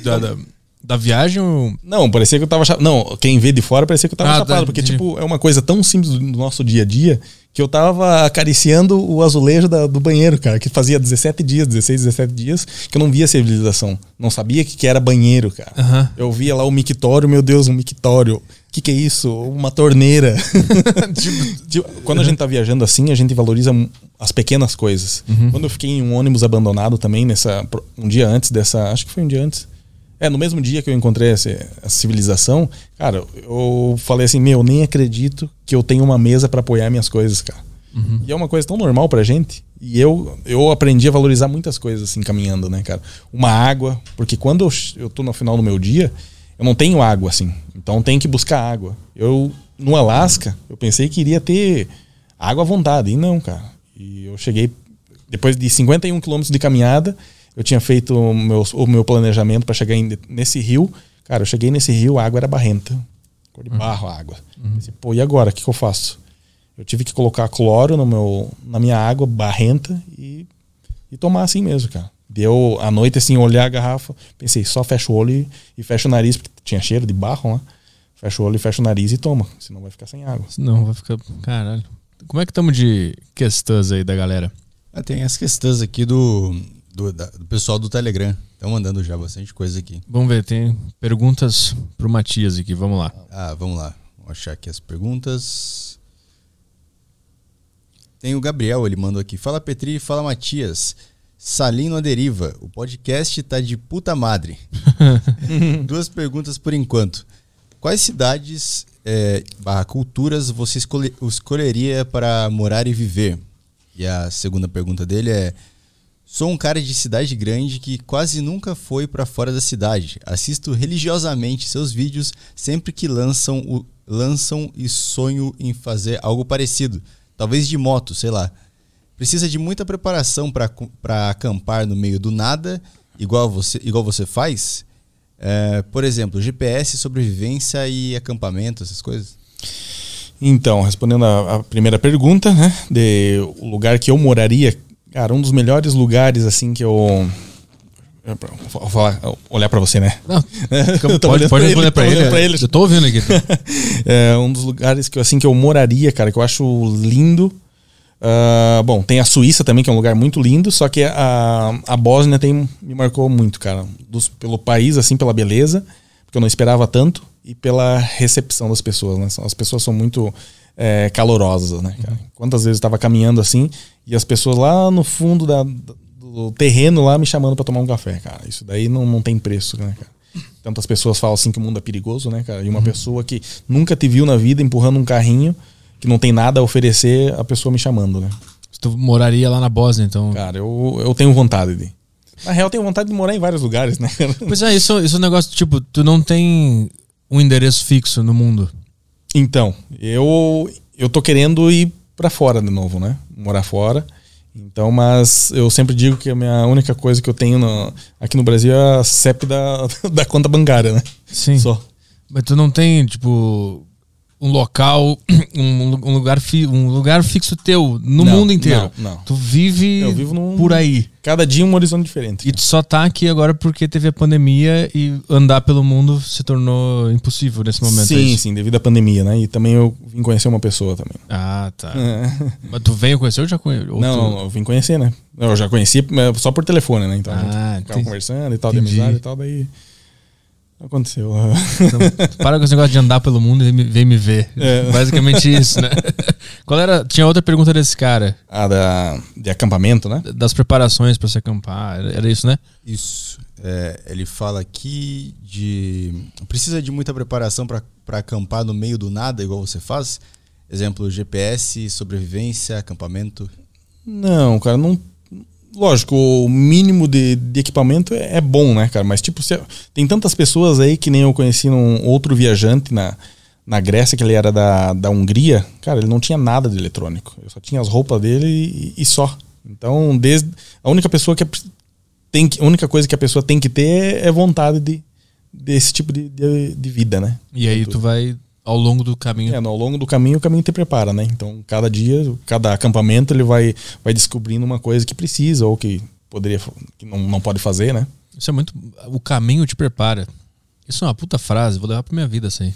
[SPEAKER 1] da viagem ou...
[SPEAKER 3] Não, parecia que eu tava chapado. Não, quem vê de fora parecia que eu tava chapado. Porque, tipo, é uma coisa tão simples do nosso dia a dia que eu tava acariciando o azulejo do banheiro, cara. Que fazia 16, 17 dias que eu não via civilização. Não sabia que era banheiro, cara. Eu via lá o mictório, meu Deus, um mictório. O que é isso? Uma torneira. Quando a gente tá viajando assim, a gente valoriza as pequenas coisas. Quando eu fiquei em um ônibus abandonado também, um dia antes dessa... Acho que foi um dia antes. No mesmo dia que eu encontrei a civilização, cara, eu falei assim, eu nem acredito que eu tenho uma mesa pra apoiar minhas coisas, cara. E é uma coisa tão normal pra gente. E eu aprendi a valorizar muitas coisas assim, caminhando, né, cara? Uma água, porque quando eu tô no final do meu dia, eu não tenho água, assim. Então eu tenho que buscar água. No Alasca, eu pensei que iria ter água à vontade. E não, cara. E eu cheguei, depois de 51 quilômetros de caminhada, eu tinha feito o meu planejamento para chegar nesse rio. Cara, eu cheguei nesse rio, a água era barrenta. Cor de barro a água. Pensei, e agora? O que eu faço? Eu tive que colocar cloro na minha água barrenta e tomar assim mesmo, cara. Deu à noite, assim, olhar a garrafa, pensei, só fecha o olho e fecha o nariz, porque tinha cheiro de barro lá. Fecha o olho e fecha o nariz e toma, senão vai ficar sem água.
[SPEAKER 1] Senão vai ficar... Caralho. Como é que estamos de questões aí da galera?
[SPEAKER 2] Tem as questões aqui do pessoal do Telegram. Estão mandando já bastante coisa aqui.
[SPEAKER 1] Vamos ver, tem perguntas pro Matias aqui, vamos lá.
[SPEAKER 2] Vamos lá. Vou achar aqui as perguntas. Tem o Gabriel, ele mandou aqui. Fala Petri, fala Matias. Salim à deriva. O podcast tá de puta madre. 2 perguntas por enquanto. Quais cidades culturas você escolheria para morar e viver? E a segunda pergunta dele é: Sou um cara de cidade grande que quase nunca foi pra fora da cidade. Assisto religiosamente seus vídeos sempre que lançam e sonho em fazer algo parecido. Talvez de moto, sei lá. Precisa de muita preparação pra acampar no meio do nada, igual você faz? Por exemplo, GPS, sobrevivência e acampamento, essas coisas?
[SPEAKER 3] Então, respondendo a primeira pergunta, né? O lugar que eu moraria, cara, um dos melhores lugares, assim, que eu... Vou olhar pra você, né?
[SPEAKER 1] Não, pode responder pra ele. Eu tô ouvindo aqui.
[SPEAKER 3] Um dos lugares que eu moraria, cara, que eu acho lindo. Bom, tem a Suíça também, que é um lugar muito lindo, só que a Bósnia me marcou muito, cara. Pelo país, assim, pela beleza, porque eu não esperava tanto, e pela recepção das pessoas, né? As pessoas são muito calorosas, né, cara? Quantas vezes eu estava caminhando assim, e as pessoas lá no fundo do terreno lá me chamando para tomar um café, cara. Isso daí não tem preço, né, cara? Tantas pessoas falam assim que o mundo é perigoso, né, cara? E uma pessoa que nunca te viu na vida empurrando um carrinho, que não tem nada a oferecer, a pessoa me chamando, né?
[SPEAKER 1] Tu moraria lá na Bósnia, então...
[SPEAKER 3] Cara, eu tenho vontade de... Na real, eu tenho vontade de morar em vários lugares, né?
[SPEAKER 1] Pois é, isso é um negócio, tipo, tu não tem um endereço fixo no mundo.
[SPEAKER 3] Então, eu tô querendo ir pra fora de novo, né? Morar fora. Então, mas eu sempre digo que a minha única coisa que eu tenho aqui no Brasil é a CEP da conta bancária, né?
[SPEAKER 1] Sim.
[SPEAKER 3] Só.
[SPEAKER 1] Mas tu não tem, tipo... um local, um lugar fixo teu no mundo inteiro.
[SPEAKER 3] Não.
[SPEAKER 1] Tu vive por aí.
[SPEAKER 3] Cada dia um horizonte diferente.
[SPEAKER 1] E tu só tá aqui agora porque teve a pandemia e andar pelo mundo se tornou impossível nesse momento.
[SPEAKER 3] Sim, devido à pandemia, né? E também eu vim conhecer uma pessoa também.
[SPEAKER 1] Ah, tá. Mas tu veio conhecer ou já conheceu?
[SPEAKER 3] Não, eu vim conhecer, né? Eu já conheci só por telefone, né? Então a gente ficava conversando e tal, de amizade e tal, daí... aconteceu.
[SPEAKER 1] Então, para com esse negócio de andar pelo mundo e vem me ver. Basicamente isso, né? Tinha outra pergunta desse cara.
[SPEAKER 3] De acampamento, né?
[SPEAKER 1] Das preparações para se acampar. Era isso, né?
[SPEAKER 2] Isso. Ele fala aqui precisa de muita preparação para acampar no meio do nada, igual você faz? Exemplo, GPS, sobrevivência, acampamento.
[SPEAKER 3] Não, cara, não. Lógico, o mínimo de equipamento é bom, né, cara? Mas, tipo, tem tantas pessoas aí que nem eu conheci um outro viajante na Grécia, que ele era da Hungria. Cara, ele não tinha nada de eletrônico. Eu só tinha as roupas dele e só. Então, a única coisa que a pessoa tem que ter é vontade desse tipo de vida, né?
[SPEAKER 1] E aí tu vai... ao longo do caminho.
[SPEAKER 3] Ao longo do caminho, o caminho te prepara, né? Então, cada dia, cada acampamento, ele vai descobrindo uma coisa que precisa ou que não pode fazer, né?
[SPEAKER 1] Isso é muito... O caminho te prepara. Isso é uma puta frase, vou levar pra minha vida isso aí.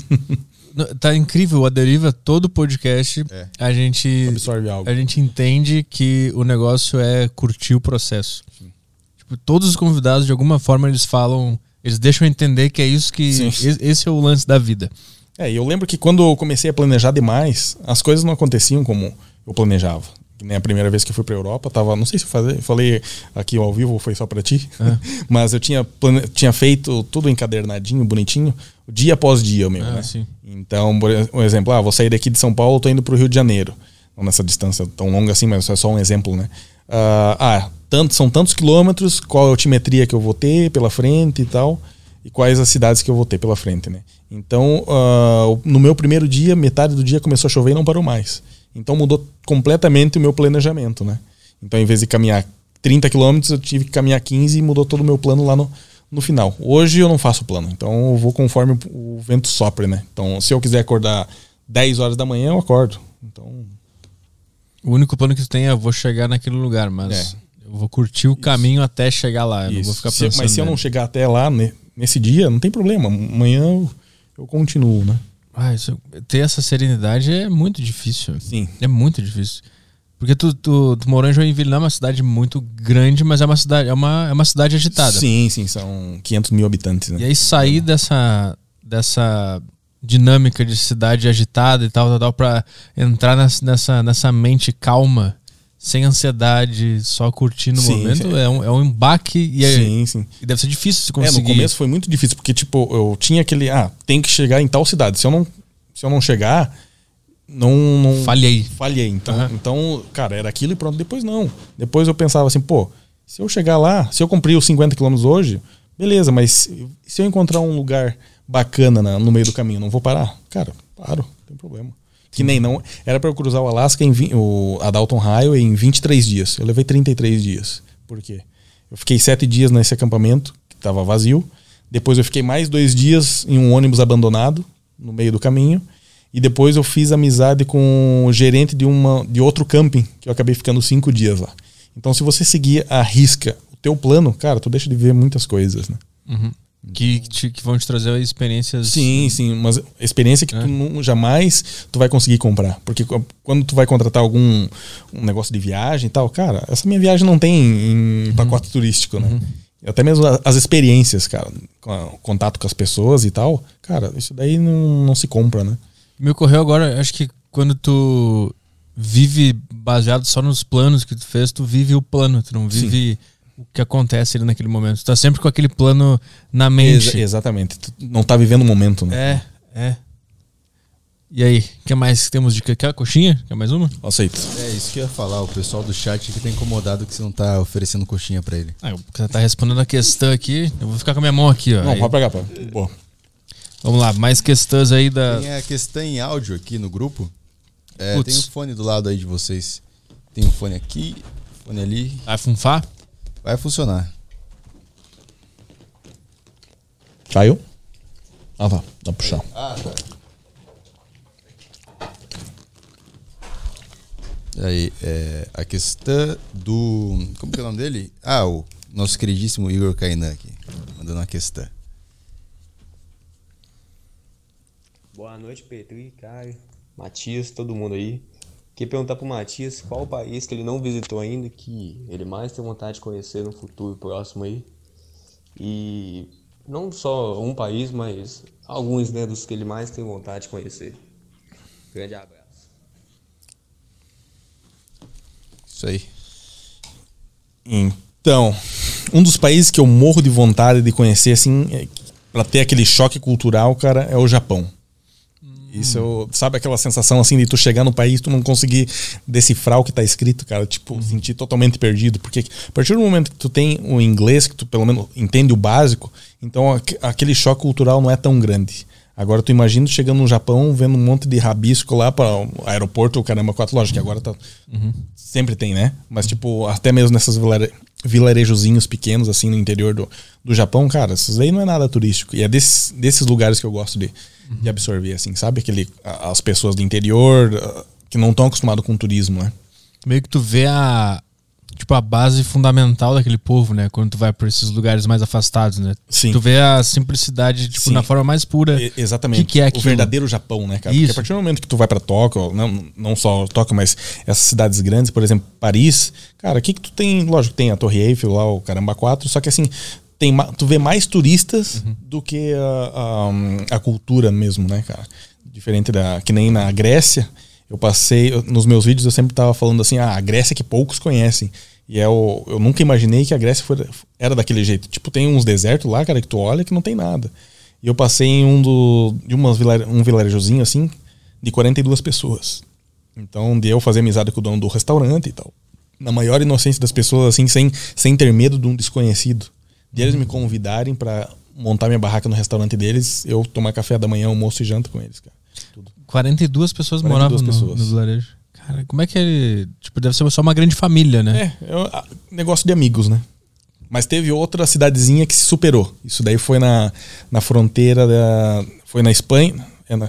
[SPEAKER 1] Tá incrível, a deriva, todo podcast, a gente...
[SPEAKER 3] absorve algo.
[SPEAKER 1] A gente entende que o negócio é curtir o processo. Sim. Tipo, todos os convidados, de alguma forma, eles deixam entender que é isso que... Sim. Esse é o lance da vida.
[SPEAKER 3] E eu lembro que quando eu comecei a planejar demais, as coisas não aconteciam como eu planejava. Nem a primeira vez que eu fui pra Europa, não sei se eu falei aqui ao vivo ou foi só pra ti, mas eu tinha feito tudo encadernadinho, bonitinho, dia após dia, né?
[SPEAKER 1] Sim.
[SPEAKER 3] Então, por exemplo, vou sair daqui de São Paulo, tô indo pro Rio de Janeiro. Não nessa distância tão longa assim, mas é só um exemplo, né? São tantos quilômetros, qual a altimetria que eu vou ter pela frente e tal, e quais as cidades que eu vou ter pela frente, né? Então, no meu primeiro dia, metade do dia começou a chover e não parou mais. Então mudou completamente o meu planejamento, né? Então, em vez de caminhar 30 quilômetros, eu tive que caminhar 15 e mudou todo o meu plano lá no final. Hoje eu não faço plano, então eu vou conforme o vento sopra, né? Então, se eu quiser acordar 10 horas da manhã, eu acordo. Então...
[SPEAKER 1] o único plano que tu tem é: eu vou chegar naquele lugar, mas eu vou curtir o caminho até chegar lá. Eu não vou ficar pensando.
[SPEAKER 3] Mas se eu não chegar até lá, nesse dia, não tem problema. Amanhã eu continuo, né?
[SPEAKER 1] Ter essa serenidade é muito difícil.
[SPEAKER 3] Sim.
[SPEAKER 1] É muito difícil. Porque tu morou em Joinville, não é uma cidade muito grande, mas é uma cidade agitada.
[SPEAKER 3] Sim, são 500 mil habitantes, né?
[SPEAKER 1] E aí sair dessa dinâmica de cidade agitada e tal, pra entrar nessa mente calma, sem ansiedade, só curtindo o momento, é um embaque e deve ser difícil se conseguir.
[SPEAKER 3] No começo foi muito difícil, porque tipo, eu tinha aquele, tem que chegar em tal cidade. Se eu não chegar, não
[SPEAKER 1] falhei.
[SPEAKER 3] Então, cara, era aquilo e pronto. Depois não. Depois eu pensava assim, Se eu chegar lá, se eu cumprir os 50 quilômetros hoje, beleza, mas se eu encontrar um lugar bacana no meio do caminho, não vou parar? Cara, paro, não tem problema. Que nem não. Era para eu cruzar o Alasca, a Dalton Highway, em 23 dias. Eu levei 33 dias. Por quê? Eu fiquei 7 dias nesse acampamento, que estava vazio. Depois eu fiquei mais 2 dias em um ônibus abandonado, no meio do caminho. E depois eu fiz amizade com o gerente de outro camping, que eu acabei ficando 5 dias lá. Então, se você seguir à risca o teu plano, cara, tu deixa de ver muitas coisas, né?
[SPEAKER 1] Uhum. Que vão te trazer experiências...
[SPEAKER 3] Sim, mas experiência que tu jamais tu vai conseguir comprar. Porque quando tu vai contratar um negócio de viagem e tal, cara, essa minha viagem não tem em pacote turístico, né? Até mesmo as experiências, cara, contato com as pessoas e tal, cara, isso daí não se compra, né?
[SPEAKER 1] Me ocorreu agora, acho que quando tu vive baseado só nos planos que tu fez, tu vive o plano, tu não vive... o que acontece ali naquele momento. Tu tá sempre com aquele plano na mente.
[SPEAKER 3] Exatamente. Tu não tá vivendo o momento, né?
[SPEAKER 1] É. E aí, o que mais temos de... Quer a coxinha? Quer mais uma?
[SPEAKER 3] Aceito.
[SPEAKER 2] É isso que eu ia falar. O pessoal do chat que tá incomodado que você não tá oferecendo coxinha pra ele.
[SPEAKER 1] Você tá respondendo a questão aqui. Eu vou ficar com a minha mão aqui, ó.
[SPEAKER 3] Não, pode pegar, pô. Boa.
[SPEAKER 1] Vamos lá, mais questões aí da...
[SPEAKER 2] Tem a questão em áudio aqui no grupo.
[SPEAKER 1] Putz.
[SPEAKER 2] Tem um fone do lado aí de vocês. Tem um fone aqui, fone ali.
[SPEAKER 1] Vai funfar?
[SPEAKER 2] Vai funcionar.
[SPEAKER 3] Caiu? Ah, tá. Dá pra puxar.
[SPEAKER 2] Ah, tá. Aí, a questão do... Como que é o nome dele? O nosso queridíssimo Igor Kainan aqui. Mandando uma questão.
[SPEAKER 4] Boa noite, Petri, Caio, Matias, todo mundo aí. Queria perguntar pro Matias qual o país que ele não visitou ainda, que ele mais tem vontade de conhecer no futuro próximo aí. E não só um país, mas alguns, né, dos que ele mais tem vontade de conhecer. Grande abraço.
[SPEAKER 2] Isso aí.
[SPEAKER 3] Então, um dos países que eu morro de vontade de conhecer, assim, pra ter aquele choque cultural, cara, é o Japão. Isso, sabe aquela sensação assim de tu chegar no país, tu não conseguir decifrar o que tá escrito, cara, tipo, sentir totalmente perdido, porque a partir do momento que tu tem o inglês, que tu pelo menos entende o básico, então aquele choque cultural não é tão grande. Agora tu imagina tu chegando no Japão, vendo um monte de rabisco lá para o aeroporto, o caramba, 4 lojas, que agora tá sempre tem, né? Mas tipo, até mesmo nessas vilarejozinhos pequenos assim no interior do Japão, cara, esses aí não é nada turístico. E é desses lugares que eu gosto de absorver, assim, sabe? As pessoas do interior que não estão acostumadas com turismo, né?
[SPEAKER 1] Meio que tu vê a base fundamental daquele povo, né? Quando tu vai por esses lugares mais afastados, né?
[SPEAKER 3] Sim.
[SPEAKER 1] Tu vê a simplicidade, na forma mais pura.
[SPEAKER 3] Exatamente.
[SPEAKER 1] Que é aquilo?
[SPEAKER 3] O verdadeiro Japão, né, cara?
[SPEAKER 1] Isso.
[SPEAKER 3] Porque a partir do momento que tu vai pra Tóquio, não só Tóquio, mas essas cidades grandes, por exemplo, Paris, cara, o que tu tem? Lógico, tem a Torre Eiffel lá, o Caramba 4, só que assim, tu vê mais turistas do que a cultura mesmo, né, cara? Diferente que nem na Grécia, nos meus vídeos eu sempre tava falando assim, a Grécia que poucos conhecem. E eu nunca imaginei que a Grécia era daquele jeito. Tipo, tem uns desertos lá, cara, que tu olha que não tem nada. E eu passei em um vilarejozinho, assim, de 42 pessoas. Então, de eu fazer amizade com o dono do restaurante e tal. Na maior inocência das pessoas, assim, sem ter medo de um desconhecido. De eles me convidarem pra montar minha barraca no restaurante deles, eu tomar café da manhã, almoço e janta com eles, cara. Tudo.
[SPEAKER 1] 42 pessoas moravam no vilarejo. Cara, como é que ele... Tipo, deve ser só uma grande família, né?
[SPEAKER 3] É negócio de amigos, né? Mas teve outra cidadezinha que se superou. Isso daí foi na fronteira foi na Espanha.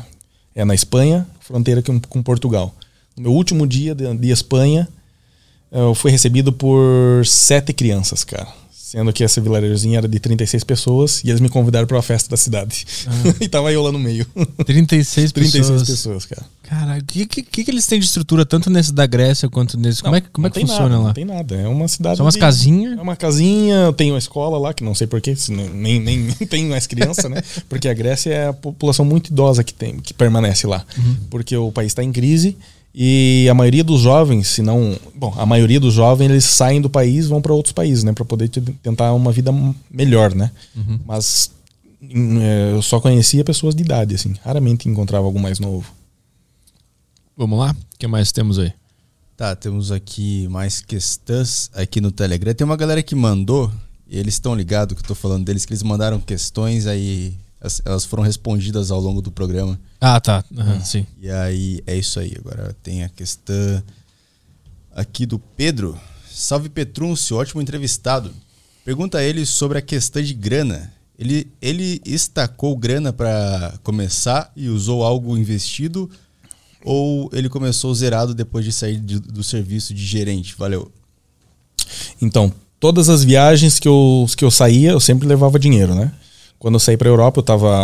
[SPEAKER 3] Na Espanha, fronteira com Portugal. No meu último dia de Espanha, eu fui recebido por 7 crianças, cara. Sendo que essa vilarejozinha era de 36 pessoas e eles me convidaram para uma festa da cidade. E tava eu lá no meio.
[SPEAKER 1] 36
[SPEAKER 3] pessoas, cara.
[SPEAKER 1] Cara, o que eles têm de estrutura, tanto nesse da Grécia quanto nesse? Como é que funciona
[SPEAKER 3] nada,
[SPEAKER 1] lá?
[SPEAKER 3] Não tem nada, é uma cidade.
[SPEAKER 1] São umas casinhas?
[SPEAKER 3] É uma casinha, tem uma escola lá, que não sei porquê, nem tem mais criança, né? Porque a Grécia é a população muito idosa que permanece lá. Porque o país está em crise. E a maioria dos jovens, a maioria dos jovens, eles saem do país, vão para outros países, né, para poder tentar uma vida melhor, né? Mas eu só conhecia pessoas de idade, assim, raramente encontrava algum mais novo.
[SPEAKER 1] Vamos lá? O que mais temos aí?
[SPEAKER 2] Tá, temos aqui mais questões aqui no Telegram. Tem uma galera que mandou, e eles estão ligados que eu tô falando deles, que eles mandaram questões, aí elas foram respondidas ao longo do programa.
[SPEAKER 1] Ah, tá. Sim.
[SPEAKER 2] E aí, é isso aí. Agora tem a questão aqui do Pedro. Salve Petrúncio, ótimo entrevistado. Pergunta a ele sobre a questão de grana. Ele estacou grana para começar e usou algo investido, ou ele começou zerado depois de sair do serviço de gerente? Valeu.
[SPEAKER 3] Então, todas as viagens que eu saía, eu sempre levava dinheiro, né? Quando eu saí para a Europa,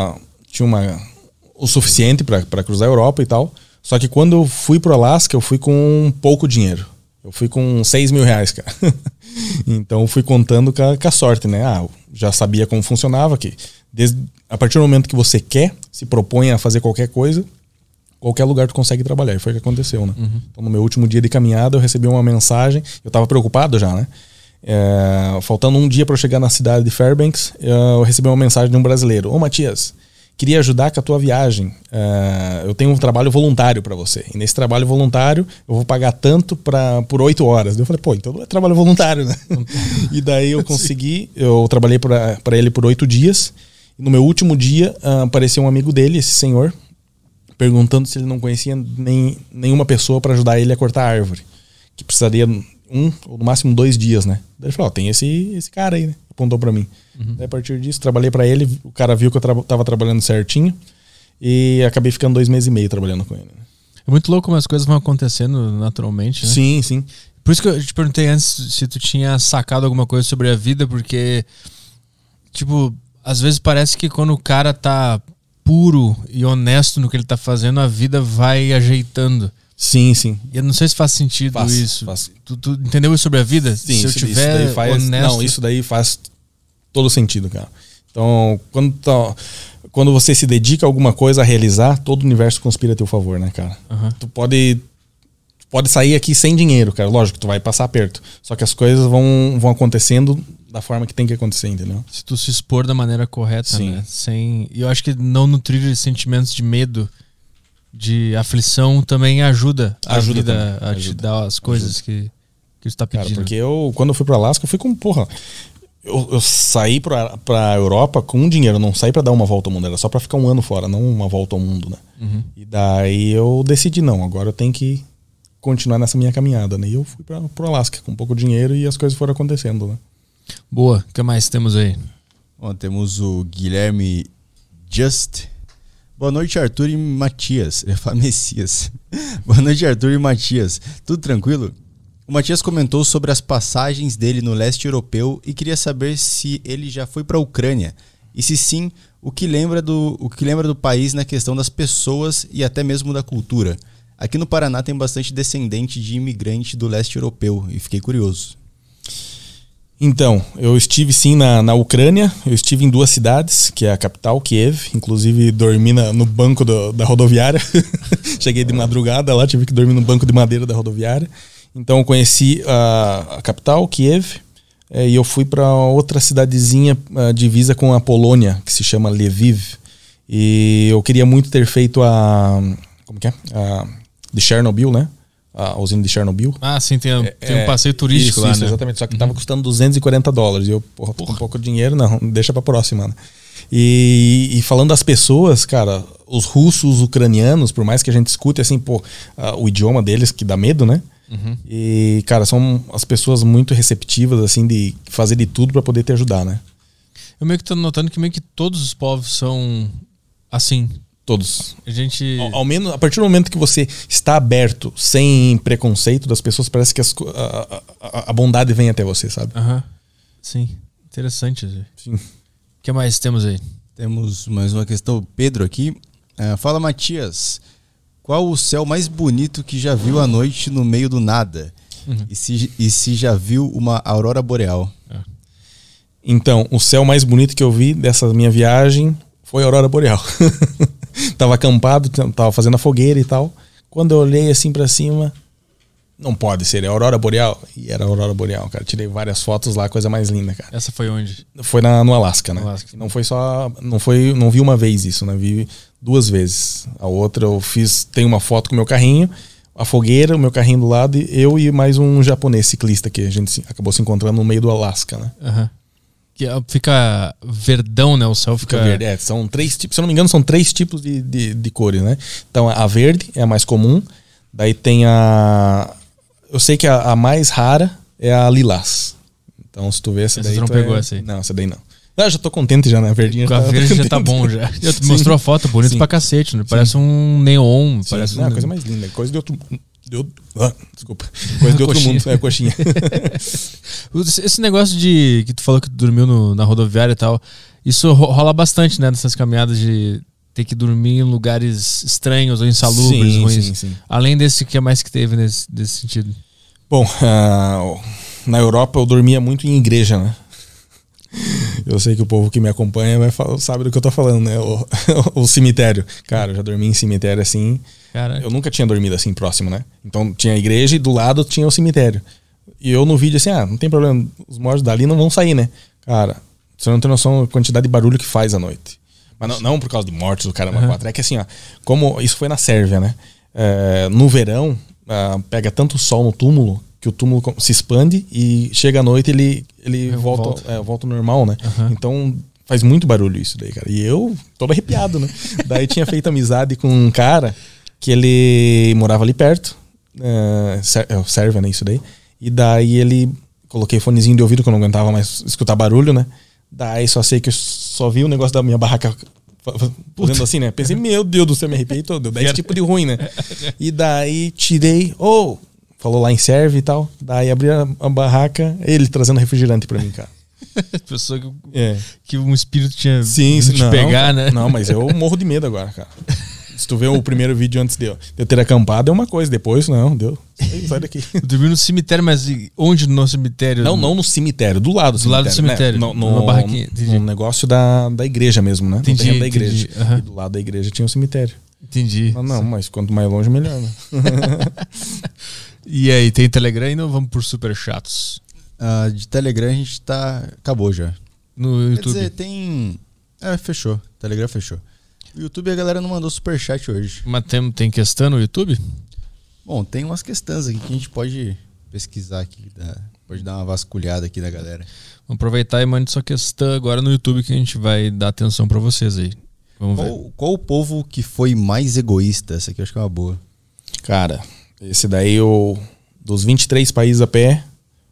[SPEAKER 3] tinha o suficiente para cruzar a Europa e tal. Só que quando eu fui pro Alasca, eu fui com pouco dinheiro. Eu fui com 6 mil reais, cara. Então eu fui contando com a sorte, né? Eu já sabia como funcionava, que a partir do momento que você se propõe a fazer qualquer coisa, qualquer lugar tu consegue trabalhar. E foi o que aconteceu, né? Uhum. Então no meu último dia de caminhada eu recebi uma mensagem, eu tava preocupado já, né? Faltando um dia para eu chegar na cidade de Fairbanks, eu recebi uma mensagem de um brasileiro. Ô Matias, queria ajudar com a tua viagem. Eu tenho um trabalho voluntário para você. E nesse trabalho voluntário eu vou pagar tanto por 8 horas. Eu falei, então não é trabalho voluntário, né? E daí eu consegui, eu trabalhei para ele por 8 dias. E no meu último dia apareceu um amigo dele, esse senhor, perguntando se ele não conhecia nenhuma pessoa para ajudar ele a cortar a árvore. Que precisaria 1 ou no máximo 2 dias, né? Daí ele falou, tem esse cara aí, né? Apontou pra mim. Uhum. Daí a partir disso, trabalhei pra ele, o cara viu que eu tava trabalhando certinho e acabei ficando 2 meses e meio trabalhando com ele. Né?
[SPEAKER 1] É muito louco como as coisas vão acontecendo naturalmente, né?
[SPEAKER 3] Sim, sim.
[SPEAKER 1] Por isso que eu te perguntei antes se tu tinha sacado alguma coisa sobre a vida, porque, tipo, às vezes parece que quando o cara tá puro e honesto no que ele tá fazendo, a vida vai ajeitando.
[SPEAKER 3] Sim, sim.
[SPEAKER 1] E eu não sei se faz sentido isso. Tu entendeu isso sobre a vida?
[SPEAKER 3] Sim,
[SPEAKER 1] se eu tiver
[SPEAKER 3] isso daí
[SPEAKER 1] honesto...
[SPEAKER 3] Não, isso daí faz todo sentido, cara. Então, quando você se dedica a alguma coisa a realizar, todo o universo conspira a teu favor, né, cara? Uhum. Tu pode sair aqui sem dinheiro, cara. Lógico que tu vai passar perto. Só que as coisas vão acontecendo da forma que tem que acontecer, entendeu?
[SPEAKER 1] Se tu se expor da maneira correta,
[SPEAKER 3] sim,
[SPEAKER 1] né? E eu acho que não nutrir sentimentos de medo, de aflição, também ajuda a vida a te dar as coisas que tu está pedindo.
[SPEAKER 3] Cara, porque quando eu fui para Alasca, eu fui com, eu saí pra Europa com dinheiro, não saí pra dar uma volta ao mundo, era só pra ficar 1 ano fora, não uma volta ao mundo, né? Uhum. E daí eu decidi, não, agora eu tenho que continuar nessa minha caminhada, né? E eu fui pro Alasca com pouco dinheiro e as coisas foram acontecendo, né?
[SPEAKER 1] Boa, o que mais temos aí?
[SPEAKER 2] Bom, temos o Guilherme Just. Boa noite, Arthur e Matias. Ele fala Messias. Boa noite, Arthur e Matias. Tudo tranquilo? O Matias comentou sobre as passagens dele no leste europeu e queria saber se ele já foi para a Ucrânia. E se sim, o que lembra do país na questão das pessoas e até mesmo da cultura. Aqui no Paraná tem bastante descendente de imigrante do leste europeu e fiquei curioso.
[SPEAKER 3] Então, eu estive sim na Ucrânia, eu estive em 2 cidades, que é a capital, Kiev, inclusive dormi no banco da rodoviária, cheguei de madrugada lá, tive que dormir no banco de madeira da rodoviária, então eu conheci a capital, Kiev, e eu fui para outra cidadezinha divisa com a Polônia, que se chama Lviv, e eu queria muito ter feito de Chernobyl, né? A usina de Chernobyl.
[SPEAKER 1] Ah, sim, tem um passeio turístico lá,
[SPEAKER 3] isso,
[SPEAKER 1] né?
[SPEAKER 3] Exatamente, só que tava custando $240. E eu, tô com pouco dinheiro, não, deixa pra próxima, né? E falando das pessoas, cara, os russos, os ucranianos, por mais que a gente escute, assim, o idioma deles, que dá medo, né? Uhum. E, cara, são as pessoas muito receptivas, assim, de fazer de tudo pra poder te ajudar, né?
[SPEAKER 1] Eu meio que tô notando que meio que todos os povos são assim.
[SPEAKER 3] Todos.
[SPEAKER 1] A gente...
[SPEAKER 3] Ao menos, a partir do momento que você está aberto, sem preconceito das pessoas, parece que a bondade vem até você, sabe?
[SPEAKER 1] Aham. Sim. Interessante.
[SPEAKER 3] Sim.
[SPEAKER 1] O que mais temos aí?
[SPEAKER 2] Temos mais uma questão. Pedro aqui. Fala, Matias. Qual o céu mais bonito que já viu à noite no meio do nada? Uhum. E se já viu uma aurora boreal?
[SPEAKER 3] Então, o céu mais bonito que eu vi dessa minha viagem foi a aurora boreal. Tava acampado, tava fazendo a fogueira e tal. Quando eu olhei assim pra cima, não pode ser, é a aurora boreal. E era a aurora boreal, cara. Tirei várias fotos lá, coisa mais linda, cara.
[SPEAKER 1] Essa foi onde?
[SPEAKER 3] Foi no Alasca, né?
[SPEAKER 1] No Alasca.
[SPEAKER 3] Não vi uma vez isso, né? Vi 2 vezes. A outra eu tenho uma foto com o meu carrinho. a fogueira, o meu carrinho do lado, e eu e mais um japonês ciclista que a gente acabou se encontrando no meio do Alasca, né?
[SPEAKER 1] Aham. Que fica verdão, né? O céu fica
[SPEAKER 3] verde. São 3 tipos, se eu não me engano, são 3 tipos de cores, né? Então a verde é a mais comum, daí tem eu sei que a mais rara é a lilás. Então se tu vê essa daí...
[SPEAKER 1] Você não pegou essa aí?
[SPEAKER 3] Não, essa daí não. Eu já tô contente já, né? A verdinha
[SPEAKER 1] com a verde já tá bom já. Tu mostrou a foto, bonito pra cacete, né? Parece um neon.
[SPEAKER 3] Sim.
[SPEAKER 1] Parece
[SPEAKER 3] Não, a coisa mais linda. Coisa de outro... desculpa. Coisa de outro mundo. É a coxinha.
[SPEAKER 1] Esse negócio de que tu falou que tu dormiu na rodoviária e tal, isso rola bastante, né? Nessas caminhadas de ter que dormir em lugares estranhos ou insalubres, ruins.
[SPEAKER 3] Sim.
[SPEAKER 1] Além desse, que é mais que teve nesse sentido?
[SPEAKER 3] Bom, na Europa eu dormia muito em igreja, né? Eu sei que o povo que me acompanha sabe do que eu tô falando, né? O cemitério. Cara, eu já dormi em cemitério assim.
[SPEAKER 1] Caraca.
[SPEAKER 3] Eu nunca tinha dormido assim próximo, né? Então tinha a igreja e do lado tinha o cemitério. E eu no vídeo assim, não tem problema, os mortos dali não vão sair, né? Cara, você não tem noção da quantidade de barulho que faz à noite. Mas não por causa de mortes do caramba 4. É que assim, como isso foi na Sérvia, né? No verão, pega tanto sol no túmulo que o túmulo se expande e chega à noite ele volta ao normal, né? Então faz muito barulho isso daí, cara. E eu todo arrepiado, né? Daí tinha feito amizade com um cara que ele morava ali perto, Sérvia, né? Isso daí. E daí coloquei fonezinho de ouvido que eu não aguentava mais escutar barulho, né? Daí só sei que eu só vi o negócio da minha barraca fazendo assim, né? Pensei, meu Deus do céu, me arrepiei todo. Deu 10 tipos de ruim, né? E daí tirei, falou lá em serve e tal. Daí abri a barraca, ele trazendo refrigerante pra mim, cara.
[SPEAKER 1] Pessoa que um espírito tinha te
[SPEAKER 3] não,
[SPEAKER 1] pegar, né?
[SPEAKER 3] Não, mas eu morro de medo agora, cara. Se tu vê o primeiro vídeo antes de eu ter acampado é uma coisa, depois não, deu. Sai daqui.
[SPEAKER 1] Dormi no cemitério, mas onde no cemitério?
[SPEAKER 3] Não no cemitério, do lado do cemitério.
[SPEAKER 1] Lado do cemitério,
[SPEAKER 3] né?
[SPEAKER 1] numa barraquinha.
[SPEAKER 3] No negócio da igreja mesmo, né?
[SPEAKER 1] Entendi,
[SPEAKER 3] no terreno da igreja.
[SPEAKER 1] Uhum.
[SPEAKER 3] E do lado da igreja tinha um cemitério.
[SPEAKER 1] Entendi.
[SPEAKER 3] Mas quanto mais longe, melhor, né?
[SPEAKER 1] E aí, tem Telegram ainda ou vamos por super chatos?
[SPEAKER 2] De Telegram a gente acabou já.
[SPEAKER 1] No YouTube?
[SPEAKER 2] Quer dizer, tem... fechou. Telegram fechou. O YouTube a galera não mandou superchat hoje.
[SPEAKER 1] Mas tem questão no YouTube?
[SPEAKER 2] Bom, tem umas questões aqui que a gente pode pesquisar aqui. Pode dar uma vasculhada aqui da galera.
[SPEAKER 1] Vamos aproveitar e mande sua questão agora no YouTube que a gente vai dar atenção pra vocês aí. Vamos ver.
[SPEAKER 2] Qual o povo que foi mais egoísta? Essa aqui eu acho que é uma boa.
[SPEAKER 3] Cara, esse daí, dos 23 países a pé,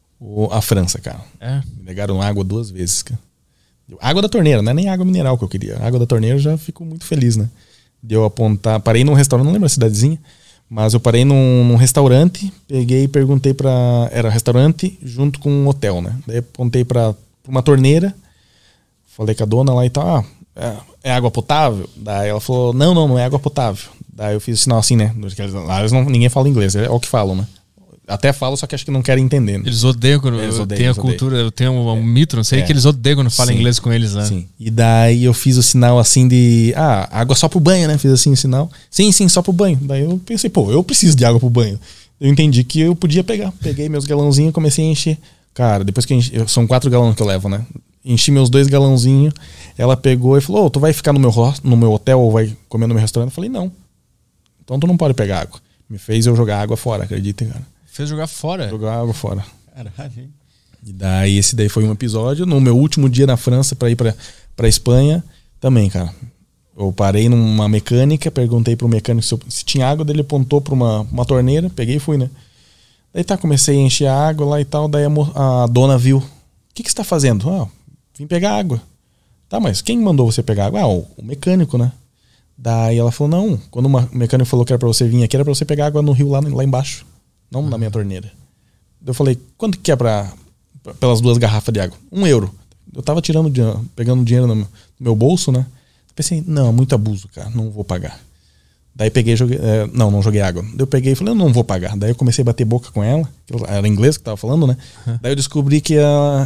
[SPEAKER 3] a França, cara. Me negaram água 2 vezes, cara. Água da torneira, não é nem água mineral que eu queria. Água da torneira eu já fico muito feliz, né? De eu apontar. Parei num restaurante, não lembro a cidadezinha, mas eu parei num restaurante, peguei e perguntei pra. Era restaurante junto com um hotel, né? Daí apontei pra uma torneira, falei com a dona lá e tal, é água potável? Daí ela falou, não é água potável. Daí eu fiz o sinal assim, né? Lá ninguém fala inglês, é o que falam, né? Até falo, só que acho que não querem entender, né?
[SPEAKER 1] Eles odeiam quando tem a cultura, eu tenho um mito, não sei, que eles odeiam quando falam inglês com eles lá.
[SPEAKER 3] Sim. E daí eu fiz o sinal assim de... água só pro banho, né? Fiz assim o sinal. Sim, só pro banho. Daí eu pensei, eu preciso de água pro banho. Eu entendi que eu podia pegar. Peguei meus galãozinhos e comecei a encher. Cara, depois que são 4 galões que eu levo, né? Enchi meus 2 galãozinhos. Ela pegou e falou, tu vai ficar no meu hotel ou vai comer no meu restaurante? Eu falei, não. Então tu não pode pegar água. Me fez eu jogar água fora, acredita, cara.
[SPEAKER 1] Fez jogar fora?
[SPEAKER 3] Jogar água fora.
[SPEAKER 2] Caralho.
[SPEAKER 3] E daí esse daí foi um episódio. No meu último dia na França pra ir pra Espanha, também, cara. Eu parei numa mecânica, perguntei pro mecânico se tinha água, daí ele apontou pra uma torneira, peguei e fui, né? Daí comecei a encher a água lá e tal, daí a dona viu. O que você tá fazendo? Vim pegar água. Tá, mas quem mandou você pegar água? O mecânico, né? Daí ela falou, não, quando o mecânico falou que era pra você vir aqui, era pra você pegar água no rio lá embaixo. Não na minha torneira. Eu falei, quanto que é pelas 2 garrafas de água? €1. Eu tava pegando dinheiro no meu bolso, né? Pensei, não, é muito abuso, cara, não vou pagar. Daí peguei e joguei. Não joguei água. Daí eu peguei e falei, eu não vou pagar. Daí eu comecei a bater boca com ela. Era inglês que tava falando, né? Daí eu descobri que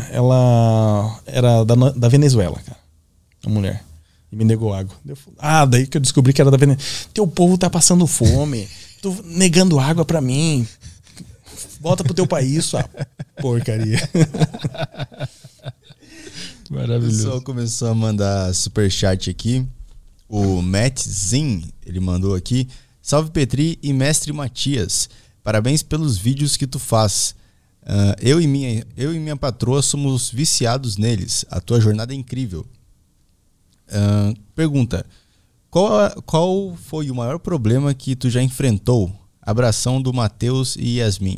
[SPEAKER 3] ela era da Venezuela, cara. A mulher. E me negou água. Daí que eu descobri que era da Venezuela. Teu povo tá passando fome. Tô negando água pra mim. Volta pro teu país, sua porcaria.
[SPEAKER 1] Maravilhoso.
[SPEAKER 2] O pessoal começou a mandar superchat aqui. O Matt Zin, ele mandou aqui Salve Petri e mestre Matias. Parabéns pelos vídeos que tu faz. Eu e minha patroa somos viciados neles. A tua jornada é incrível. Pergunta: qual foi o maior problema que tu já enfrentou? Abração do Matheus e Yasmin.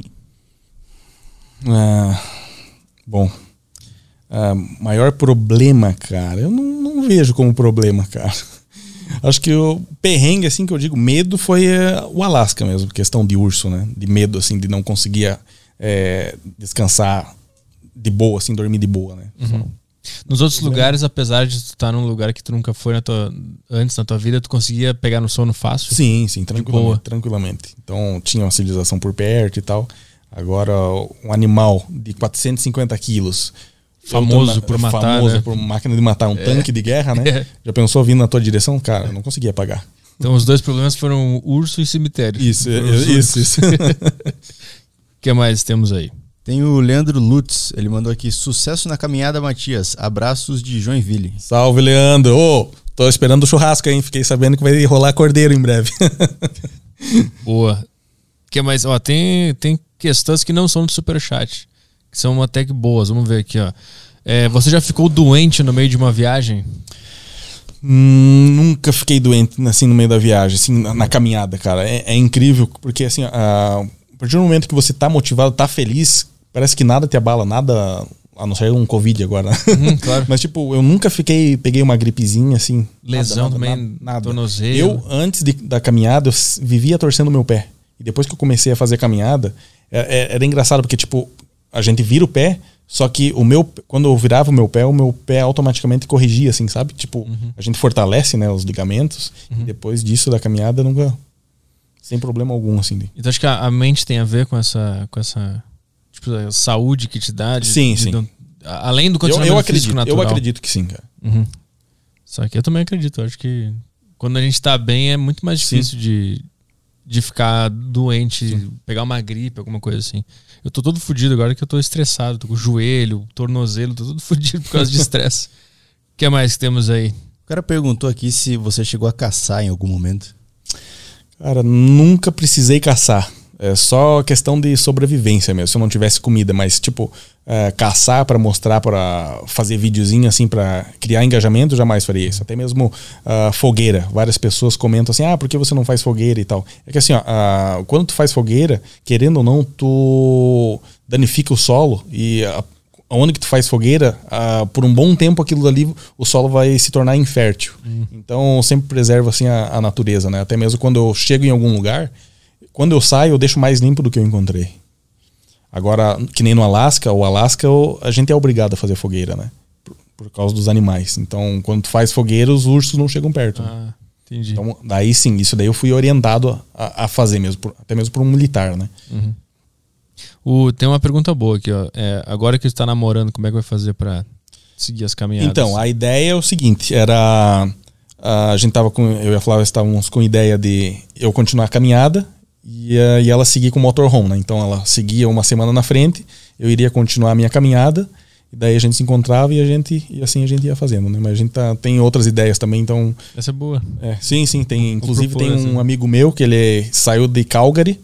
[SPEAKER 3] Bom, maior problema, cara, eu não vejo como problema, cara. Acho que o perrengue, assim, que eu digo, medo foi o Alasca mesmo, questão de urso, né? De medo, assim, de não conseguir descansar de boa, assim, dormir de boa, né?
[SPEAKER 1] Uhum. Nos outros lugares, apesar de tu estar num lugar que tu nunca foi antes na tua vida, tu conseguia pegar no sono fácil?
[SPEAKER 3] Sim, tranquilamente. Então tinha uma civilização por perto e tal. Agora, um animal de 450 quilos...
[SPEAKER 1] Famoso por matar,
[SPEAKER 3] famoso,
[SPEAKER 1] né?
[SPEAKER 3] por máquina de matar, um tanque de guerra, né? Já pensou vindo na tua direção? Cara, eu não conseguia apagar.
[SPEAKER 1] Então os dois problemas foram urso e cemitério.
[SPEAKER 3] Isso.
[SPEAKER 1] O que mais temos aí?
[SPEAKER 2] Tem o Leandro Lutz, ele mandou aqui: sucesso na caminhada, Matias. Abraços de Joinville.
[SPEAKER 3] Salve, Leandro. Tô esperando o churrasco, hein? Fiquei sabendo que vai rolar cordeiro em breve.
[SPEAKER 1] Boa. O que mais? Ó, tem questões que não são do Superchat, que são até que boas. Vamos ver aqui, ó. Você já ficou doente no meio de uma viagem?
[SPEAKER 3] Nunca fiquei doente, assim, no meio da viagem, assim, na caminhada, cara. É incrível, porque, assim, a partir do momento que você tá motivado, tá feliz, parece que nada te abala, nada, a não ser um Covid agora.
[SPEAKER 1] Claro.
[SPEAKER 3] Mas, tipo, eu nunca peguei uma gripezinha, assim.
[SPEAKER 1] Lesão também,
[SPEAKER 3] nada.
[SPEAKER 1] Tornozelo.
[SPEAKER 3] Eu, antes da caminhada, eu vivia torcendo o meu pé. E depois que eu comecei a fazer a caminhada, era engraçado, porque, tipo, a gente vira o pé, só que quando eu virava o meu pé automaticamente corrigia, assim, sabe? Tipo, a gente fortalece, né, os ligamentos, e depois disso, da caminhada, nunca... Sem problema algum, assim.
[SPEAKER 1] Então acho que a mente tem a ver com essa tipo, a saúde que te dá.
[SPEAKER 3] Sim.
[SPEAKER 1] Além do condicionamento físico natural.
[SPEAKER 3] Eu acredito que sim, cara.
[SPEAKER 1] Só que eu também acredito. Eu acho que quando a gente tá bem é muito mais difícil de ficar doente, pegar uma gripe, alguma coisa assim. Eu tô todo fudido agora que eu tô estressado. Tô com o joelho, tornozelo, tô todo fudido por causa de estresse. O que mais que temos aí?
[SPEAKER 2] O cara perguntou aqui se você chegou a caçar em algum momento.
[SPEAKER 3] Cara, nunca precisei caçar. É só questão de sobrevivência mesmo, se eu não tivesse comida. Mas, tipo, caçar pra mostrar, pra fazer videozinho assim, pra criar engajamento, jamais faria isso. Até mesmo fogueira. Várias pessoas comentam assim, por que você não faz fogueira e tal. É que assim, quando tu faz fogueira, querendo ou não, tu danifica o solo e onde que tu faz fogueira, por um bom tempo aquilo ali, o solo vai se tornar infértil. Então eu sempre preservo assim a natureza, né? Até mesmo quando eu chego em algum lugar, quando eu saio, eu deixo mais limpo do que eu encontrei. Agora, que nem no Alasca, a gente é obrigado a fazer fogueira, né? Por causa dos animais. Então, quando tu faz fogueira, os ursos não chegam perto. Né?
[SPEAKER 1] Entendi.
[SPEAKER 3] Então, daí sim, isso daí eu fui orientado a fazer mesmo, até mesmo por um militar, né?
[SPEAKER 1] Tem uma pergunta boa aqui, ó. Agora que você tá namorando, como é que vai fazer pra seguir as caminhadas?
[SPEAKER 3] Então, a ideia é o seguinte, a gente tava eu e a Flávia estávamos com a ideia de eu continuar a caminhada e ela seguir com o motorhome, né? Então ela seguia uma semana na frente, eu iria continuar a minha caminhada, e daí a gente se encontrava e assim a gente ia fazendo, né? Mas a gente tem outras ideias também, então...
[SPEAKER 1] Essa é boa.
[SPEAKER 3] Sim, inclusive tem um amigo meu que ele saiu de Calgary,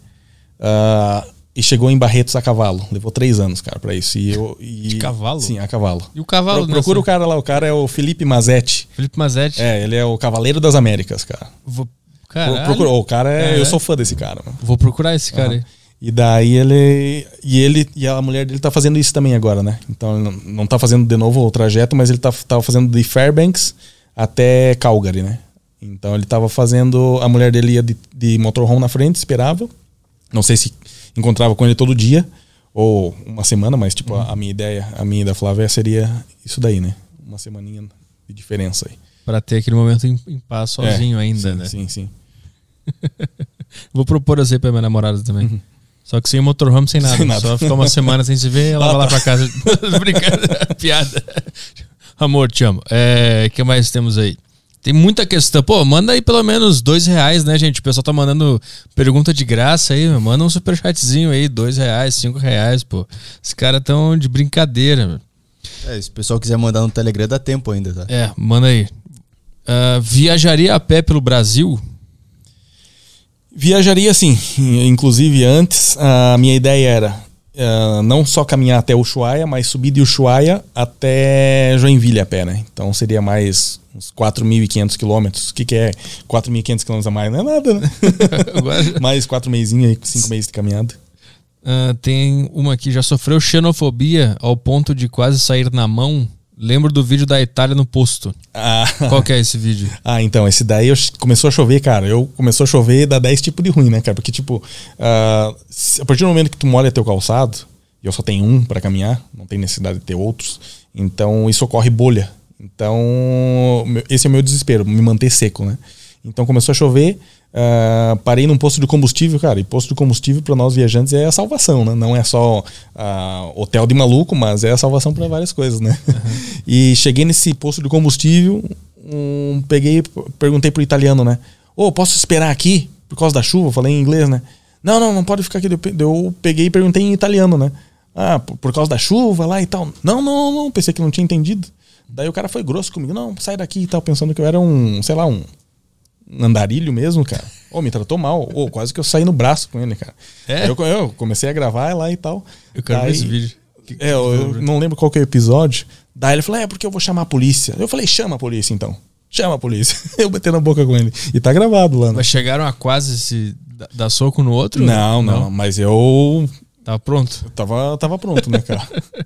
[SPEAKER 3] e chegou em Barretos a cavalo. Levou 3 anos, cara, pra isso.
[SPEAKER 1] De cavalo?
[SPEAKER 3] Sim, a cavalo.
[SPEAKER 1] E o cavalo?
[SPEAKER 3] Procura o cara lá. O cara é o Felipe Mazetti.
[SPEAKER 1] Felipe Mazetti?
[SPEAKER 3] Ele é o Cavaleiro das Américas, cara.
[SPEAKER 1] Caralho.
[SPEAKER 3] O cara eu sou fã desse cara. Mano.
[SPEAKER 1] Vou procurar esse cara aí.
[SPEAKER 3] E daí ele e a mulher dele tá fazendo isso também agora, né? Então ele não tá fazendo de novo o trajeto, mas ele tava fazendo de Fairbanks até Calgary, né? Então ele tava fazendo... A mulher dele ia de motorhome na frente, esperava. Não sei se encontrava com ele todo dia ou uma semana, mas tipo a minha ideia, a minha e da Flávia seria isso daí, né? Uma semaninha de diferença aí.
[SPEAKER 1] Pra ter aquele momento em paz sozinho ainda, né?
[SPEAKER 3] Sim.
[SPEAKER 1] Vou propor assim pra minha namorada também. Só que sem motorhome, sem nada. Só ficar uma semana sem se ver, ela vai lá pra casa. Brincando, piada. Amor, te amo. O que mais temos aí? Tem muita questão. Pô, manda aí pelo menos R$2, né, gente? O pessoal tá mandando pergunta de graça aí. Manda um superchatzinho aí, R$2, R$5, pô. Esses caras tão de brincadeira.
[SPEAKER 2] Se o pessoal quiser mandar no Telegram, dá tempo ainda, tá?
[SPEAKER 1] Manda aí. Viajaria a pé pelo Brasil?
[SPEAKER 3] Viajaria sim. Inclusive antes, a minha ideia era não só caminhar até Ushuaia, mas subir de Ushuaia até Joinville a pé, né? Então seria mais uns 4.500 quilômetros. O que é 4.500 quilômetros a mais? Não é nada, né? Mais 4 mesinhos aí, 5 meses de caminhada.
[SPEAKER 1] Tem uma que já sofreu xenofobia ao ponto de quase sair na mão. Lembro do vídeo da Itália no posto. Qual que é esse vídeo?
[SPEAKER 3] Então, esse daí começou a chover, cara. Começou a chover, dá 10 tipos de ruim, né, cara? Porque, tipo, a partir do momento que tu molha teu calçado, e eu só tenho um pra caminhar, não tem necessidade de ter outros, então isso ocorre bolha. Então, esse é o meu desespero, me manter seco, né? Então começou a chover, parei num posto de combustível, cara, e posto de combustível para nós viajantes é a salvação, né? Não é só hotel de maluco, mas é a salvação para várias coisas, né? Uhum. E cheguei nesse posto de combustível, perguntei pro italiano, né? Posso esperar aqui por causa da chuva? Falei em inglês, né? Não pode ficar aqui. Eu peguei e perguntei em italiano, né? Por causa da chuva lá e tal. Não, pensei que não tinha entendido. Daí o cara foi grosso comigo, não, sai daqui e tal, pensando que eu era um andarilho mesmo, cara. Me tratou mal. Quase que eu saí no braço com ele, cara. Eu comecei a gravar lá e tal.
[SPEAKER 1] Eu quero ver esse vídeo.
[SPEAKER 3] Eu não lembro qual que é o episódio. Daí ele falou, porque eu vou chamar a polícia. Eu falei, chama a polícia então. Chama a polícia. Eu bati na boca com ele. E tá gravado lá, né?
[SPEAKER 1] Mas chegaram a quase se dar soco no outro?
[SPEAKER 3] Não. Mas eu...
[SPEAKER 1] Tava pronto?
[SPEAKER 3] Eu tava pronto, né, cara?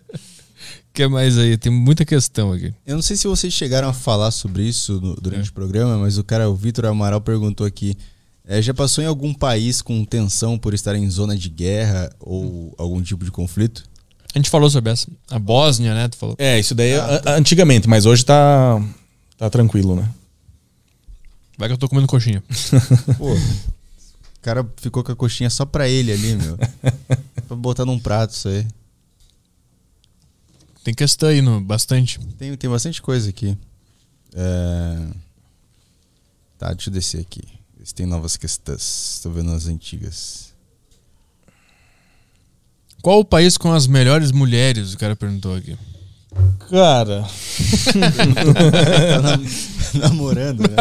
[SPEAKER 1] O que mais aí? Tem muita questão aqui.
[SPEAKER 2] Eu não sei se vocês chegaram a falar sobre isso durante o programa, mas o Vitor Amaral perguntou aqui, já passou em algum país com tensão por estar em zona de guerra ou algum tipo de conflito?
[SPEAKER 1] A gente falou sobre essa. A Bósnia, né? Tu falou.
[SPEAKER 3] Isso daí antigamente, mas hoje tá tranquilo, né?
[SPEAKER 1] Vai que eu tô comendo coxinha.
[SPEAKER 2] Pô, o cara ficou com a coxinha só pra ele ali, meu. Pra botar num prato isso aí.
[SPEAKER 1] Tem questão aí, bastante.
[SPEAKER 2] Tem bastante coisa aqui. Tá, deixa eu descer aqui. Ver se tem novas questões. Estou vendo as antigas.
[SPEAKER 1] Qual o país com as melhores mulheres? O cara perguntou aqui.
[SPEAKER 3] Cara...
[SPEAKER 2] Tá namorando, né?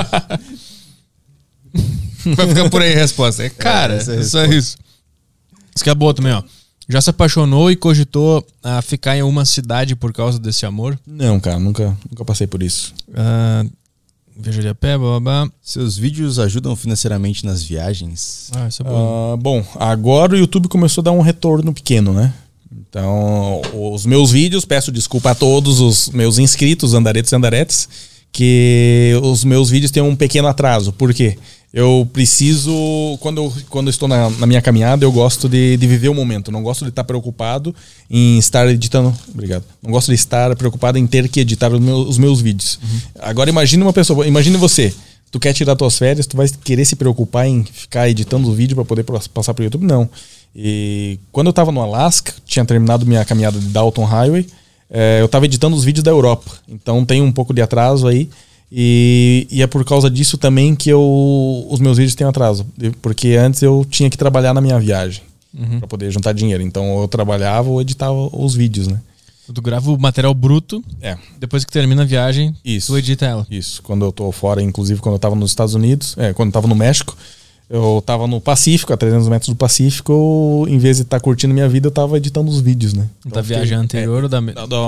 [SPEAKER 1] Vai ficar por aí a resposta. Cara, só isso. Isso que é boa também, ó. Já se apaixonou e cogitou a ficar em uma cidade por causa desse amor?
[SPEAKER 3] Não, cara, nunca passei por isso.
[SPEAKER 1] Viajaria a pé, blá.
[SPEAKER 2] Seus vídeos ajudam financeiramente nas viagens?
[SPEAKER 1] Isso é bom.
[SPEAKER 3] Bom, agora o YouTube começou a dar um retorno pequeno, né? Então, os meus vídeos, peço desculpa a todos os meus inscritos, andaretos e andaretes, que os meus vídeos têm um pequeno atraso. Por quê? Eu preciso, quando eu estou na minha caminhada, eu gosto de viver o momento. Não gosto de estar preocupado em estar editando. Obrigado. Não gosto de estar preocupado em ter que editar os meus vídeos. Uhum. Agora imagine você. Tu quer tirar tuas férias, tu vai querer se preocupar em ficar editando o vídeo para poder passar pro YouTube? Não. E quando eu estava no Alasca, tinha terminado minha caminhada de Dalton Highway, eu estava editando os vídeos da Europa. Então tem um pouco de atraso aí. E é por causa disso também que os meus vídeos têm atraso. Porque antes eu tinha que trabalhar na minha viagem para poder juntar dinheiro. Então eu trabalhava ou editava os vídeos, né?
[SPEAKER 1] Tu grava o material bruto, depois que termina a viagem, tu edita ela.
[SPEAKER 3] Isso, quando eu tô fora, inclusive quando eu tava nos Estados Unidos, quando eu tava no México, eu tava no Pacífico, a 300 metros do Pacífico, em vez de estar curtindo minha vida, eu tava editando os vídeos, né?
[SPEAKER 1] Então, da viagem anterior ou da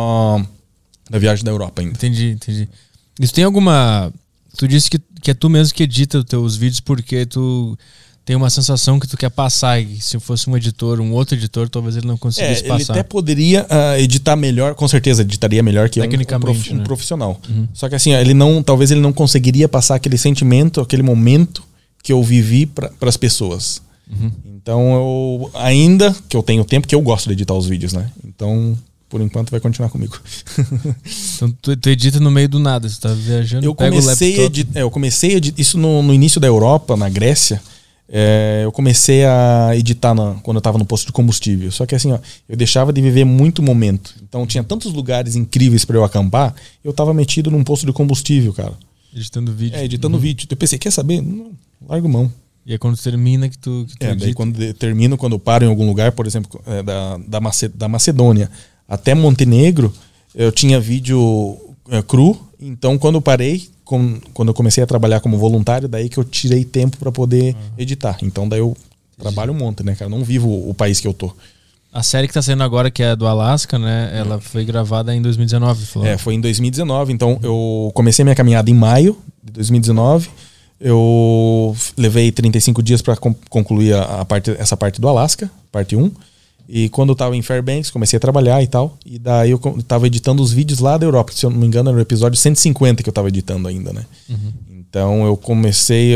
[SPEAKER 3] viagem da Europa ainda.
[SPEAKER 1] Entendi. Isso tem alguma... Tu disse que é tu mesmo que edita os teus vídeos porque tu tem uma sensação que tu quer passar e se fosse um outro editor, talvez ele não conseguisse passar.
[SPEAKER 3] Ele até poderia editar melhor, com certeza editaria melhor que
[SPEAKER 1] tecnicamente,
[SPEAKER 3] um profissional. Uhum. Só que assim, talvez ele não conseguiria passar aquele sentimento, aquele momento que eu vivi para as pessoas. Uhum. Então ainda que eu tenho tempo, que eu gosto de editar os vídeos, né? Então... Por enquanto vai continuar comigo.
[SPEAKER 1] Então tu edita no meio do nada, você tá viajando,
[SPEAKER 3] eu comecei a editar isso no início da Europa, na Grécia. Eu comecei a editar quando eu tava no posto de combustível. Só que assim, eu deixava de viver muito momento. Então tinha tantos lugares incríveis para eu acampar, eu tava metido num posto de combustível, cara.
[SPEAKER 1] Editando vídeo.
[SPEAKER 3] Editando vídeo. Eu pensei, quer saber? Não, largo mão.
[SPEAKER 1] E é quando termina que tu edita.
[SPEAKER 3] Daí quando eu paro em algum lugar, por exemplo, da Macedônia até Montenegro, eu tinha vídeo cru Então, quando eu parei, quando eu comecei a trabalhar como voluntário, daí que eu tirei tempo para poder editar. Então, daí eu trabalho um monte, né, cara? Não vivo o país que eu tô.
[SPEAKER 1] A série que tá saindo agora, que é do Alasca, né? Ela foi gravada em 2019. Falou.
[SPEAKER 3] Foi em 2019. Então, eu comecei minha caminhada em maio de 2019. Eu levei 35 dias para concluir essa parte do Alasca, parte 1. E quando eu tava em Fairbanks, comecei a trabalhar e tal. E daí eu tava editando os vídeos lá da Europa. Se eu não me engano, era o episódio 150 que eu tava editando ainda, né? Então, eu comecei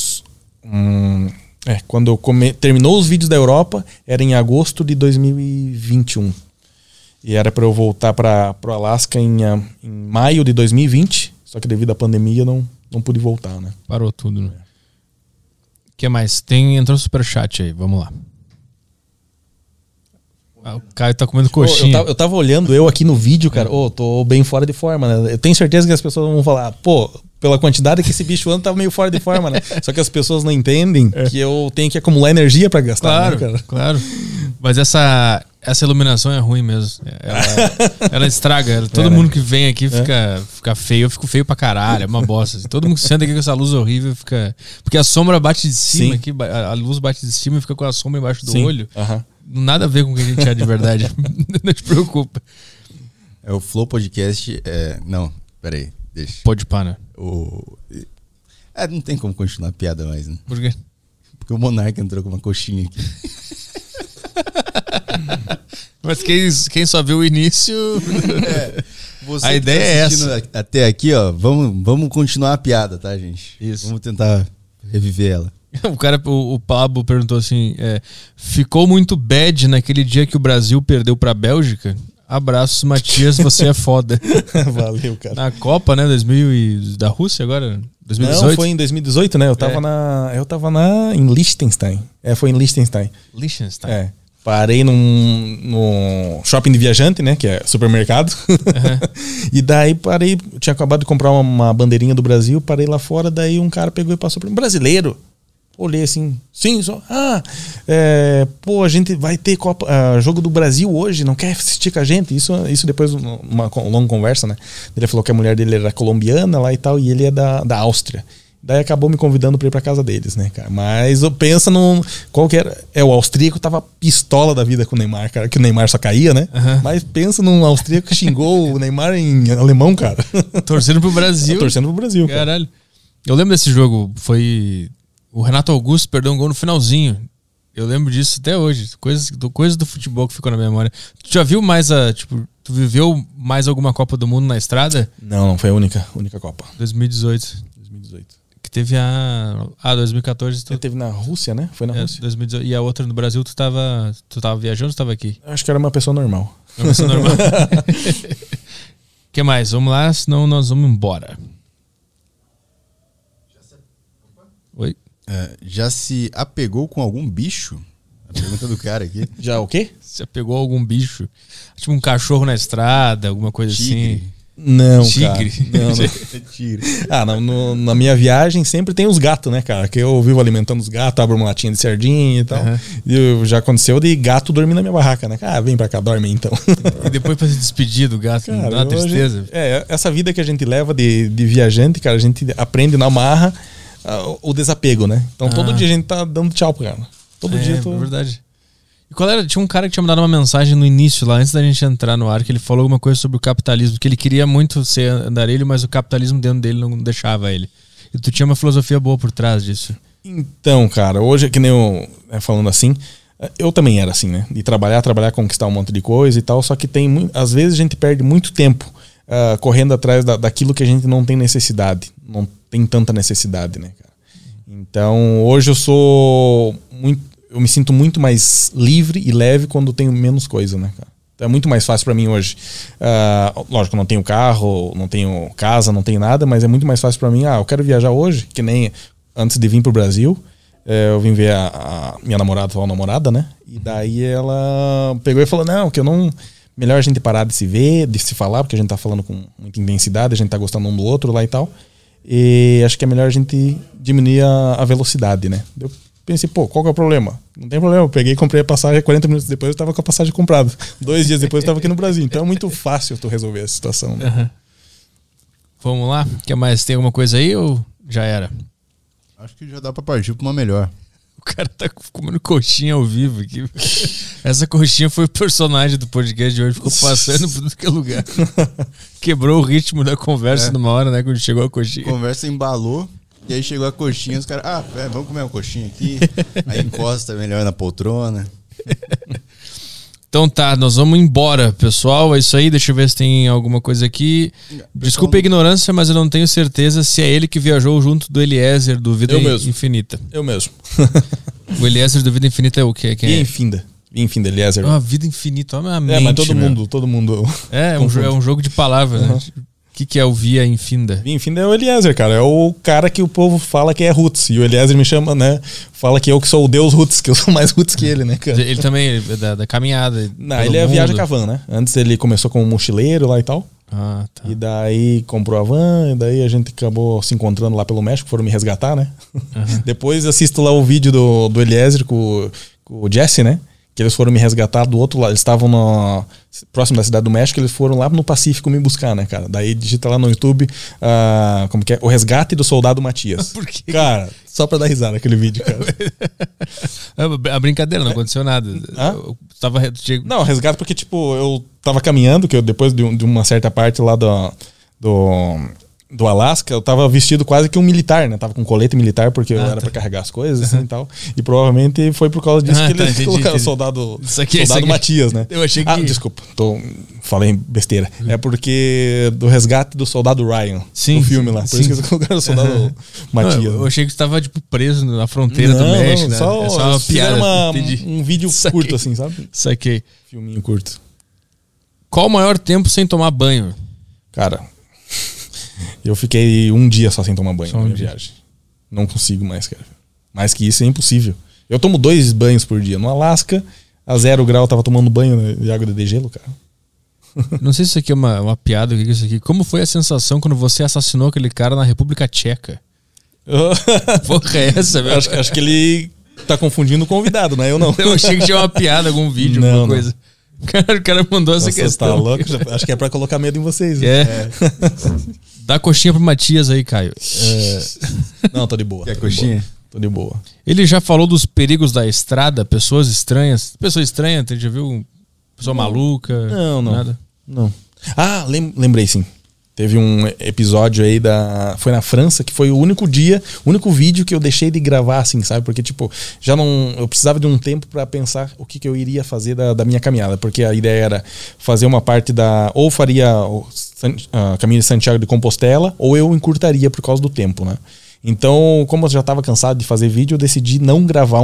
[SPEAKER 3] quando terminou os vídeos da Europa, era em agosto de 2021. E era para eu voltar para o Alasca em maio de 2020. Só que devido à pandemia não pude voltar, né?
[SPEAKER 1] Parou tudo, né? O que mais? Entrou superchat aí, vamos lá. O Caio tá comendo coxinha.
[SPEAKER 3] Eu tava olhando aqui no vídeo, cara. Tô bem fora de forma, né? Eu tenho certeza que as pessoas vão falar, pela quantidade que esse bicho anda, tava meio fora de forma, né? Só que as pessoas não entendem que eu tenho que acumular energia pra gastar.
[SPEAKER 1] Claro,
[SPEAKER 3] né, cara?
[SPEAKER 1] Claro. Mas essa iluminação é ruim mesmo. Ela estraga. Todo mundo que vem aqui fica feio. Eu fico feio pra caralho. É uma bosta. Assim. Todo mundo que senta aqui com essa luz horrível fica... Porque a sombra bate de cima aqui. A luz bate de cima e fica com a sombra embaixo do olho. Nada a ver com o que a gente é de verdade. Não te preocupa.
[SPEAKER 2] O Flow Podcast... Não, peraí. Deixa.
[SPEAKER 1] Pode pá, né?
[SPEAKER 2] Não tem como continuar a piada mais, né?
[SPEAKER 1] Por quê?
[SPEAKER 2] Porque o Monarca entrou com uma coxinha aqui.
[SPEAKER 1] Mas quem só viu o início... a ideia é essa.
[SPEAKER 2] Até aqui, ó, vamos continuar a piada, tá, gente?
[SPEAKER 1] Isso.
[SPEAKER 2] Vamos tentar reviver ela.
[SPEAKER 1] O Pablo perguntou assim, ficou muito bad naquele dia que o Brasil perdeu pra Bélgica? Abraços, Matias, você é foda.
[SPEAKER 3] Valeu, cara.
[SPEAKER 1] Na Copa, né, da Rússia agora? 2018?
[SPEAKER 3] Não, foi em 2018, né? Eu tava em Liechtenstein. Foi em Liechtenstein.
[SPEAKER 1] Liechtenstein.
[SPEAKER 3] Parei no shopping de viajante, né? Que é supermercado. E daí tinha acabado de comprar uma bandeirinha do Brasil, parei lá fora, daí um cara pegou e passou para mim, brasileiro. Olhei assim, sim, só. A gente vai ter jogo do Brasil hoje, não quer assistir com a gente? Isso depois, numa longa conversa, né? Ele falou que a mulher dele era colombiana lá e tal, e ele é da Áustria. Daí acabou me convidando pra ir pra casa deles, né, cara? Mas eu penso qual que era? O austríaco tava pistola da vida com o Neymar, cara, que o Neymar só caía, né? Mas pensa num austríaco que xingou o Neymar em alemão, cara.
[SPEAKER 1] Torcendo pro Brasil.
[SPEAKER 3] Torcendo pro Brasil, cara.
[SPEAKER 1] Caralho. Eu lembro desse jogo, foi... O Renato Augusto perdeu um gol no finalzinho. Eu lembro disso até hoje. Coisas do futebol que ficou na memória. Tu já viu mais tu viveu mais alguma Copa do Mundo na estrada?
[SPEAKER 3] Não foi a única Copa.
[SPEAKER 1] 2018. Que teve 2014.
[SPEAKER 3] Teve na Rússia, né? Foi na Rússia.
[SPEAKER 1] 2018. E a outra no Brasil, tu tava viajando ou tu tava aqui?
[SPEAKER 3] Acho que era uma pessoa normal.
[SPEAKER 1] Uma pessoa normal. O que mais? Vamos lá, senão nós vamos embora. Oi?
[SPEAKER 2] Já se apegou com algum bicho? A pergunta do cara aqui.
[SPEAKER 3] Já o quê?
[SPEAKER 1] Se apegou a algum bicho? Tipo um cachorro na estrada, alguma coisa
[SPEAKER 2] Tigre.
[SPEAKER 1] assim?
[SPEAKER 3] Não,
[SPEAKER 1] Tigre.
[SPEAKER 3] Cara. Não.
[SPEAKER 2] Tigre.
[SPEAKER 3] Na minha viagem sempre tem os gatos, né, cara? Que eu vivo alimentando os gatos, abro uma latinha de sardinha e tal. E já aconteceu de gato dormir na minha barraca, né? Vem pra cá, dorme então.
[SPEAKER 1] E depois pra se despedir do gato, cara, não dá tristeza?
[SPEAKER 3] Essa vida que a gente leva de viajante, cara, a gente aprende na marra o desapego, né? Então todo dia a gente tá dando tchau pro cara. Todo dia eu tô...
[SPEAKER 1] É verdade. E qual era? Tinha um cara que tinha mandado uma mensagem no início, lá antes da gente entrar no ar, que ele falou alguma coisa sobre o capitalismo, que ele queria muito ser andarilho, mas o capitalismo dentro dele não deixava ele. E tu tinha uma filosofia boa por trás disso.
[SPEAKER 3] Então, cara, hoje, que nem eu falando assim, eu também era assim, né? De trabalhar, conquistar um monte de coisa e tal, só que às vezes a gente perde muito tempo correndo atrás daquilo que a gente não tem necessidade. Não tem tanta necessidade, né, cara? Então, hoje eu me sinto muito mais livre e leve quando tenho menos coisa, né, cara? Então é muito mais fácil pra mim hoje. Lógico, eu não tenho carro, não tenho casa, não tenho nada, mas é muito mais fácil pra mim. Eu quero viajar hoje, que nem antes de vir pro Brasil. Eu vim ver a minha namorada, atual namorada, né? E daí ela pegou e falou, melhor a gente parar de se ver, de se falar, porque a gente tá falando com muita intensidade, a gente tá gostando um do outro lá e tal. E acho que é melhor a gente diminuir a velocidade, né? Eu pensei, qual que é o problema? Não tem problema, eu peguei e comprei a passagem, 40 minutos depois eu tava com a passagem comprada. 2 dias depois eu tava aqui no Brasil. Então é muito fácil tu resolver a situação, né?
[SPEAKER 1] Vamos lá? Quer mais? Tem alguma coisa aí ou já era?
[SPEAKER 2] Acho que já dá pra partir pra uma melhor.
[SPEAKER 1] O cara tá comendo coxinha ao vivo aqui. Essa coxinha foi o personagem do podcast de hoje. Ficou passando por tudo que é lugar. Quebrou o ritmo da conversa numa hora, né? Quando chegou a coxinha.
[SPEAKER 2] A conversa embalou. E aí chegou a coxinha. Os caras, vamos comer uma coxinha aqui. Aí encosta melhor na poltrona.
[SPEAKER 1] Então tá, nós vamos embora, pessoal. É isso aí, deixa eu ver se tem alguma coisa aqui. Desculpa a ignorância, mas eu não tenho certeza se é ele que viajou junto do Eliezer do Vida Infinita.
[SPEAKER 3] Eu mesmo.
[SPEAKER 1] O Eliezer do Vida Infinita é o quê?
[SPEAKER 3] Via Infinda, Eliezer.
[SPEAKER 1] Vida Infinita, olha a mente,
[SPEAKER 3] mas todo mundo.
[SPEAKER 1] É um jogo de palavras, né? O que é o Via Infinda?
[SPEAKER 3] Via Infinda é o Eliezer, cara. É o cara que o povo fala que é roots. E o Eliezer me chama, né? Fala que eu que sou o Deus roots, que eu sou mais roots que ele, né, cara?
[SPEAKER 1] Ele também é da caminhada.
[SPEAKER 3] Não, ele é viaja com a van, né? Antes ele começou como mochileiro lá e tal.
[SPEAKER 1] Ah, tá.
[SPEAKER 3] E daí comprou a van, e daí a gente acabou se encontrando lá pelo México, foram me resgatar, né? Depois assisto lá o vídeo do Eliezer com o Jesse, né? Que eles foram me resgatar do outro lado. Eles estavam próximo da Cidade do México, eles foram lá no Pacífico me buscar, né, cara? Daí digita lá no YouTube como que é? O Resgate do Soldado Matias.
[SPEAKER 1] Por quê?
[SPEAKER 3] Cara, só pra dar risada aquele vídeo, cara.
[SPEAKER 1] A brincadeira, não aconteceu nada.
[SPEAKER 3] Não, resgate porque, tipo, eu tava caminhando, que eu depois de uma certa parte lá do Alasca, eu tava vestido quase que um militar, né? Tava com colete militar, porque eu era pra carregar as coisas, assim, e tal. E provavelmente foi por causa disso que eles colocaram o soldado Matias, né?
[SPEAKER 1] Eu achei que...
[SPEAKER 3] desculpa, falei besteira. É porque do resgate do soldado Ryan, no filme lá. Por isso que eles colocaram o soldado Matias.
[SPEAKER 1] Eu achei que você tava, tipo, preso na fronteira do México, né?
[SPEAKER 3] Só uma piada. Um vídeo curto, assim, sabe?
[SPEAKER 1] Saquei.
[SPEAKER 3] Filminho curto.
[SPEAKER 1] Qual o maior tempo sem tomar banho?
[SPEAKER 3] Cara... Eu fiquei um dia só sem tomar banho na minha viagem. Não consigo mais, cara. Mais que isso é impossível. Eu tomo 2 banhos por dia. No Alasca, a 0 grau, eu tava tomando banho de água de degelo, cara.
[SPEAKER 1] Não sei se isso aqui é uma piada, o que é isso aqui. Como foi a sensação quando você assassinou aquele cara na República Tcheca? Porra, é essa, velho?
[SPEAKER 3] Acho que ele tá confundindo o convidado, né? Eu não.
[SPEAKER 1] Eu achei que tinha uma piada, algum vídeo, alguma coisa. O cara mandou essa questão.
[SPEAKER 3] Tá louco? Acho que é pra colocar medo em vocês.
[SPEAKER 1] Dá coxinha pro Matias aí, Caio.
[SPEAKER 3] Não, tô de boa.
[SPEAKER 2] Quer coxinha?
[SPEAKER 3] Tô de boa.
[SPEAKER 1] Ele já falou dos perigos da estrada, pessoas estranhas. Pessoa estranha, você já viu? Pessoa maluca?
[SPEAKER 3] Não.
[SPEAKER 1] Nada?
[SPEAKER 3] Não. Lembrei sim. Teve um episódio aí foi na França, que foi o único vídeo que eu deixei de gravar, assim, sabe? Porque, tipo, eu precisava de um tempo pra pensar o que eu iria fazer da minha caminhada. Porque a ideia era fazer uma parte ou faria o caminho de Santiago de Compostela, ou eu encurtaria por causa do tempo, né? Então, como eu já tava cansado de fazer vídeo, eu decidi não gravar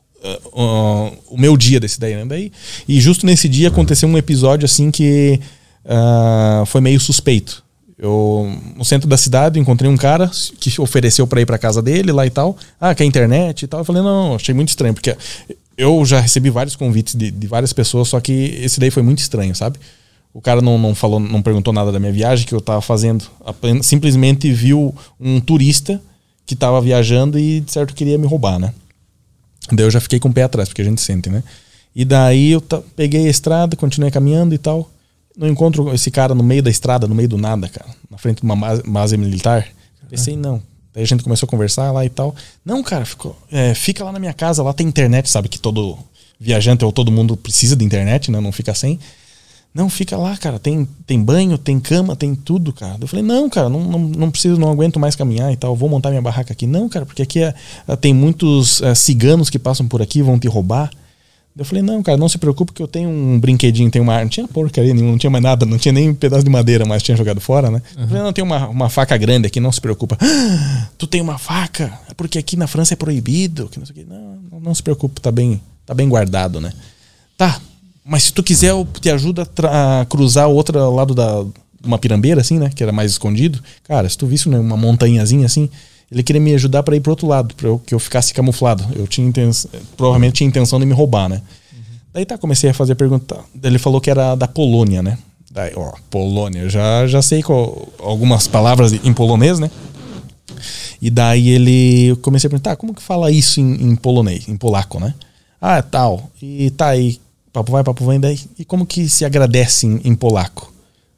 [SPEAKER 3] o meu dia desse daí, né? E justo nesse dia aconteceu um episódio, assim, que foi meio suspeito. Eu, no centro da cidade, encontrei um cara que ofereceu pra ir pra casa dele lá e tal. Quer internet e tal. Eu falei, não, achei muito estranho, porque eu já recebi vários convites de várias pessoas, só que esse daí foi muito estranho, sabe? O cara não falou, não perguntou nada da minha viagem, que eu tava fazendo. Simplesmente viu um turista que tava viajando e, de certo, queria me roubar, né? Daí eu já fiquei com o pé atrás, porque a gente sente, né? E daí eu peguei a estrada, continuei caminhando e tal. Não encontro esse cara no meio da estrada, no meio do nada, cara. Na frente de uma base militar. Pensei, não. Daí a gente começou a conversar lá e tal. Não, cara, fica lá na minha casa, lá tem internet, sabe? Que todo viajante ou todo mundo precisa de internet, né? Não fica sem. Não, fica lá, cara. Tem banho, tem cama, tem tudo, cara. Eu falei, não, cara, não preciso, não aguento mais caminhar e tal. Vou montar minha barraca aqui. Não, cara, porque aqui tem muitos ciganos que passam por aqui, vão te roubar. Eu falei, não, cara, não se preocupe que eu tenho um brinquedinho, não tinha porcaria nenhuma, não tinha mais nada, não tinha nem um pedaço de madeira, mas tinha jogado fora, né? Eu falei, não, tem uma faca grande aqui, não se preocupa. Tu tem uma faca? Porque aqui na França é proibido. Que não, sei o quê. Não se preocupe, tá bem guardado, né? Tá, mas se tu quiser eu te ajudo a cruzar o outro lado de uma pirambeira, assim, né? Que era mais escondido. Cara, se tu visse uma montanhazinha assim, ele queria me ajudar para ir pro outro lado, para que eu ficasse camuflado. Eu provavelmente tinha intenção de me roubar, né? Daí comecei a fazer pergunta. Ele falou que era da Polônia, né? Daí, Polônia, já sei algumas palavras em polonês, né? E daí eu comecei a perguntar, como que fala isso em polonês, em polaco, né? Tal. E tá aí, papo vai, daí. E como que se agradece em polaco?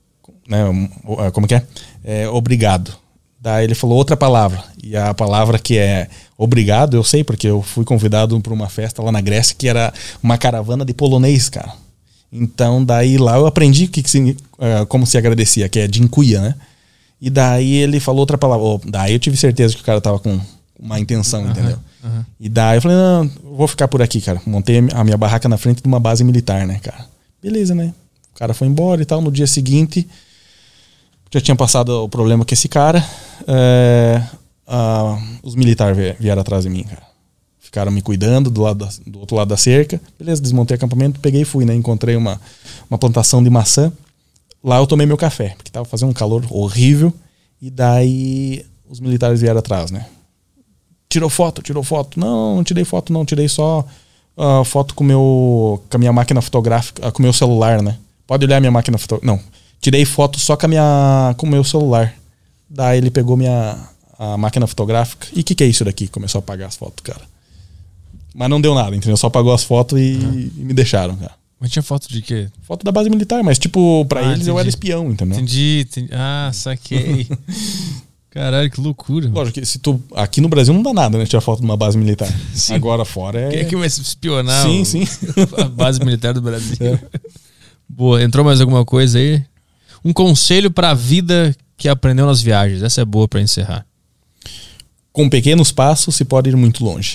[SPEAKER 3] né, como que é? Obrigado. Daí ele falou outra palavra. E a palavra que é obrigado, eu sei, porque eu fui convidado para uma festa lá na Grécia, que era uma caravana de polonês, cara. Então, daí lá eu aprendi como se agradecia, que é dinkuya, né? E daí ele falou outra palavra. Daí eu tive certeza que o cara tava com uma intenção, entendeu? E daí eu falei, não, eu vou ficar por aqui, cara. Montei a minha barraca na frente de uma base militar, né, cara? Beleza, né? O cara foi embora e tal. No dia seguinte, já tinha passado o problema com esse cara. Os militares vieram atrás de mim, cara. Ficaram me cuidando do outro lado da cerca. Beleza, desmontei o acampamento, peguei e fui, né? Encontrei uma plantação de maçã. Lá eu tomei meu café, porque tava fazendo um calor horrível. E daí os militares vieram atrás, né? Tirou foto. Não tirei foto, não. Tirei só foto com a minha máquina fotográfica, com o meu celular, né? Pode olhar a minha máquina fotográfica. Não. Tirei foto só com o meu celular. Daí ele pegou a máquina fotográfica. E o que é isso daqui? Começou a apagar as fotos, cara. Mas não deu nada, entendeu? Só apagou as fotos e me deixaram, cara.
[SPEAKER 1] Mas tinha foto de quê?
[SPEAKER 3] Foto da base militar, mas pra eles
[SPEAKER 1] entendi.
[SPEAKER 3] eu era espião, entendeu?
[SPEAKER 1] Entendi. Saquei. Caralho, que loucura.
[SPEAKER 3] Lógico que aqui no Brasil não dá nada, né? Tirar foto de uma base militar.
[SPEAKER 1] Sim.
[SPEAKER 3] Agora fora
[SPEAKER 1] Quem é que vai espionar
[SPEAKER 3] sim.
[SPEAKER 1] a base militar do Brasil? Boa, entrou mais alguma coisa aí? Um conselho pra vida que aprendeu nas viagens. Essa é boa pra encerrar.
[SPEAKER 3] Com pequenos passos se pode ir muito longe.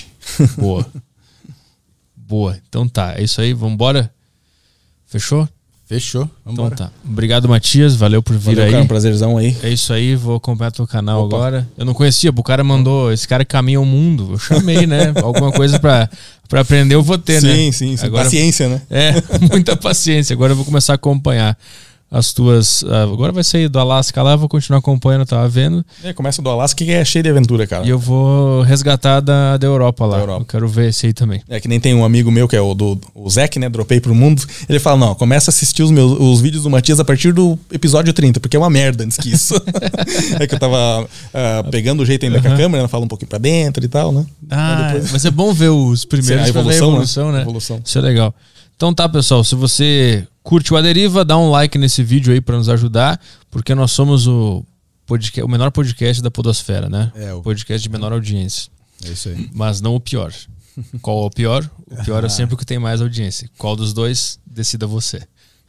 [SPEAKER 1] Boa. Então tá, é isso aí, vambora? Fechou?
[SPEAKER 2] Fechou.
[SPEAKER 1] Então tá. Obrigado, Matias. Valeu por vir aí.
[SPEAKER 3] Cara, um prazerzão aí.
[SPEAKER 1] É isso aí, vou acompanhar teu canal agora. Eu não conhecia, o cara mandou, esse cara caminha o mundo. Eu chamei, né? Alguma coisa pra aprender eu vou ter, né?
[SPEAKER 3] Sim.
[SPEAKER 1] Agora,
[SPEAKER 3] paciência, né?
[SPEAKER 1] Muita paciência. Agora eu vou começar a acompanhar as tuas... agora vai sair do Alasca lá, vou continuar acompanhando, eu tava vendo.
[SPEAKER 3] Começa do Alasca, que é cheio de aventura, cara.
[SPEAKER 1] E eu vou resgatar da Europa lá. Eu quero ver esse aí também.
[SPEAKER 3] Que nem tem um amigo meu, que é o Zeke, né? Dropei pro mundo. Ele fala, não, começa a assistir os vídeos do Matias a partir do episódio 30, porque é uma merda antes que isso. É que eu tava pegando o jeito ainda com a câmera, né? Fala um pouquinho pra dentro e tal, né?
[SPEAKER 1] Mas é bom ver os primeiros.
[SPEAKER 3] A evolução,
[SPEAKER 1] né?
[SPEAKER 3] Evolução.
[SPEAKER 1] Isso é legal. Então tá, pessoal, se você curte A Deriva, dá um like nesse vídeo aí pra nos ajudar, porque nós somos o menor podcast da podosfera, né? O podcast de menor audiência.
[SPEAKER 2] É isso aí.
[SPEAKER 1] Mas não o pior. Qual é o pior? O pior é sempre o que tem mais audiência. Qual dos dois? Decida você.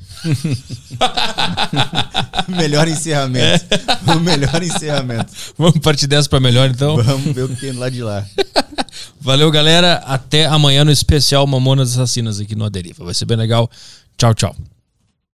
[SPEAKER 2] Melhor encerramento. O melhor encerramento.
[SPEAKER 1] Vamos partir dessa pra melhor, então?
[SPEAKER 2] Vamos ver o que tem lá de lá.
[SPEAKER 1] Valeu, galera. Até amanhã no especial Mamonas Assassinas aqui no A Deriva. Vai ser bem legal. Tchau, tchau.